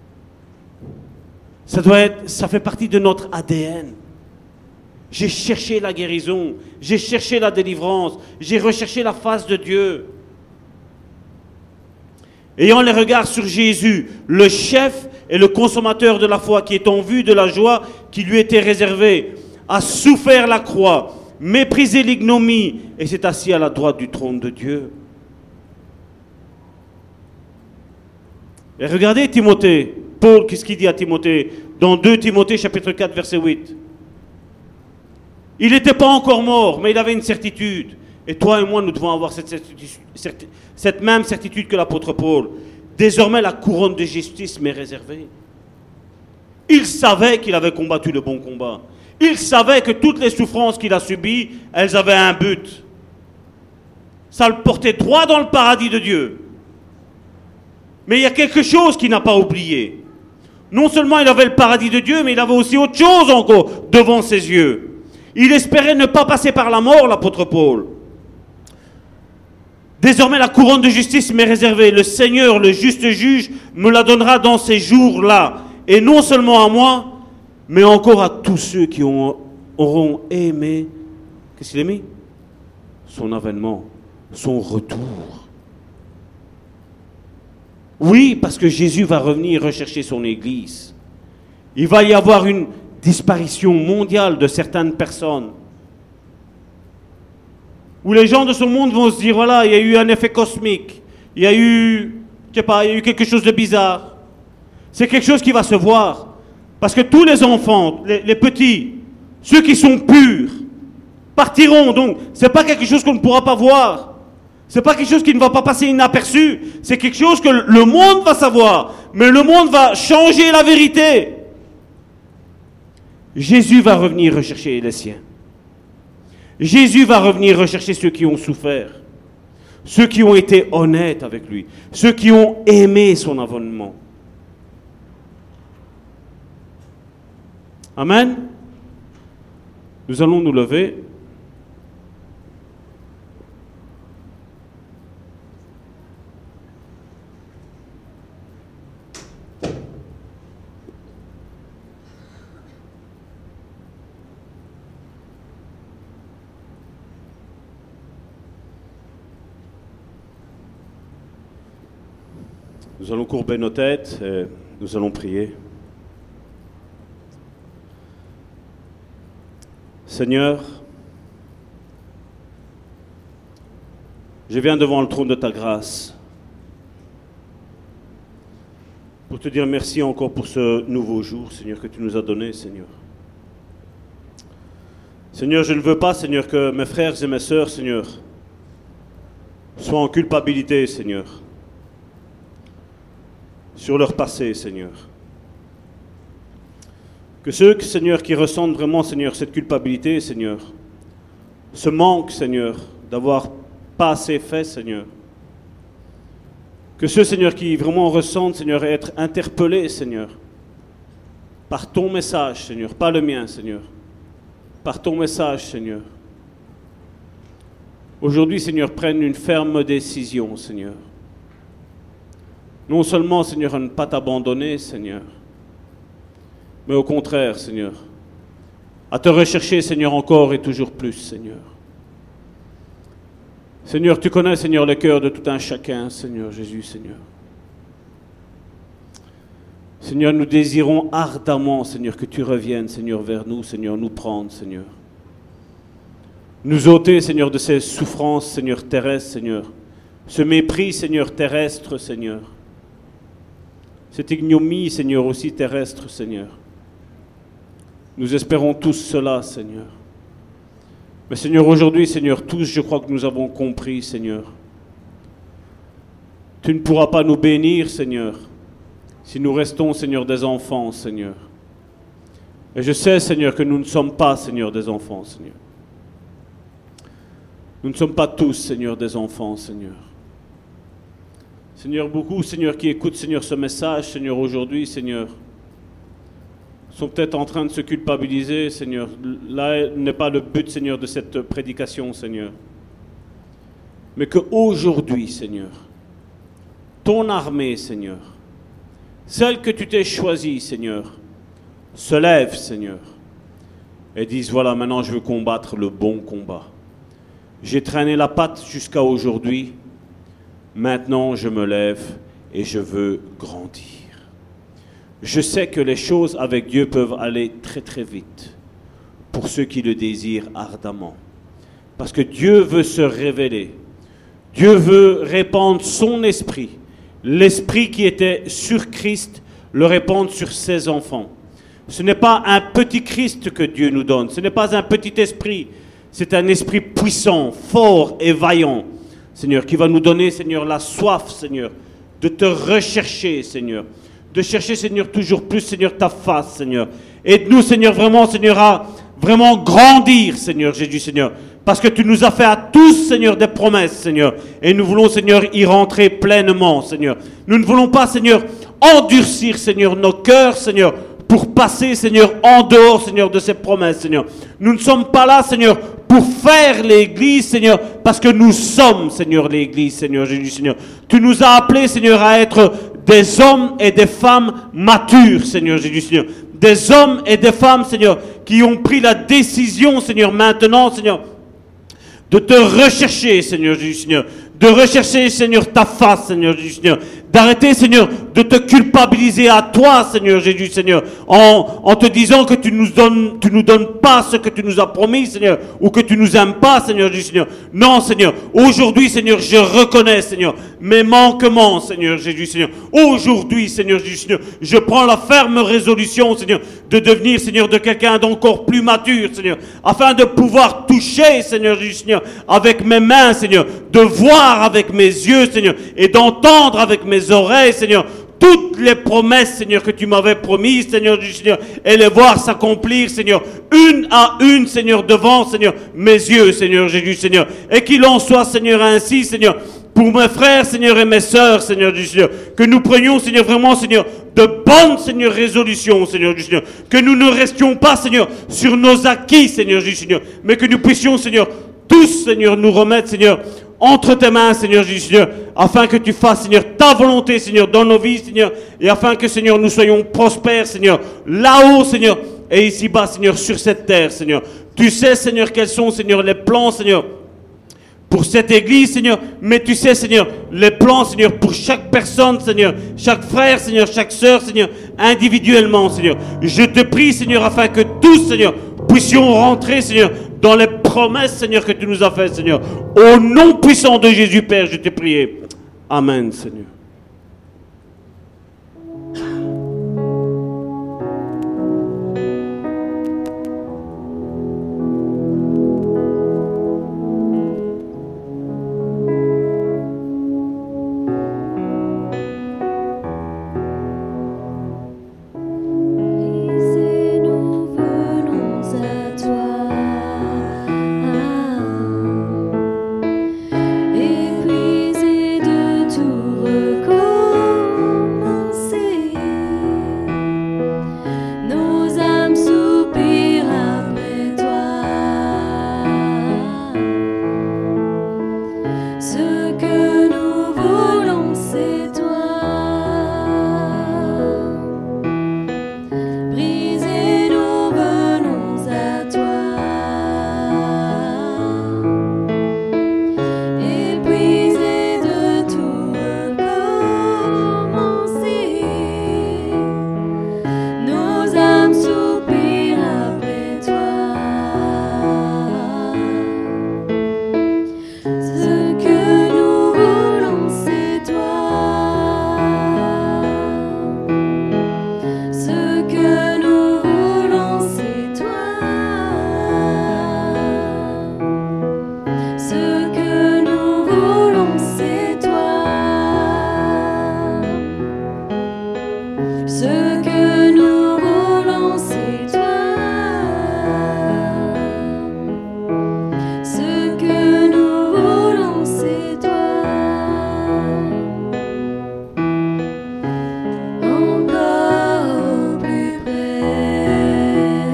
Ça doit être, ça fait partie de notre A D N. J'ai cherché la guérison, j'ai cherché la délivrance, j'ai recherché la face de Dieu. Ayant les regards sur Jésus, le chef et le consommateur de la foi, qui est en vue de la joie qui lui était réservée, a souffert la croix, méprisé l'ignomie et s'est assis à la droite du trône de Dieu. Et regardez Timothée, Paul, qu'est-ce qu'il dit à Timothée dans deux Timothée chapitre quatre verset huit. Il n'était pas encore mort, mais il avait une certitude. Et toi et moi, nous devons avoir cette, certitude, cette même certitude que l'apôtre Paul. Désormais, la couronne de justice m'est réservée. Il savait qu'il avait combattu le bon combat. Il savait que toutes les souffrances qu'il a subies, elles avaient un but. Ça le portait droit dans le paradis de Dieu. Mais il y a quelque chose qu'il n'a pas oublié. Non seulement il avait le paradis de Dieu, mais il avait aussi autre chose encore devant ses yeux. Il espérait ne pas passer par la mort, l'apôtre Paul. Désormais, la couronne de justice m'est réservée. Le Seigneur, le juste juge, me la donnera dans ces jours-là. Et non seulement à moi, mais encore à tous ceux qui ont, auront aimé, qu'est-ce qu'il a mis? Son avènement, son retour. Oui, parce que Jésus va revenir rechercher son Église. Il va y avoir une disparition mondiale de certaines personnes. Où les gens de ce monde vont se dire, voilà, il y a eu un effet cosmique. Il y a eu, je sais pas, il y a eu quelque chose de bizarre. C'est quelque chose qui va se voir. Parce que tous les enfants, les, les petits, ceux qui sont purs, partiront. Donc, ce n'est pas quelque chose qu'on ne pourra pas voir. Ce n'est pas quelque chose qui ne va pas passer inaperçu. C'est quelque chose que le monde va savoir. Mais le monde va changer la vérité. Jésus va revenir rechercher les siens. Jésus va revenir rechercher ceux qui ont souffert. Ceux qui ont été honnêtes avec lui. Ceux qui ont aimé son avènement. Amen. Nous allons nous lever. Nous allons courber nos têtes et nous allons prier. Seigneur, je viens devant le trône de ta grâce pour te dire merci encore pour ce nouveau jour, Seigneur, que tu nous as donné, Seigneur. Seigneur, je ne veux pas, Seigneur, que mes frères et mes sœurs, Seigneur, soient en culpabilité, Seigneur, sur leur passé, Seigneur. Que ceux, Seigneur, qui ressentent vraiment, Seigneur, cette culpabilité, Seigneur, ce manque, Seigneur, d'avoir pas assez fait, Seigneur. Que ceux, Seigneur, qui vraiment ressentent, Seigneur, être interpellés, Seigneur, par ton message, Seigneur, pas le mien, Seigneur, par ton message, Seigneur. Aujourd'hui, Seigneur, prennent une ferme décision, Seigneur. Non seulement, Seigneur, à ne pas t'abandonner, Seigneur, mais au contraire, Seigneur, à te rechercher, Seigneur, encore et toujours plus, Seigneur. Seigneur, tu connais, Seigneur, le cœur de tout un chacun, Seigneur Jésus, Seigneur. Seigneur, nous désirons ardemment, Seigneur, que tu reviennes, Seigneur, vers nous, Seigneur, nous prendre, Seigneur. Nous ôter, Seigneur, de ces souffrances, Seigneur, terrestres, Seigneur. Ce mépris, Seigneur, terrestre, Seigneur. Cette ignomie, Seigneur, aussi terrestre, Seigneur. Nous espérons tous cela, Seigneur. Mais Seigneur, aujourd'hui, Seigneur, tous, je crois que nous avons compris, Seigneur. Tu ne pourras pas nous bénir, Seigneur, si nous restons, Seigneur, des enfants, Seigneur. Et je sais, Seigneur, que nous ne sommes pas, Seigneur, des enfants, Seigneur. Nous ne sommes pas tous, Seigneur, des enfants, Seigneur. Seigneur, beaucoup, Seigneur, qui écoutent, Seigneur, ce message, Seigneur, aujourd'hui, Seigneur, sont peut-être en train de se culpabiliser, Seigneur. Là n'est pas le but, Seigneur, de cette prédication, Seigneur. Mais qu'aujourd'hui, Seigneur, ton armée, Seigneur, celle que tu t'es choisie, Seigneur, se lève, Seigneur, et dise, voilà, maintenant je veux combattre le bon combat. J'ai traîné la patte jusqu'à aujourd'hui, maintenant je me lève et je veux grandir. Je sais que les choses avec Dieu peuvent aller très très vite pour ceux qui le désirent ardemment. Parce que Dieu veut se révéler. Dieu veut répandre son esprit. L'esprit qui était sur Christ, le répandre sur ses enfants. Ce n'est pas un petit Christ que Dieu nous donne. Ce n'est pas un petit esprit. C'est un esprit puissant, fort et vaillant, Seigneur, qui va nous donner, Seigneur, la soif, Seigneur, de te rechercher, Seigneur. De chercher, Seigneur, toujours plus, Seigneur, ta face, Seigneur. Aide-nous, Seigneur, vraiment, Seigneur, à vraiment grandir, Seigneur Jésus, Seigneur. Parce que tu nous as fait à tous, Seigneur, des promesses, Seigneur. Et nous voulons, Seigneur, y rentrer pleinement, Seigneur. Nous ne voulons pas, Seigneur, endurcir, Seigneur, nos cœurs, Seigneur, pour passer, Seigneur, en dehors, Seigneur, de ces promesses, Seigneur. Nous ne sommes pas là, Seigneur, pour faire l'Église, Seigneur, parce que nous sommes, Seigneur, l'Église, Seigneur Jésus, Seigneur. Tu nous as appelés, Seigneur, à être des hommes et des femmes matures, Seigneur Jésus, Seigneur. Des hommes et des femmes, Seigneur, qui ont pris la décision, Seigneur, maintenant, Seigneur, de te rechercher, Seigneur Jésus, Seigneur. De rechercher, Seigneur, ta face, Seigneur Jésus, Seigneur. D'arrêter, Seigneur, de te culpabiliser à toi, Seigneur Jésus, Seigneur, en, en te disant que tu nous donnes, tu nous donnes pas ce que tu nous as promis, Seigneur, ou que tu nous aimes pas, Seigneur Jésus, Seigneur. Non, Seigneur, aujourd'hui, Seigneur, je reconnais, Seigneur, mes manquements, Seigneur Jésus, Seigneur. Aujourd'hui, Seigneur Jésus, Seigneur, je prends la ferme résolution, Seigneur, de devenir, Seigneur, de quelqu'un d'encore plus mature, Seigneur, afin de pouvoir toucher, Seigneur Jésus, Seigneur, avec mes mains, Seigneur, de voir avec mes yeux, Seigneur, et d'entendre avec mes oreilles, Seigneur, toutes les promesses, Seigneur, que tu m'avais promises, Seigneur, Seigneur, et les voir s'accomplir, Seigneur, une à une, Seigneur, devant, Seigneur, mes yeux, Seigneur Jésus, Seigneur, et qu'il en soit, Seigneur, ainsi, Seigneur, pour mes frères, Seigneur, et mes sœurs, Seigneur, Seigneur, que nous prenions, Seigneur, vraiment, Seigneur, de bonnes, Seigneur, résolutions, Seigneur, Seigneur, que nous ne restions pas, Seigneur, sur nos acquis, Seigneur, Seigneur, mais que nous puissions, Seigneur, tous, Seigneur, nous remettre, Seigneur, entre tes mains, Seigneur Jésus, Seigneur, afin que tu fasses, Seigneur, ta volonté, Seigneur, dans nos vies, Seigneur, et afin que, Seigneur, nous soyons prospères, Seigneur, là-haut, Seigneur, et ici-bas, Seigneur, sur cette terre, Seigneur. Tu sais, Seigneur, quels sont, Seigneur, les plans, Seigneur, pour cette église, Seigneur, mais tu sais, Seigneur, les plans, Seigneur, pour chaque personne, Seigneur, chaque frère, Seigneur, chaque sœur, Seigneur, individuellement, Seigneur. Je te prie, Seigneur, afin que tous, Seigneur, puissions rentrer, Seigneur, dans les promesses, Seigneur, que tu nous as faites, Seigneur. Au nom puissant de Jésus, Père, je te prie. Amen, Seigneur. Ce que nous voulons, c'est toi. Ce que nous voulons, c'est toi. Encore plus près,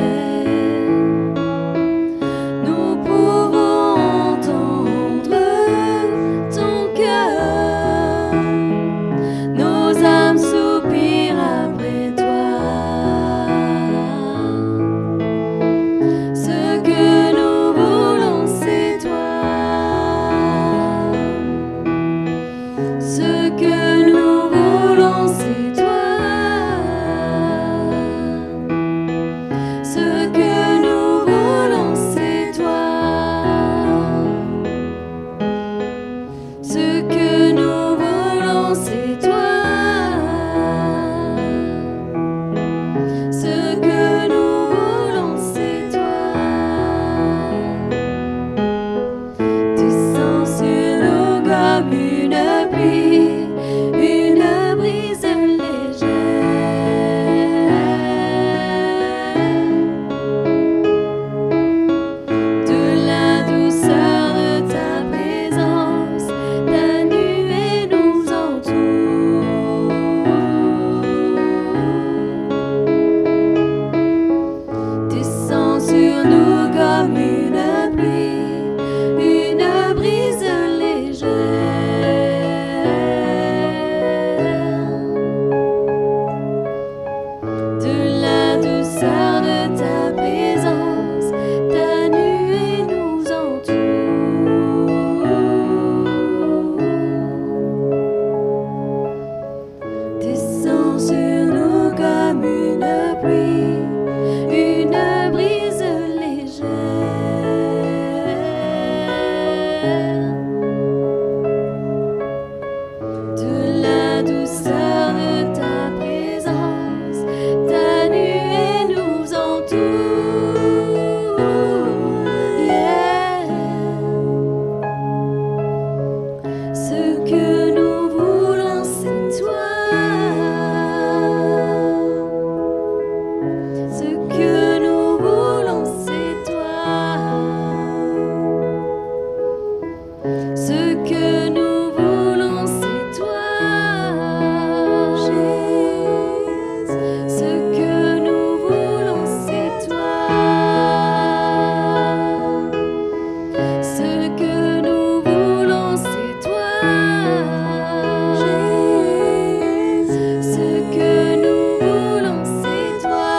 nous pouvons entendre ton cœur. Nos âmes soupirent après toi. Ce que nous voulons, c'est toi. Ce que nous voulons, c'est toi. Ce que nous voulons, c'est toi. Ce que nous voulons, c'est toi. Ce que nous voulons, c'est toi. Descends sur nous comme une pluie, une brise légère. De la douceur de ta présence, ta nuée nous entoure. Descends sur nous comme une pluie, une brise légère. De la douceur de ta présence, ta nuée nous entoure. Descends sur nous comme une pluie, une brise légère. De la douceur de ta présence, ta nuée nous entoure. Yeah. Ce que nous voulons, c'est toi. Ce que nous voulons, c'est toi. Ce que nous voulons, c'est toi. Jésus. Ce que nous voulons, c'est toi. Ce que nous voulons, c'est toi. Jésus. Ce que nous voulons, c'est toi.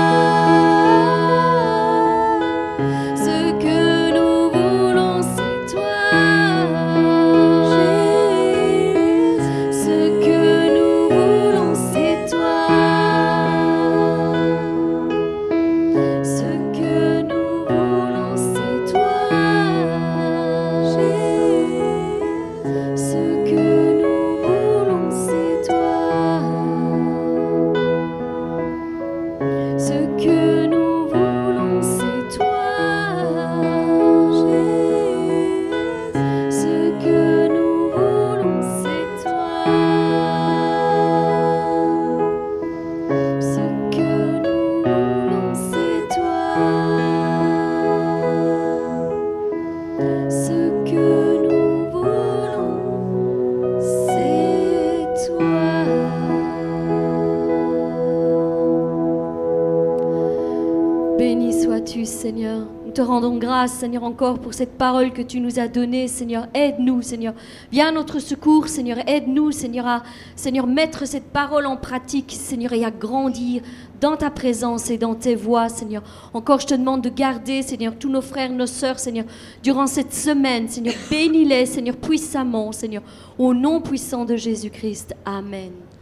Ce que nous voulons, c'est toi. Jésus. Ce que nous voulons, c'est toi. Ce que nous voulons, c'est toi. Jésus. Ce que nous voulons, c'est toi. Ce que nous voulons, c'est toi. Jésus. Ce que nous voulons, c'est toi. Ce que nous voulons, c'est toi. Ce que nous voulons, c'est toi. Béni sois-tu, Seigneur. Nous te rendons grâce, Seigneur, encore pour cette parole que tu nous as donnée, Seigneur. Aide-nous, Seigneur. Viens à notre secours, Seigneur. Aide-nous, Seigneur, à Seigneur, mettre cette parole en pratique, Seigneur, et à grandir dans ta présence et dans tes voies, Seigneur. Encore, je te demande de garder, Seigneur, tous nos frères, nos sœurs, Seigneur, durant cette semaine, Seigneur. Bénis-les, Seigneur, puissamment, Seigneur. Au nom puissant de Jésus-Christ. Amen.